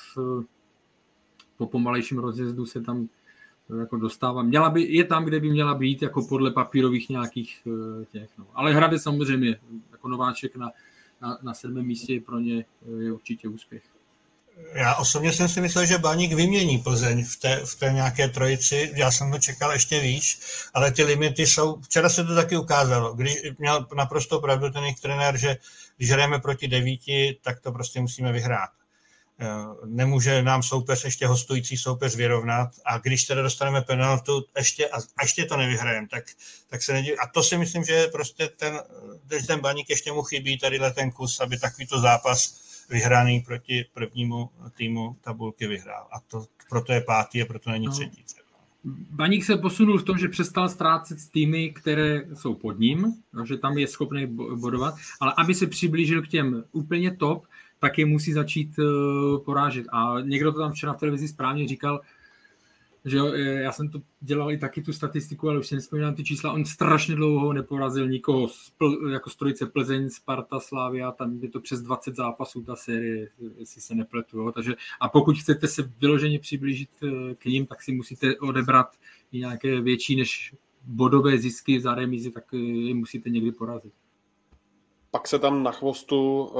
po pomalejším rozjezdu se tam jako dostává. Je tam, kde by měla být, jako podle papírových nějakých těch. No. Ale Hradec samozřejmě jako nováček na 7. místě pro ně je určitě úspěch. Já osobně jsem si myslel, že Baník vymění Plzeň v té nějaké trojici. Já jsem to čekal ještě výš, ale ty limity jsou... Včera se to taky ukázalo. Když měl naprosto pravdu ten jejich trenér, že když hrajeme proti 9, tak to prostě musíme vyhrát. Nemůže nám soupeř, ještě hostující soupeř vyrovnat a když teda dostaneme penaltu ještě to nevyhrajeme, tak se nedivím. A to si myslím, že prostě ten Baník ještě mu chybí tadyhle ten kus, aby takovýto zápas vyhraný proti prvnímu týmu tabulky vyhrál. A to proto je 5. a proto není 3. Baník se posunul v tom, že přestal ztrácet s týmy, které jsou pod ním, že tam je schopný bodovat, ale aby se přiblížil k těm úplně top, tak je musí začít porážet. A někdo to tam včera v televizi správně říkal, že já jsem to dělal i taky tu statistiku, ale už si nevzpomínám ty čísla, on strašně dlouho neporazil nikoho jako z trojice Plzeň, Sparta, Slavia, tam je to přes 20 zápasů ta série, jestli se nepletu. Jo. Takže, a pokud chcete se vyloženě přiblížit k ním, tak si musíte odebrat i nějaké větší než bodové zisky za remízy, tak je musíte někdy porazit. Pak se tam na chvostu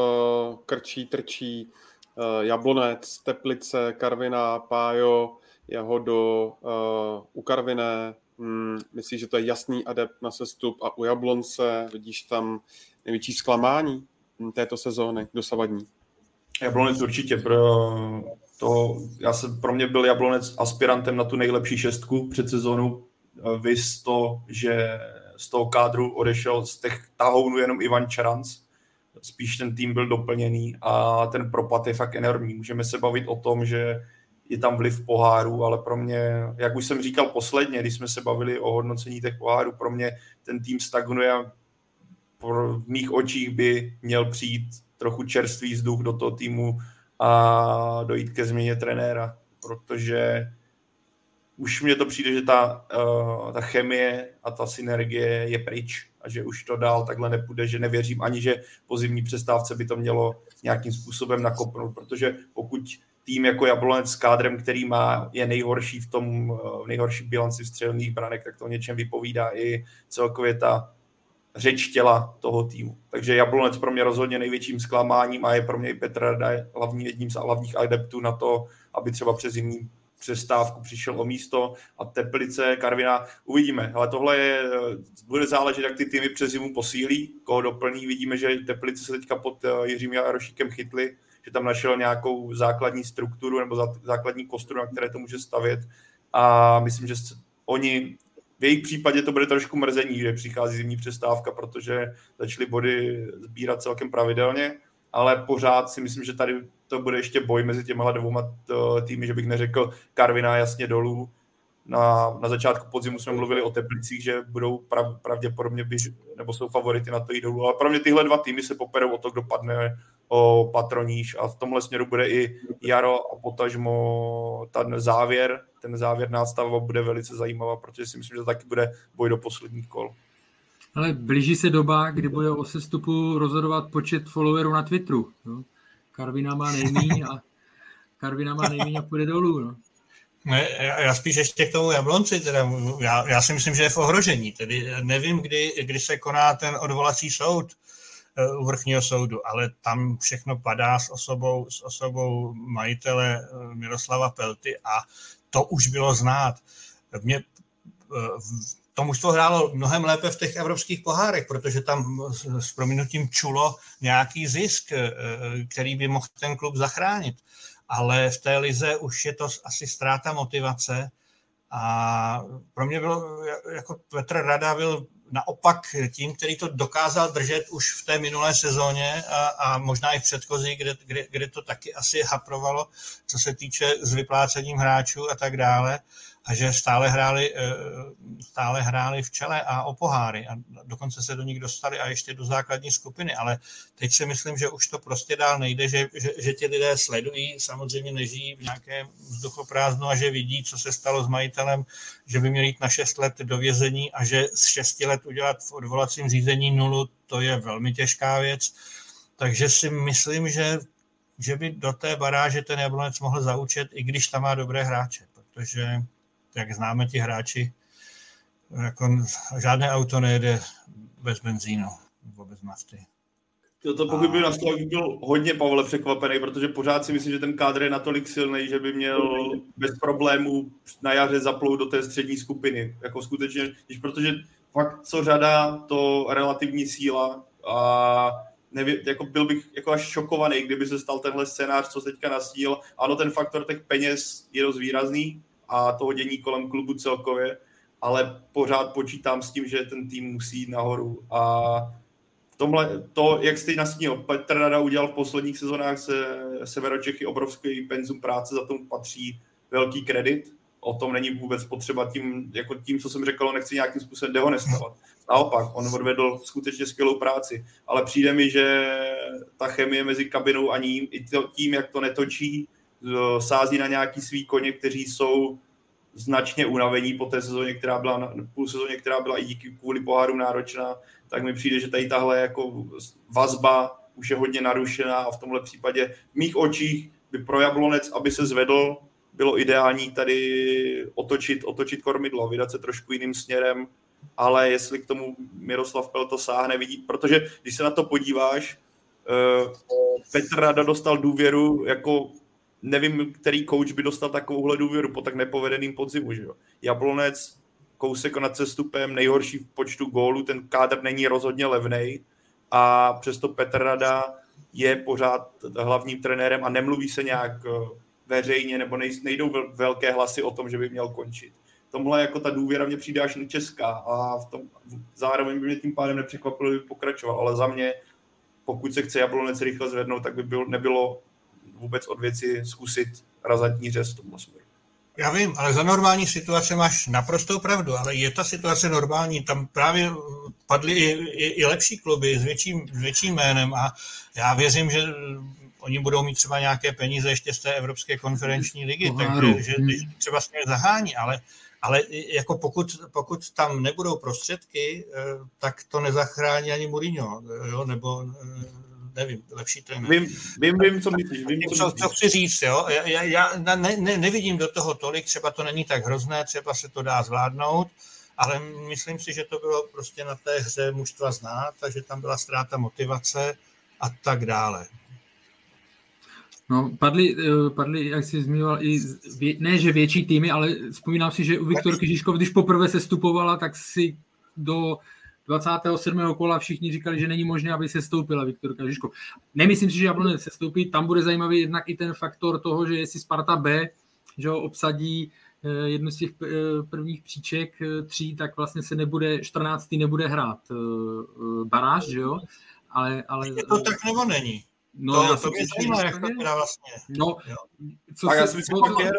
trčí Jablonec, Teplice, Karviná, Pájo, Jahodo, u Karviné. Myslíš, že to je jasný adept na sestup a u Jablonce vidíš tam největší zklamání této sezóny dosavadní? Jablonec určitě. Pro mě byl Jablonec aspirantem na tu nejlepší 6 před sezónou. Viz to, že z toho kádru odešel z těch tahounů jenom Ivan Čaranc. Spíš ten tým byl doplněný a ten propad je fakt enormní. Můžeme se bavit o tom, že je tam vliv poháru, ale pro mě, jak už jsem říkal posledně, když jsme se bavili o hodnocení těch pohárů, pro mě ten tým stagnuje a v mých očích by měl přijít trochu čerstvý vzduch do toho týmu a dojít ke změně trenéra, protože už mně to přijde, že ta chemie a ta synergie je pryč a že už to dál takhle nepůjde, že nevěřím ani, že po zimní přestávce by to mělo nějakým způsobem nakopnout, protože pokud tým jako Jablonec s kádrem, který je nejhorší v nejhorší bilanci střelných branek, tak to o něčem vypovídá i celkově ta řeč těla toho týmu. Takže Jablonec pro mě rozhodně největším zklamáním a je pro mě i Petr Rada jedním z hlavních adeptů na to, aby třeba přes zimní přestávku přišel o místo a Teplice, Karviná, uvidíme. Ale tohle bude záležet, jak ty týmy přes zimu posílí, koho doplní. Vidíme, že Teplice se teďka pod Jiřím Jarošíkem chytli, že tam našel nějakou základní strukturu nebo základní kostru, na které to může stavět. A myslím, že oni v jejich případě to bude trošku mrzení, že přichází zimní přestávka, protože začali body sbírat celkem pravidelně, ale pořád si myslím, že tady to bude ještě boj mezi těma 2 týmy, že bych neřekl Karviná jasně dolů. Na začátku podzimu jsme mluvili o Teplicích, že budou pravděpodobně nebo jsou favority na to jít dolů, ale pro mě tyhle 2 týmy se poperou o to, kdo padne o patroníž a v tomhle směru bude i jaro a potažmo ten závěr nástavba bude velice zajímavá, protože si myslím, že to taky bude boj do posledních kol. Ale blíží se doba, kdy bude o sestupu rozhodovat počet followerů na Twitteru. No. Karviná má nejmíň a půjde dolů. No. Ne, já spíš ještě k tomu Jablonci, teda já si myslím, že je v ohrožení. Tedy nevím, kdy se koná ten odvolací soud u vrchního soudu, ale tam všechno padá s osobou majitele Miroslava Pelty a to už bylo znát. To mužstvo hrálo mnohem lépe v těch evropských pohárech, protože tam s prominutím čulo nějaký zisk, který by mohl ten klub zachránit. Ale v té lize už je to asi ztráta motivace a pro mě bylo, jako Petr Rada byl naopak tím, který to dokázal držet už v té minulé sezóně a možná i v předchozí, kde to taky asi haprovalo, co se týče s vyplácením hráčů a tak dále, a že stále hráli v čele a o poháry a dokonce se do nich dostali a ještě do základní skupiny, ale teď si myslím, že už to prostě dál nejde, že ti lidé sledují, samozřejmě nežijí v nějakém vzduchoprázdnu a že vidí, co se stalo s majitelem, že by měl jít na 6 let do vězení a že z 6 let udělat v odvolacím řízení 0, to je velmi těžká věc, takže si myslím, že by do té baráže ten Jablonec mohl zaučet, i když tam má dobré hráče, protože jak známe, ti hráči, jako žádné auto nejede bez benzínu nebo bez nafty. To pokud by nastal, byl hodně, Pavle, překvapený, protože pořád si myslím, že ten kádr je natolik silný, že by měl bez problémů na jaře zaplout do té střední skupiny. Jako skutečně, protože fakt co řada, to relativní síla a jako byl bych jako až šokovaný, kdyby se stal tenhle scénář, co se teďka nastínil. Ano, ten faktor těch peněz je dost výrazný, a toho dění kolem klubu celkově, ale pořád počítám s tím, že ten tým musí jít nahoru. A v tomhle, to, jak jste nastínil, Petr Rada udělal v posledních sezonách se Severočechy obrovský penzum práce, za tomu patří velký kredit. O tom není vůbec potřeba tím, co jsem řekl, nechci nějakým způsobem dehonestovat. Naopak, on odvedl skutečně skvělou práci, ale přijde mi, že ta chemie mezi kabinou a ním, i tím, jak to netočí, sází na nějaký svý koně, kteří jsou značně unavení po té sezóně, půlsezóně, která byla i díky kvůli poháru náročná, tak mi přijde, že tady tahle jako vazba už je hodně narušená a v tomhle případě v mých očích by pro Jablonec, aby se zvedl, bylo ideální tady otočit kormidlo, vydat se trošku jiným směrem, ale jestli k tomu Miroslav Pelto sáhne, protože když se na to podíváš, Petr Rada dostal důvěru jako nevím, který coach by dostal takovouhle důvěru po tak nepovedeným podzimu. Že jo? Jablonec, kousek nad sestupem, nejhorší v počtu gólů, ten kádr není rozhodně levnej a přesto Petr Rada je pořád hlavním trenérem a nemluví se nějak veřejně nebo nejdou velké hlasy o tom, že by měl končit. Tomhle jako ta důvěra mě přijde až česká a zároveň by mě tím pádem nepřekvapilo, by pokračoval, ale za mě, pokud se chce Jablonec rychle zvednout, tak by nebylo vůbec od věci zkusit razantní řez v tomhle směru. Já vím, ale za normální situace máš naprostou pravdu, ale je ta situace normální, tam právě padly i lepší kluby s větším jménem a já věřím, že oni budou mít třeba nějaké peníze ještě z té Evropské konferenční ligy, takže třeba s ně zahání, ale jako pokud tam nebudou prostředky, tak to nezachrání ani Mourinho, jo, nebo nevím, lepší trenér. Vím, co myslíš. Co chci říct, jo? Já nevidím do toho tolik, třeba to není tak hrozné, třeba se to dá zvládnout, ale myslím si, že to bylo prostě na té hře mužstva znát, takže tam byla ztráta motivace a tak dále. No, padly, jak jsi zmiňoval, ne, že větší týmy, ale vzpomínám si, že u Viktorky Žižkov, když poprvé sestupovala, tak si do 27. kola všichni říkali, že není možné, aby se stoupila Viktorka Žižkov. Nemyslím si, že Jablonec se stoupí, tam bude zajímavý jednak i ten faktor toho, že jestli Sparta B, že ho obsadí jednu z těch prvních příček 3, tak vlastně se nebude, 14. nebude hrát baráž, že jo? Ale je to tak nebo není? No, to mě zajímá, jak to teda vlastně. No, co já si myslím,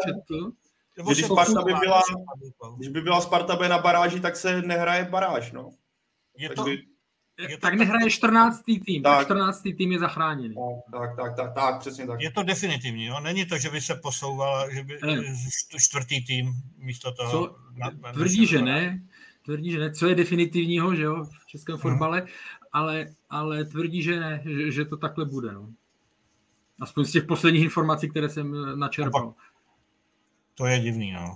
když by byla Sparta B na baráži, tak se nehraje baráž, no. Tak nehraje 14. tým, tak 14. tým je zachráněný. Tak, přesně tak. Je to definitivní, jo? Není to, že by se posouvala, že by čtvrtý tým místo toho... Tvrdí, že ne. tvrdí, že ne. Co je definitivního, že jo, v českém fotbale, ale tvrdí, že ne, že to takhle bude. No. Aspoň z těch posledních informací, které jsem načerpal. To je divný, no.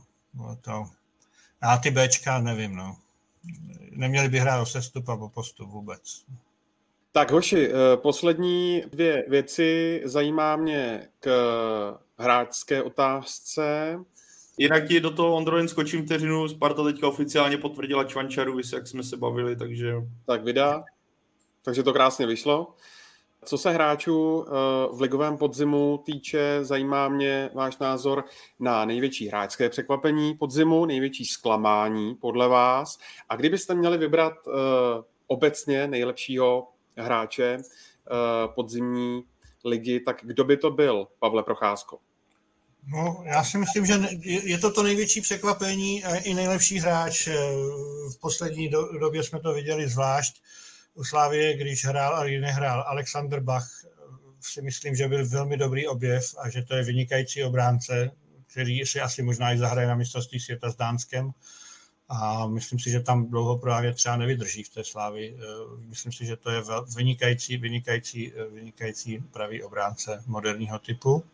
Já ty Bčka nevím, no. Neměli by hrát o sestup a o postup vůbec. Tak hoši, poslední 2 věci zajímá mě k hráčské otázce. Jinak ti do toho, Ondro, jen skočím vteřinu. Sparta teďka oficiálně potvrdila Čvančaru, jak jsme se bavili, takže... Tak vydá. Takže to krásně vyšlo. Co se hráčů v ligovém podzimu týče, zajímá mě váš názor na největší hráčské překvapení podzimu, největší zklamání podle vás. A kdybyste měli vybrat obecně nejlepšího hráče podzimní ligy, tak kdo by to byl, Pavle Procházko? No, já si myslím, že je to největší překvapení a i nejlepší hráč. V poslední době jsme to viděli zvlášť u Slavie, když hrál a když nehrál. Alexander Bach si myslím, že byl velmi dobrý objev a že to je vynikající obránce, který si asi možná i zahraje na mistrovství světa s Dánskem. A myslím si, že tam dlouho právě třeba nevydrží v té Slavii. Myslím si, že to je vynikající pravý obránce moderního typu.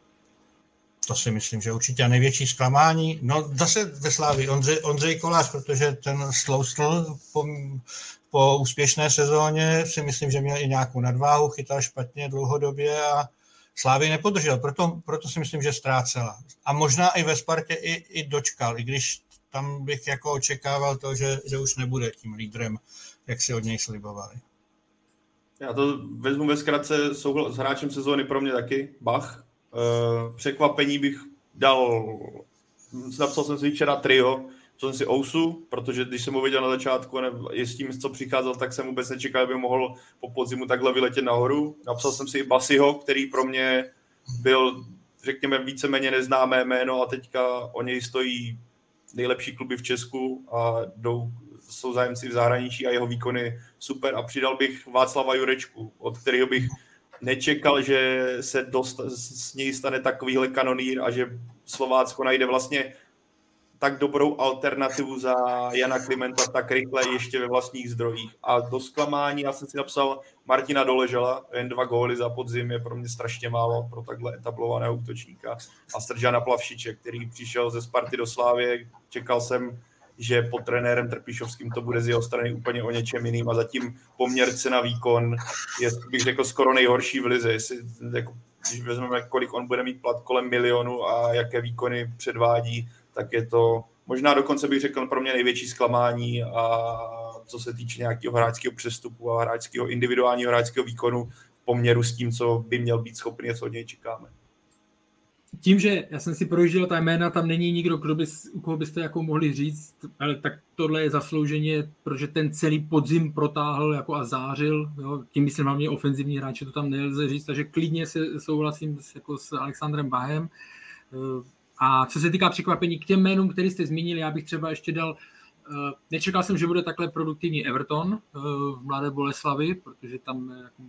To si myslím, že určitě největší zklamání. No zase ve Slavii Ondřej Kolář, protože ten sloustl po úspěšné sezóně, si myslím, že měl i nějakou nadváhu, chytal špatně dlouhodobě a Slavii nepodržel. Proto si myslím, že ztrácela. A možná i ve Spartě i dočkal, i když tam bych jako očekával to, že už nebude tím lídrem, jak si od něj slibovali. Já to vezmu ve zkratce s hráčem sezóny pro mě taky, Bach. Překvapení bych dal, napsal jsem si včera trio, jsem si Ousu, protože když jsem ho viděl na začátku i s tím, co přicházel, tak jsem vůbec nečekal, aby mohl po podzimu takhle vyletět nahoru. Napsal jsem si i Basiho, který pro mě byl, řekněme, víceméně neznámé jméno a teďka o něj stojí nejlepší kluby v Česku a jsou zájemci v zahraničí a jeho výkony super. A přidal bych Václava Jurečku, od kterého bych nečekal, že se z něj stane takovýhle kanonýr a že Slovácko najde vlastně tak dobrou alternativu za Jana Klimenta tak rychle ještě ve vlastních zdrojích. A do zklamání já jsem si napsal Martina Doležela, jen 2 góly za podzim je pro mě strašně málo pro takhle etablovaného útočníka. A Stržana Plavšiče, který přišel ze Sparty do Slávie, čekal jsem, že pod trenérem Trpišovským to bude z jeho strany úplně o něčem jiným a zatím poměr cena výkon je, bych řekl, skoro nejhorší v lize. Jako, když vezmeme, kolik on bude mít plat kolem 1 milionu a jaké výkony předvádí, tak je to možná dokonce bych řekl pro mě největší zklamání a co se týče nějakého hráčského přestupu a individuálního hráčského výkonu v poměru s tím, co by měl být schopný a co od něj čekáme. Tím, že já jsem si projížděl ta jména, tam není nikdo, u koho byste jako mohli říct, ale tak tohle je zaslouženě, protože ten celý podzim protáhl jako a zářil, jo? Tím myslím hlavně ofenzivní hráče, to tam nelze říct, takže klidně se souhlasím jako s Alexandrem Bachem. A co se týká překvapení k těm jménům, které jste zmínili, já bych třeba ještě dal, nečekal jsem, že bude takhle produktivní Everton v Mladé Boleslavi, protože tam jako,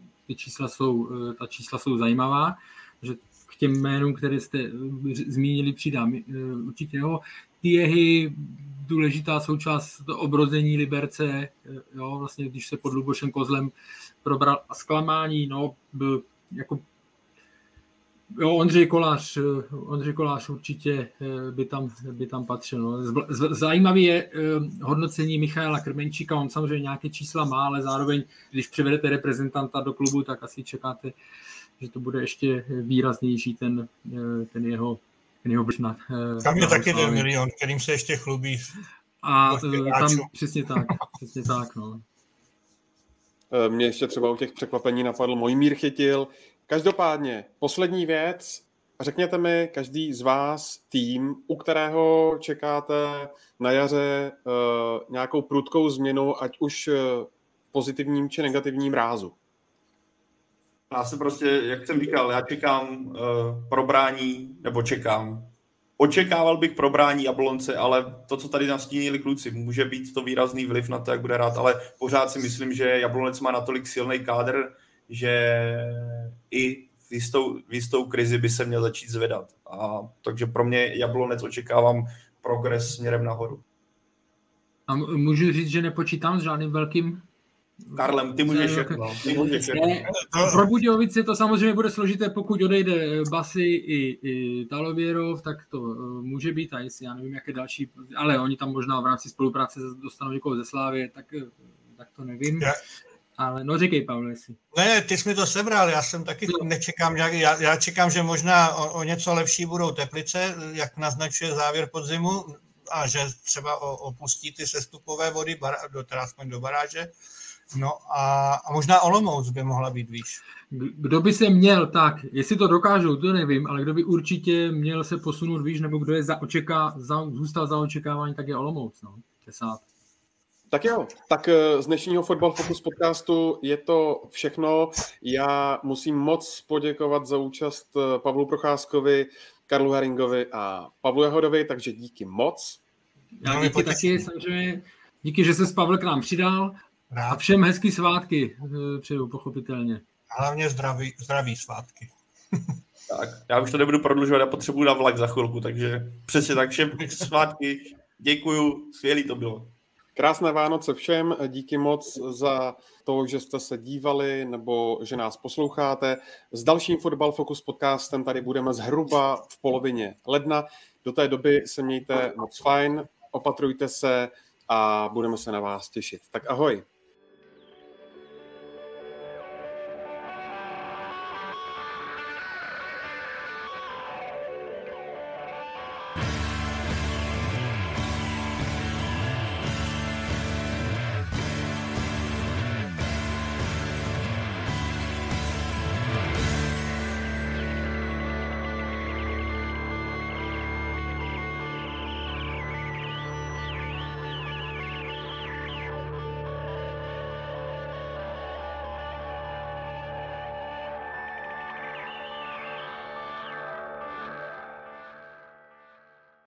ta čísla jsou zajímavá, že k těm jménům, které jste zmínili, přidám určitě ho. Thiehy, důležitá součást obrození Liberce, jo, vlastně když se pod Lubošem Kozlem probral a zklamání, no, byl jako jo, Ondřej Kolář určitě by tam patřil. No. Zajímavý je hodnocení Michaela Krmenčíka, on samozřejmě nějaké čísla má, ale zároveň, když přivedete reprezentanta do klubu, tak asi čekáte, že to bude ještě výraznější ten jeho vliv na... Tam je taky ten milion, kterým se ještě chlubí. A tam přesně tak, no. Mě ještě třeba u těch překvapení napadl Mojmír Chytil. Každopádně, poslední věc, řekněte mi každý z vás tým, u kterého čekáte na jaře nějakou prudkou změnu, ať už v pozitivním či negativním rázu. Já se prostě, jak jsem říkal, já čekám probrání, očekával bych probrání Jablonce, ale to, co tady nastínili kluci, může být to výrazný vliv na to, jak bude hrát, ale pořád si myslím, že Jablonec má natolik silný kádr, že i v jistou krizi by se měl začít zvedat. Takže pro mě Jablonec očekávám progres směrem nahoru. A můžu říct, že nepočítám s žádným velkým... Karlem, ty můžeš všechno. Pro Budějovice to samozřejmě bude složité, pokud odejde Basy i Talověrov, tak to může být, a jestli já nevím, jaké další, ale oni tam možná v rámci spolupráce dostanou někoho ze Slávy, tak to nevím. Ale no říkej, Pavle, jestli. Ne, ty jsi mi to sebral, já jsem taky nečekám, já čekám, že možná o něco lepší budou Teplice, jak naznačuje závěr podzimu, a že třeba opustí ty sestupové vody, teda aspoň do baráže. No a možná Olomouc by mohla být výš. Kdo by se měl, tak, jestli to dokážou, to nevím, ale kdo by určitě měl se posunout výš, nebo kdo je zůstal za očekávání, tak je Olomouc, no, 10. Tak jo, tak z dnešního Fotbal Focus podcastu je to všechno. Já musím moc poděkovat za účast Pavlu Procházkovi, Karlu Haringovi a Pavlu Jahodovi, takže díky moc. Já díky taky, samozřejmě, díky, že se s Pavel k nám přidal. A všem hezký svátky přeju, pochopitelně. Hlavně zdraví svátky. Tak, já už to nebudu prodlužovat, já potřebuji na vlak za chvilku, takže přesně tak, všem svátky. Děkuju, skvělý to bylo. Krásné Vánoce všem, díky moc za to, že jste se dívali nebo že nás posloucháte. S dalším Fotbal Focus podcastem tady budeme zhruba v polovině ledna. Do té doby se mějte moc fajn, opatrujte se a budeme se na vás těšit. Tak ahoj.